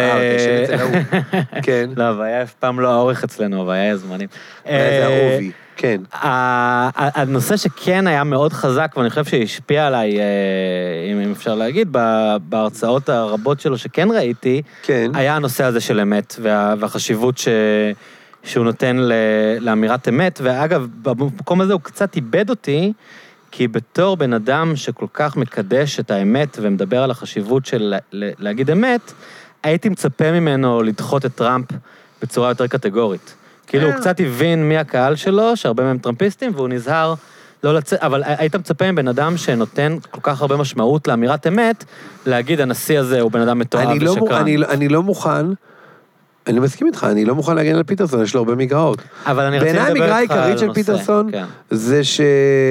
כן. לא, הבעיה אף פעם לא האורך אצלנו, הבעיה היא הזמנים. זה האובי, כן. הנושא שכן היה מאוד חזק, ואני חושב שהשפיע עליי, אם אפשר להגיד, בהרצאות הרבות שלו שכן ראיתי, היה הנושא הזה של אמת, והחשיבות שהוא נותן לאמירת אמת, ואגב, במקום הזה הוא קצת איבד אותי, כי בתור בן אדם שכל כך מקדש את האמת, ומדבר על החשיבות של להגיד אמת, הייתי מצפה ממנו לדחות את טראמפ בצורה יותר קטגורית. כאילו הוא קצת הבין מי הקהל שלו, שהרבה מהם טראמפיסטים, והוא נזהר לא לצאת, אבל היית מצפה מבן אדם שנותן כל כך הרבה משמעות לאמירת אמת, להגיד הנשיא הזה הוא בן אדם מתואר ושקרן. אני לא מוכן, אני מסכים איתך, אני לא מוכן להגן על פיטרסון, יש לו הרבה מגרעות. אבל אני רציתי לדבר איתך על הנושא. בעיניי המגרע העיקרית של פיטרסון, זה ש...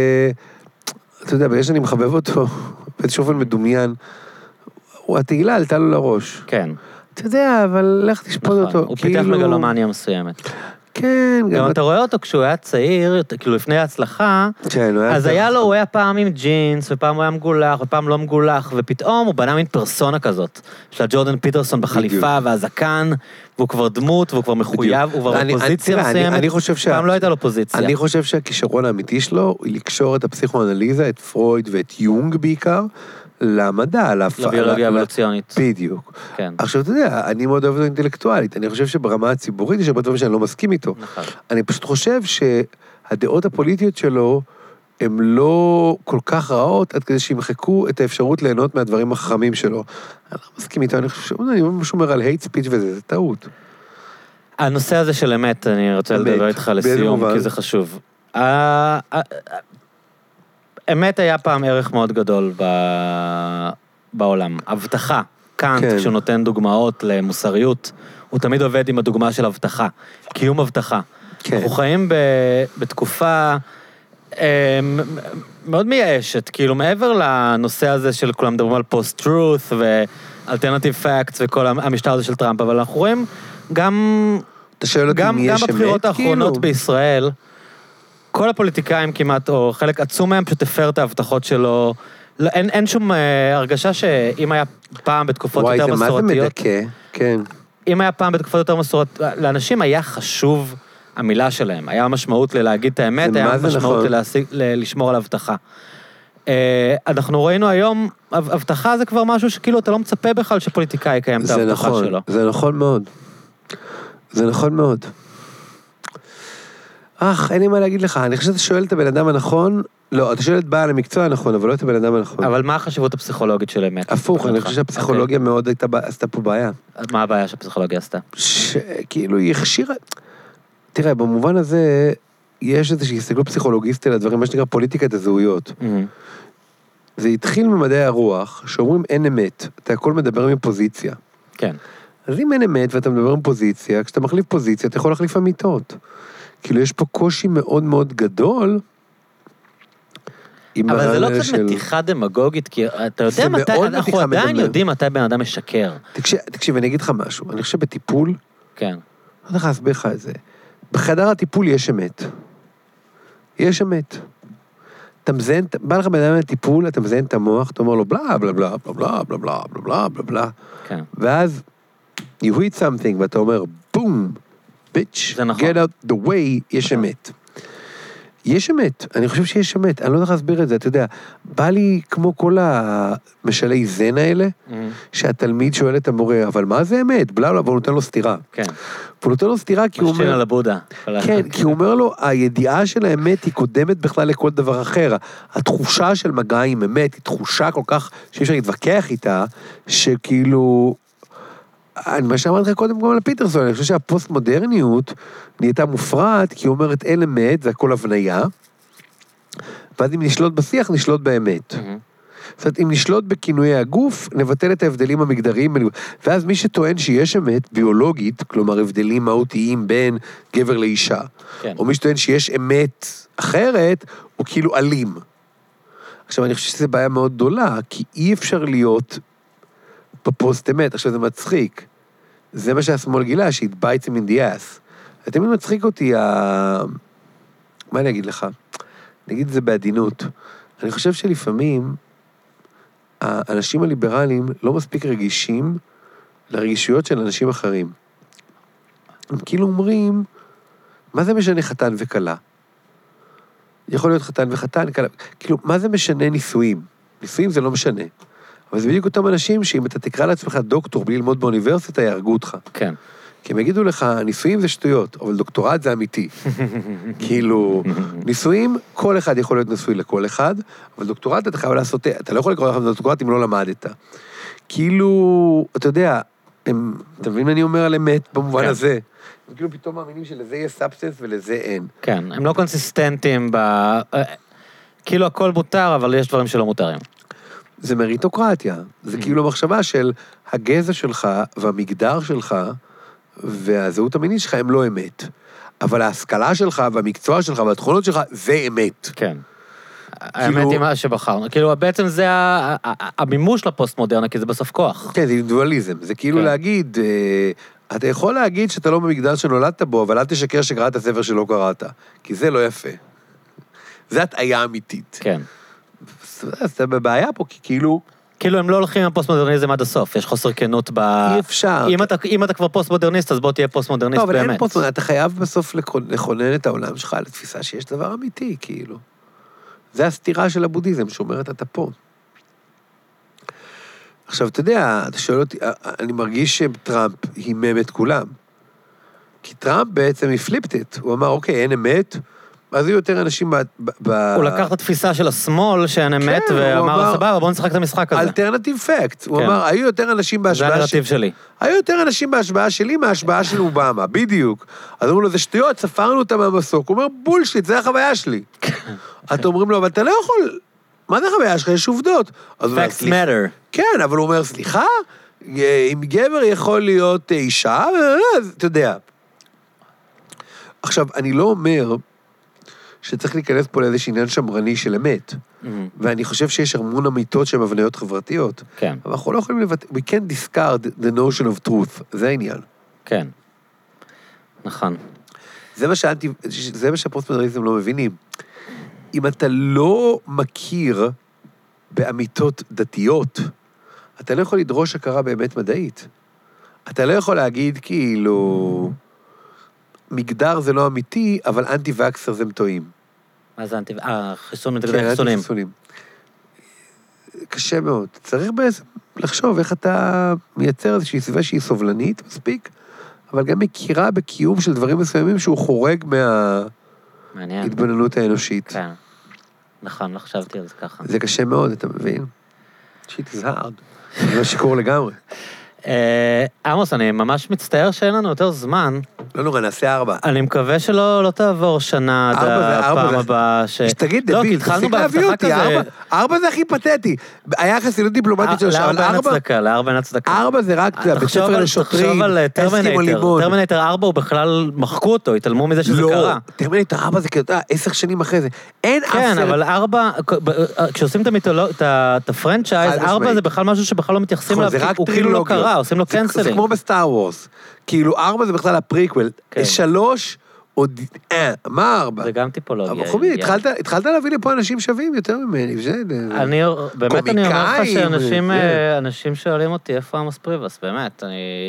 אתה יודע, בגלל שאני מחבב אותו, באיזשהו אופן מדומיין, התהילה עלתה לו לראש. כן. אתה יודע, אבל לך תשפוט אותו. הוא פיתח מגלומניה מסוימת. כן. גם אתה רואה אותו כשהוא היה צעיר, כאילו לפני ההצלחה, אז הוא היה פעם עם ג'ינס, ופעם הוא היה מגולח, ופעם לא מגולח, ופתאום הוא בנה מין פרסונה כזאת, של ג'ורדן פיטרסון בחליפה והזקן, והוא כבר דמות, והוא כבר מחויב, הוא כבר בפוזיציה מסוימת, פעם לא הייתה לו פוזיציה. אני חושב שהכישרון האמיתי שלו, היא לקשור את הפסיכואנליזה, את פרויד ואת יונג בעיקר, למדע, לביולוגיה אבולוציונית. בדיוק. כן. עכשיו, אתה יודע, אני מאוד אוהב אותו אינטלקטואלית, אני חושב שברמה הציבורית יש הרבה דברים שאני לא מסכים איתו. נכון. אני פשוט חושב שהדעות הפוליטיות שלו, הן לא כל כך רעות, עד כדי שימחקו את האפשרות ליהנות מהדברים החכמים שלו. אני לא מסכים איתו, אני חושב שהוא אומר על hate speech וזה, זה טעות. הנושא הזה של אמת, אני רוצה לדבר איתך לסיום, כי זה חשוב. אמת היה פעם ערך מאוד גדול בעולם. הבטחה, קאנט, כשהוא נותן דוגמאות למוסריות, הוא תמיד עובד עם הדוגמה של הבטחה, קיום הבטחה. אנחנו חיים בתקופה מאוד מייאשת, כאילו מעבר לנושא הזה של כולם מדברים על post-truth ו-alternative facts וכל המשטר הזה של טראמפ, אבל אנחנו רואים גם בבחירות האחרונות בישראל, כל הפוליטיקאים כמעט, או חלק עצום מהם פשוט הפר את ההבטחות שלו, אין שום הרגשה שאם היה פעם בתקופות יותר מסורתיות, וואי, זה מה זה מדכא, כן. אם היה פעם בתקופות יותר מסורתיות, לאנשים היה חשוב המילה שלהם, היה משמעות ללהגיד את האמת, היה משמעות לשמור על הבטחה. אנחנו ראינו היום, הבטחה זה כבר משהו שכאילו אתה לא מצפה בכלל שפוליטיקאי יקיים את ההבטחה שלו. זה נכון מאוד. זה נכון מאוד. אין לי מה להגיד לך, אני חושב שאתה שואל את הבן אדם הנכון, לא, אתה שואל את בעל המקצוע הנכון, אבל לא את הבן אדם הנכון. אבל מה החשיבות הפסיכולוגית של אמת? הפוך, אני חושב שהפסיכולוגיה מאוד עשתה פה בעיה. מה הבעיה שהפסיכולוגיה עשתה? שכאילו היא הכשירה... תראה, במובן הזה, יש איזושהי הסתכלות פסיכולוגיסטית לדברים, מה שנקרא פוליטיקת הזהויות. זה התחיל ממדעי הרוח, שאומרים אין אמת, אתה הכל מדבר מפוזיציה. כן. אז אם אין אמת ואתה מדבר מפוזיציה, כשאתה מחליף פוזיציה, אתה יכול להחליף אמיתות. כאילו, יש פה קושי מאוד מאוד גדול, אבל זה לא קצת מתיחה דמגוגית, כי אתה יודע מתי, אנחנו עדיין יודעים מתי בן אדם משקר. תקשיב, אני אגיד לך משהו, אני חושב בטיפול, כן. אני הולך להסביר לך את זה. בחדר הטיפול יש אמת. יש אמת. אתה מזיין, בא לך בן אדם לטיפול, אתה מזיין את המוח, אתה אומר לו בלה, בלה, בלה, בלה, בלה, בלה, בלה, בלה, בלה, בלה. כן. ואז, you hit something, ואתה אומר, בום, bitch, get out the way, יש אמת. יש אמת, אני חושב שיש אמת, אני לא יודע להסביר את זה, אתה יודע, בא לי כמו כל המשלי זן האלה, שהתלמיד שואל את המורה, אבל מה זה אמת? בלה, והוא נותן לו סתירה. כן. והוא נותן לו סתירה כי הוא אומר... משתין על הבודה. כן, כי הוא אומר לו, הידיעה של האמת היא קודמת בכלל לכל דבר אחר. התחושה של מגע עם אמת היא תחושה כל כך, שאי אפשר להתווכח איתה, שכאילו... מה שאמרתי לך קודם גם על פיטרסון, אני חושב שהפוסט-מודרניות נהייתה מופרעת, כי היא אומרת אין אמת, זה הכל הבניה, ואז אם נשלוט בשיח, נשלוט באמת. זאת אומרת, אם נשלוט בכינויי הגוף, נבטל את ההבדלים המגדריים, ואז מי שטוען שיש אמת ביולוגית, כלומר הבדלים מהותיים בין גבר לאישה, או מי שטוען שיש אמת אחרת, הוא כאילו אלים. עכשיו, אני חושב שזו בעיה מאוד גדולה, כי אי אפשר להיות בפוסט אמת, עכשיו זה מצחיק. זה מה שהשמאל גילה, שהיא bites him in the ass. תמיד מצחיק אותי, מה אני אגיד לך? אני אגיד את זה בעדינות. אני חושב שלפעמים, האנשים הליברליים לא מספיק רגישים לרגישויות של אנשים אחרים. הם כאילו אומרים, מה זה משנה חתן וקלה? יכול להיות חתן וחתן, קלה. כאילו, מה זה משנה נישואים? נישואים זה לא משנה. אבל זה בדיוק אותם אנשים שאם אתה תקרא לעצמך דוקטור בלי ללמוד באוניברסיטה, יהרגו אותך. כן. כי הם יגידו לך, נישואים זה שטויות, אבל דוקטורט זה אמיתי. כאילו, נישואים, כל אחד יכול להיות נשוי לכל אחד, אבל דוקטורט אתה חייב לעשות, אתה לא יכול לקרוא לך דוקטורט אם לא למדת. כאילו, אתה יודע, אתה מבין מה אני אומר על אמת במובן הזה? הם כאילו פתאום מאמינים שלזה יש סאבסטנס ולזה אין. כן, הם לא קונסיסטנטים כאילו הכל מותר, אבל יש דברים שלא מותרים. זה מריטוקרטיה, זה כאילו מחשבה של הגזע שלך והמגדר שלך והזהות המינית שלך הם לא אמת. אבל ההשכלה שלך והמקצוע שלך והתכונות שלך זה אמת. כן. האמת היא מה שבחרנו. כאילו בעצם זה המימוש לפוסט-מודרנה, כי זה בסוף כוח. כן, זה אינדיבידואליזם. זה כאילו להגיד, אתה יכול להגיד שאתה לא במגדר שנולדת בו, אבל אל תשקר שקראת הספר שלא קראת. כי זה לא יפה. זה הטעיה אמיתית. כן. אז אתה בבעיה פה, כי כאילו... כאילו הם לא הולכים עם הפוסט-מודרניזם עד הסוף, יש חוסר כנות אי אפשר. אם אתה כבר פוסט-מודרניסט, אז בוא תהיה פוסט-מודרניסט באמת. לא, אבל אין פוסט-מודרניסט, אתה חייב בסוף לכונן את העולם שלך לתפיסה שיש דבר אמיתי, כאילו. זה הסתירה של הבודהיזם, שאומרת אתה פה. עכשיו, אתה יודע, אתה שואל אותי, אני מרגיש שטראמפ הימם את כולם. כי טראמפ בעצם הפליפט את, הוא אמר, אוקיי, אין אמת, אז היו יותר אנשים הוא לקח את התפיסה של השמאל, שאין אמת, ואמר, סבבה, בואו נשחק את המשחק הזה. אלטרנטיב פקט. הוא אמר, היו יותר אנשים בהשוואה זה הנרטיב שלי. היו יותר אנשים בהשוואה שלי מההשוואה של אובמה, בדיוק. אז אומרים לו, זה שטויות, ספרנו אותם מהמסוק. הוא אומר, בולשיט, זה החוויה שלי. אתם אומרים לו, אבל אתה לא יכול... מה זה החוויה שלך? יש עובדות. Facts matter. כן, אבל הוא אומר, סליחה, אם גבר יכול להיות אישה, אז אתה יודע. עכשיו, אני לא אומר שצריך להיכנס פה לאיזשהו עניין שמרני של אמת, ואני חושב שיש המון אמיתות שהן הבניות חברתיות. כן. אבל אנחנו לא יכולים we can't discard the notion of truth, זה העניין. כן. נכון. זה מה שהפוסט-מודרניזם לא מבינים. אם אתה לא מכיר באמיתות דתיות, אתה לא יכול לדרוש הכרה באמת מדעית. אתה לא יכול להגיד כאילו, מגדר זה לא אמיתי, אבל אנטי-וקסר זה טועים. מה זה אנטי... חיסון מתגדי חיסונים. קשה מאוד. צריך בעצם לחשוב איך אתה מייצר איזושהי סביבה שהיא סובלנית מספיק, אבל גם מכירה בקיום של דברים מסוימים שהוא חורג מההתבוננות האנושית. כן. נכון, לא חשבתי על זה ככה. זה קשה מאוד, אתה מבין? shit is hard. זה לא שיקור לגמרי. עמוס, אני ממש מצטער שאין לנו יותר זמן. לא נורא, נעשה 4. אני מקווה שלא תעבור שנה עד הפעם הבאה. תגיד, לא, כי התחלנו בהבטחה כזה. 4 זה הכי פתטי. היה חסינות דיפלומטית שלו, אבל 4 אין הצדקה. 4 זה רק בית ספר לשוטרים. תחשוב על טרמינטר 4, הוא בכלל מחקו אותו, התעלמו מזה שזה קרה. לא, טרמינטר 4 זה כאילו, 10 שנים אחרי זה. אין אף סרט. כן, אבל 4, כשעושים את הפרנצ'ייז, 4 זה בכלל משהו שבכלל לא מתייחסים אליו, הוא כאילו לא קרה, עושים לו קנסלינג. זה כמו בסטאר וורס. כאילו 4 זה בכלל הפריקוול. 3 עוד... מה 4? זה גם טיפולוגיה. אבל חומי, התחלת להביא לפה אנשים שווים יותר ממני. באמת אני אומר לך שאנשים שואלים אותי איפה עמוס פריבס, באמת.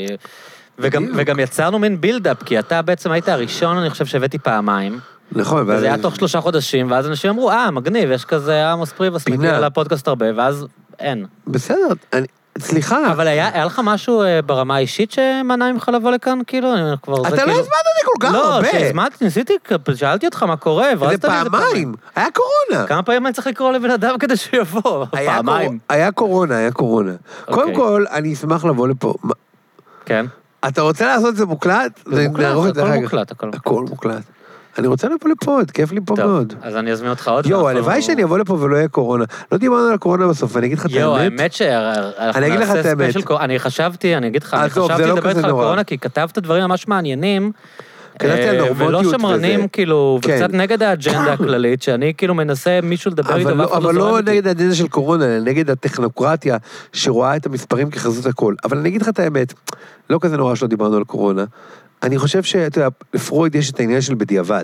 וגם יצרנו מין בילדאפ, כי אתה בעצם היית הראשון, אני חושב שהבאתי פעמיים. נכון. וזה היה תוך 3 חודשים, ואז אנשים אמרו, מגניב, יש כזה עמוס פריבס, מגיע לפודקאסט הרבה, ואז אין. בסדר, סליחה. אבל היה לך משהו ברמה האישית שמנע ממך לבוא לכאן, כאילו? אתה לא הזמנת אותי כל כך הרבה. לא, שהזמנתי, ניסיתי, שאלתי אותך מה קורה, זה פעמיים, היה קורונה. כמה פעמים אני צריך לקרוא לבן אדם כדי שיבוא? פעמיים. היה קורונה. קודם כל, אני אשמח לבוא לפה. כן. אתה רוצה לעשות את זה מוקלט? זה מוקלט, הכל מוקלט. אני רוצה לבוא לפה, כיף לי פה מאוד. אז אני אזמין אותך עוד. הלוואי שאני אבוא לפה ולא יהיה קורונה. לא דיברנו על הקורונה בסוף, ואני אגיד לך את האמת. אני אגיד לך את האמת. אני חשבתי לדבר איתך על קורונה, כי כתבת דברים ממש מעניינים, ולא שמרנים, כאילו, וקצת נגד האג'נדה הכללית, שאני כאילו מנסה מישהו לדבר איתו. אבל לא נגד האג'נדה של קורונה, אלא נגד הטכנוקרטיה, שרואה את המספרים כחזות הכל. אבל אני אגיד לך את האמת, לא כזה נורא שלא דיברנו על קורונה. אני חושב לפרויד יש את העניין של בדיעבד.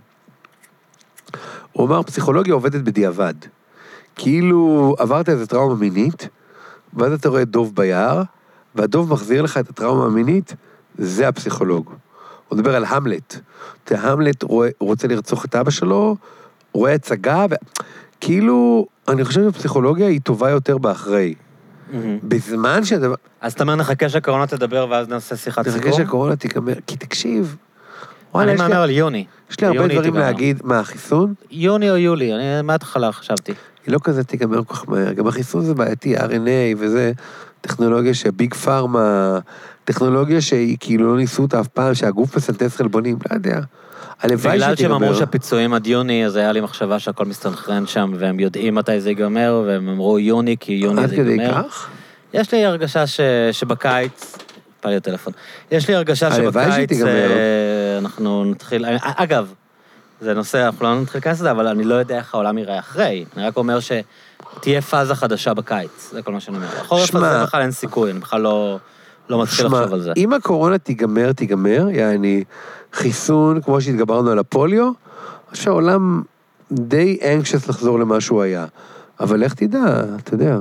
הוא אמר, פסיכולוגיה עובדת בדיעבד. כאילו עברת איזו טראומה מינית, ואז אתה רואה דוב ביער, והדוב מחזיר לך את הטראומה המינית, זה הפסיכולוג. הוא מדבר על המלט. המלט רוצה לרצוח את אבא שלו, רואה הצגה, כאילו, אני חושב שהפסיכולוגיה היא טובה יותר באחרי. בזמן שהדבר... אז אתה אומר, נחכה שהקורונה תדבר, ואז נעשה שיחת סיכום? נחכה שהקורונה תיגמר, כי תקשיב. אני מאמר על יוני. יש לי הרבה דברים להגיד, מה, החיסון? יוני או יולי, אני מההתחלה חשבתי. היא לא כזה תיגמר כל כך מהר, גם החיסון זה בעייתי, RNA וזה, טכנולוגיה שביג פארמה, טכנולוגיה שהיא כאילו לא ניסו אותה אף פעם, שהגוף מסנטז חלבונים, לא יודע. בגלל שהם אמרו שהפיצויים עד יוני, אז היה לי מחשבה שהכל מסתנכרן שם, והם יודעים מתי זה ייגמר, והם אמרו יוני, כי יוני זה ייגמר. יש לי הרגשה שבקיץ, פעל לי הטלפון, יש לי הרגשה שבקיץ אנחנו נתחיל, אגב, זה נושא, אנחנו לא נתחיל להיכנס לזה, אבל אני לא יודע איך העולם יראה אחרי. אני רק אומר שתהיה פאזה חדשה בקיץ, זה כל מה שאני אומר. החורף הזה בכלל אין סיכוי, אני בכלל לא מתחיל לחשוב על זה. אם הקורונה תיגמר, יעני חיסון, כמו שהתגברנו על הפוליו, שהעולם די אנקשס לחזור למה שהוא היה. אבל איך תדע, אתה יודע.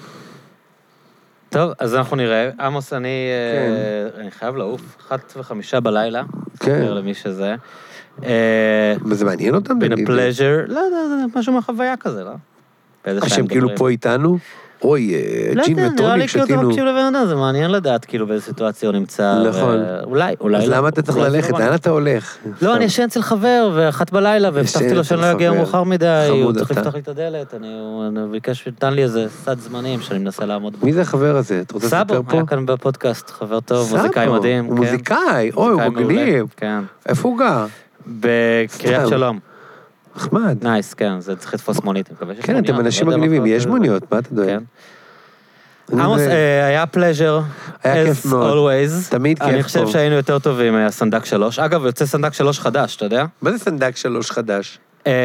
טוב, אז אנחנו נראה. עמוס, אני חייב לעוף, 1:05 בלילה. כן. למי שזה. זה מעניין אותם? been a pleasure. לא, זה משהו מהחוויה כזה, לא? שהם כאילו פה איתנו? אוי, ג'ין וטוניק שתינו. נראה לי כאילו אתה מקשיב לבן אדם, זה מעניין לדעת כאילו באיזה סיטואציה הוא נמצא. נכון. אולי. אז למה אתה צריך ללכת? לאן אתה הולך? לא, אני ישן אצל חבר, ואחת בלילה, והבטחתי לו שאני לא אגיע מאוחר מדי, הוא צריך לפתוח לי את הדלת, הוא ביקש שתן לי איזה סד זמנים שאני מנסה לעמוד בו. מי זה החבר הזה? אתה רוצה לספר פה? סבו, היה כאן בפודקאסט, חבר טוב, מוזיקאי מדהים. הוא מוזיקאי, אוי, הוא מגניב. כן. איפה הוא גר? בקריית שלום. נחמד. נייס, כן, זה צריך לתפוס מונית. כן, אתם אנשים מגניבים, יש מוניות, מה אתה דואג? עמוס, היה פלז'ר, היה כיף מאוד. always. תמיד כיף פה. אני חושב שהיינו יותר טובים מהסנדק 3. אגב, יוצא סנדק 3 חדש, אתה יודע? מה זה סנדק 3 חדש?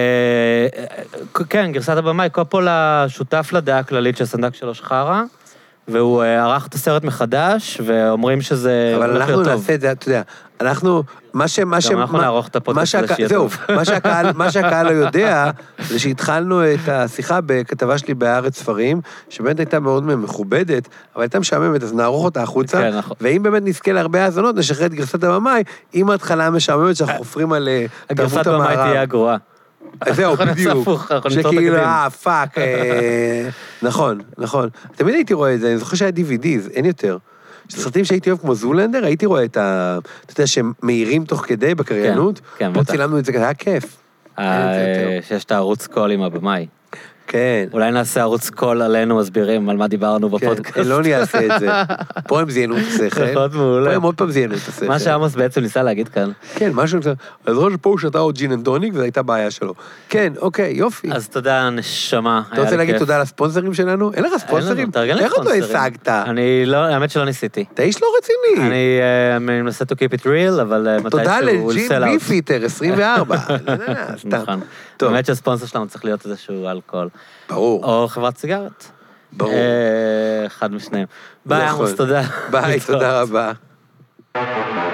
כן, גרסת הבמאי, קופולה שותף לדעה הכללית של סנדק 3 חרה, והוא ערך את הסרט מחדש, ואומרים שזה אבל אנחנו נעשה את זה, אתה יודע, אנחנו, גם אנחנו נערוך את הפודקאסט הזה שיהיה טוב. זהו, מה שהקהל לא יודע, זה שהתחלנו את השיחה בכתבה שלי בהארץ ספרים, שבאמת הייתה מאוד מכובדת, אבל הייתה משעממת, אז נערוך אותה החוצה, ואם באמת נזכה להרבה האזנות, נשחרר את גרסת הבמאי, עם ההתחלה המשעממת שאנחנו חופרים על תרבות גרסת הבמאי תהיה הגרועה. זהו, בדיוק. שכאילו, פאק. נכון. תמיד הייתי רואה את זה, אני זוכר שהיה DVDs, אין יותר. סרטים שהייתי אוהב כמו זולנדר, הייתי רואה את ה... אתה יודע, שהם מהירים תוך כדי בקריינות, פה צילמנו את זה, היה כיף. שיש את הערוץ קול עם הבמאי. כן. אולי נעשה ערוץ קול עלינו, מסבירים על מה דיברנו בפודקאסט. כן, אלון יעשה את זה. פה הם זיינו את השכל. נכון, מעולה. פה הם עוד פעם זיינו את השכל. מה שעמוס בעצם ניסה להגיד כאן. כן, משהו ניסה. אז ראש פה הוא שתה עוד ג'ין אנד טוניק, וזו הייתה בעיה שלו. כן, אוקיי, יופי. אז תודה, נשמה. אתה רוצה להגיד תודה לספונסרים שלנו? אין לך ספונסרים? איך עוד לא השגת? אני לא, האמת שלא ניסיתי. אתה איש לא רציני. אני מנסה to keep it real, אבל מתישהו תודה לג'ין ביפיטר 24. נכון. האמת שהספונסר שלנו צריך להיות איזשהו אלכוהול. ברור. או חברת סיגרת. ברור. אחד משניהם. ביי, עמוס, תודה. ביי, תודה רבה.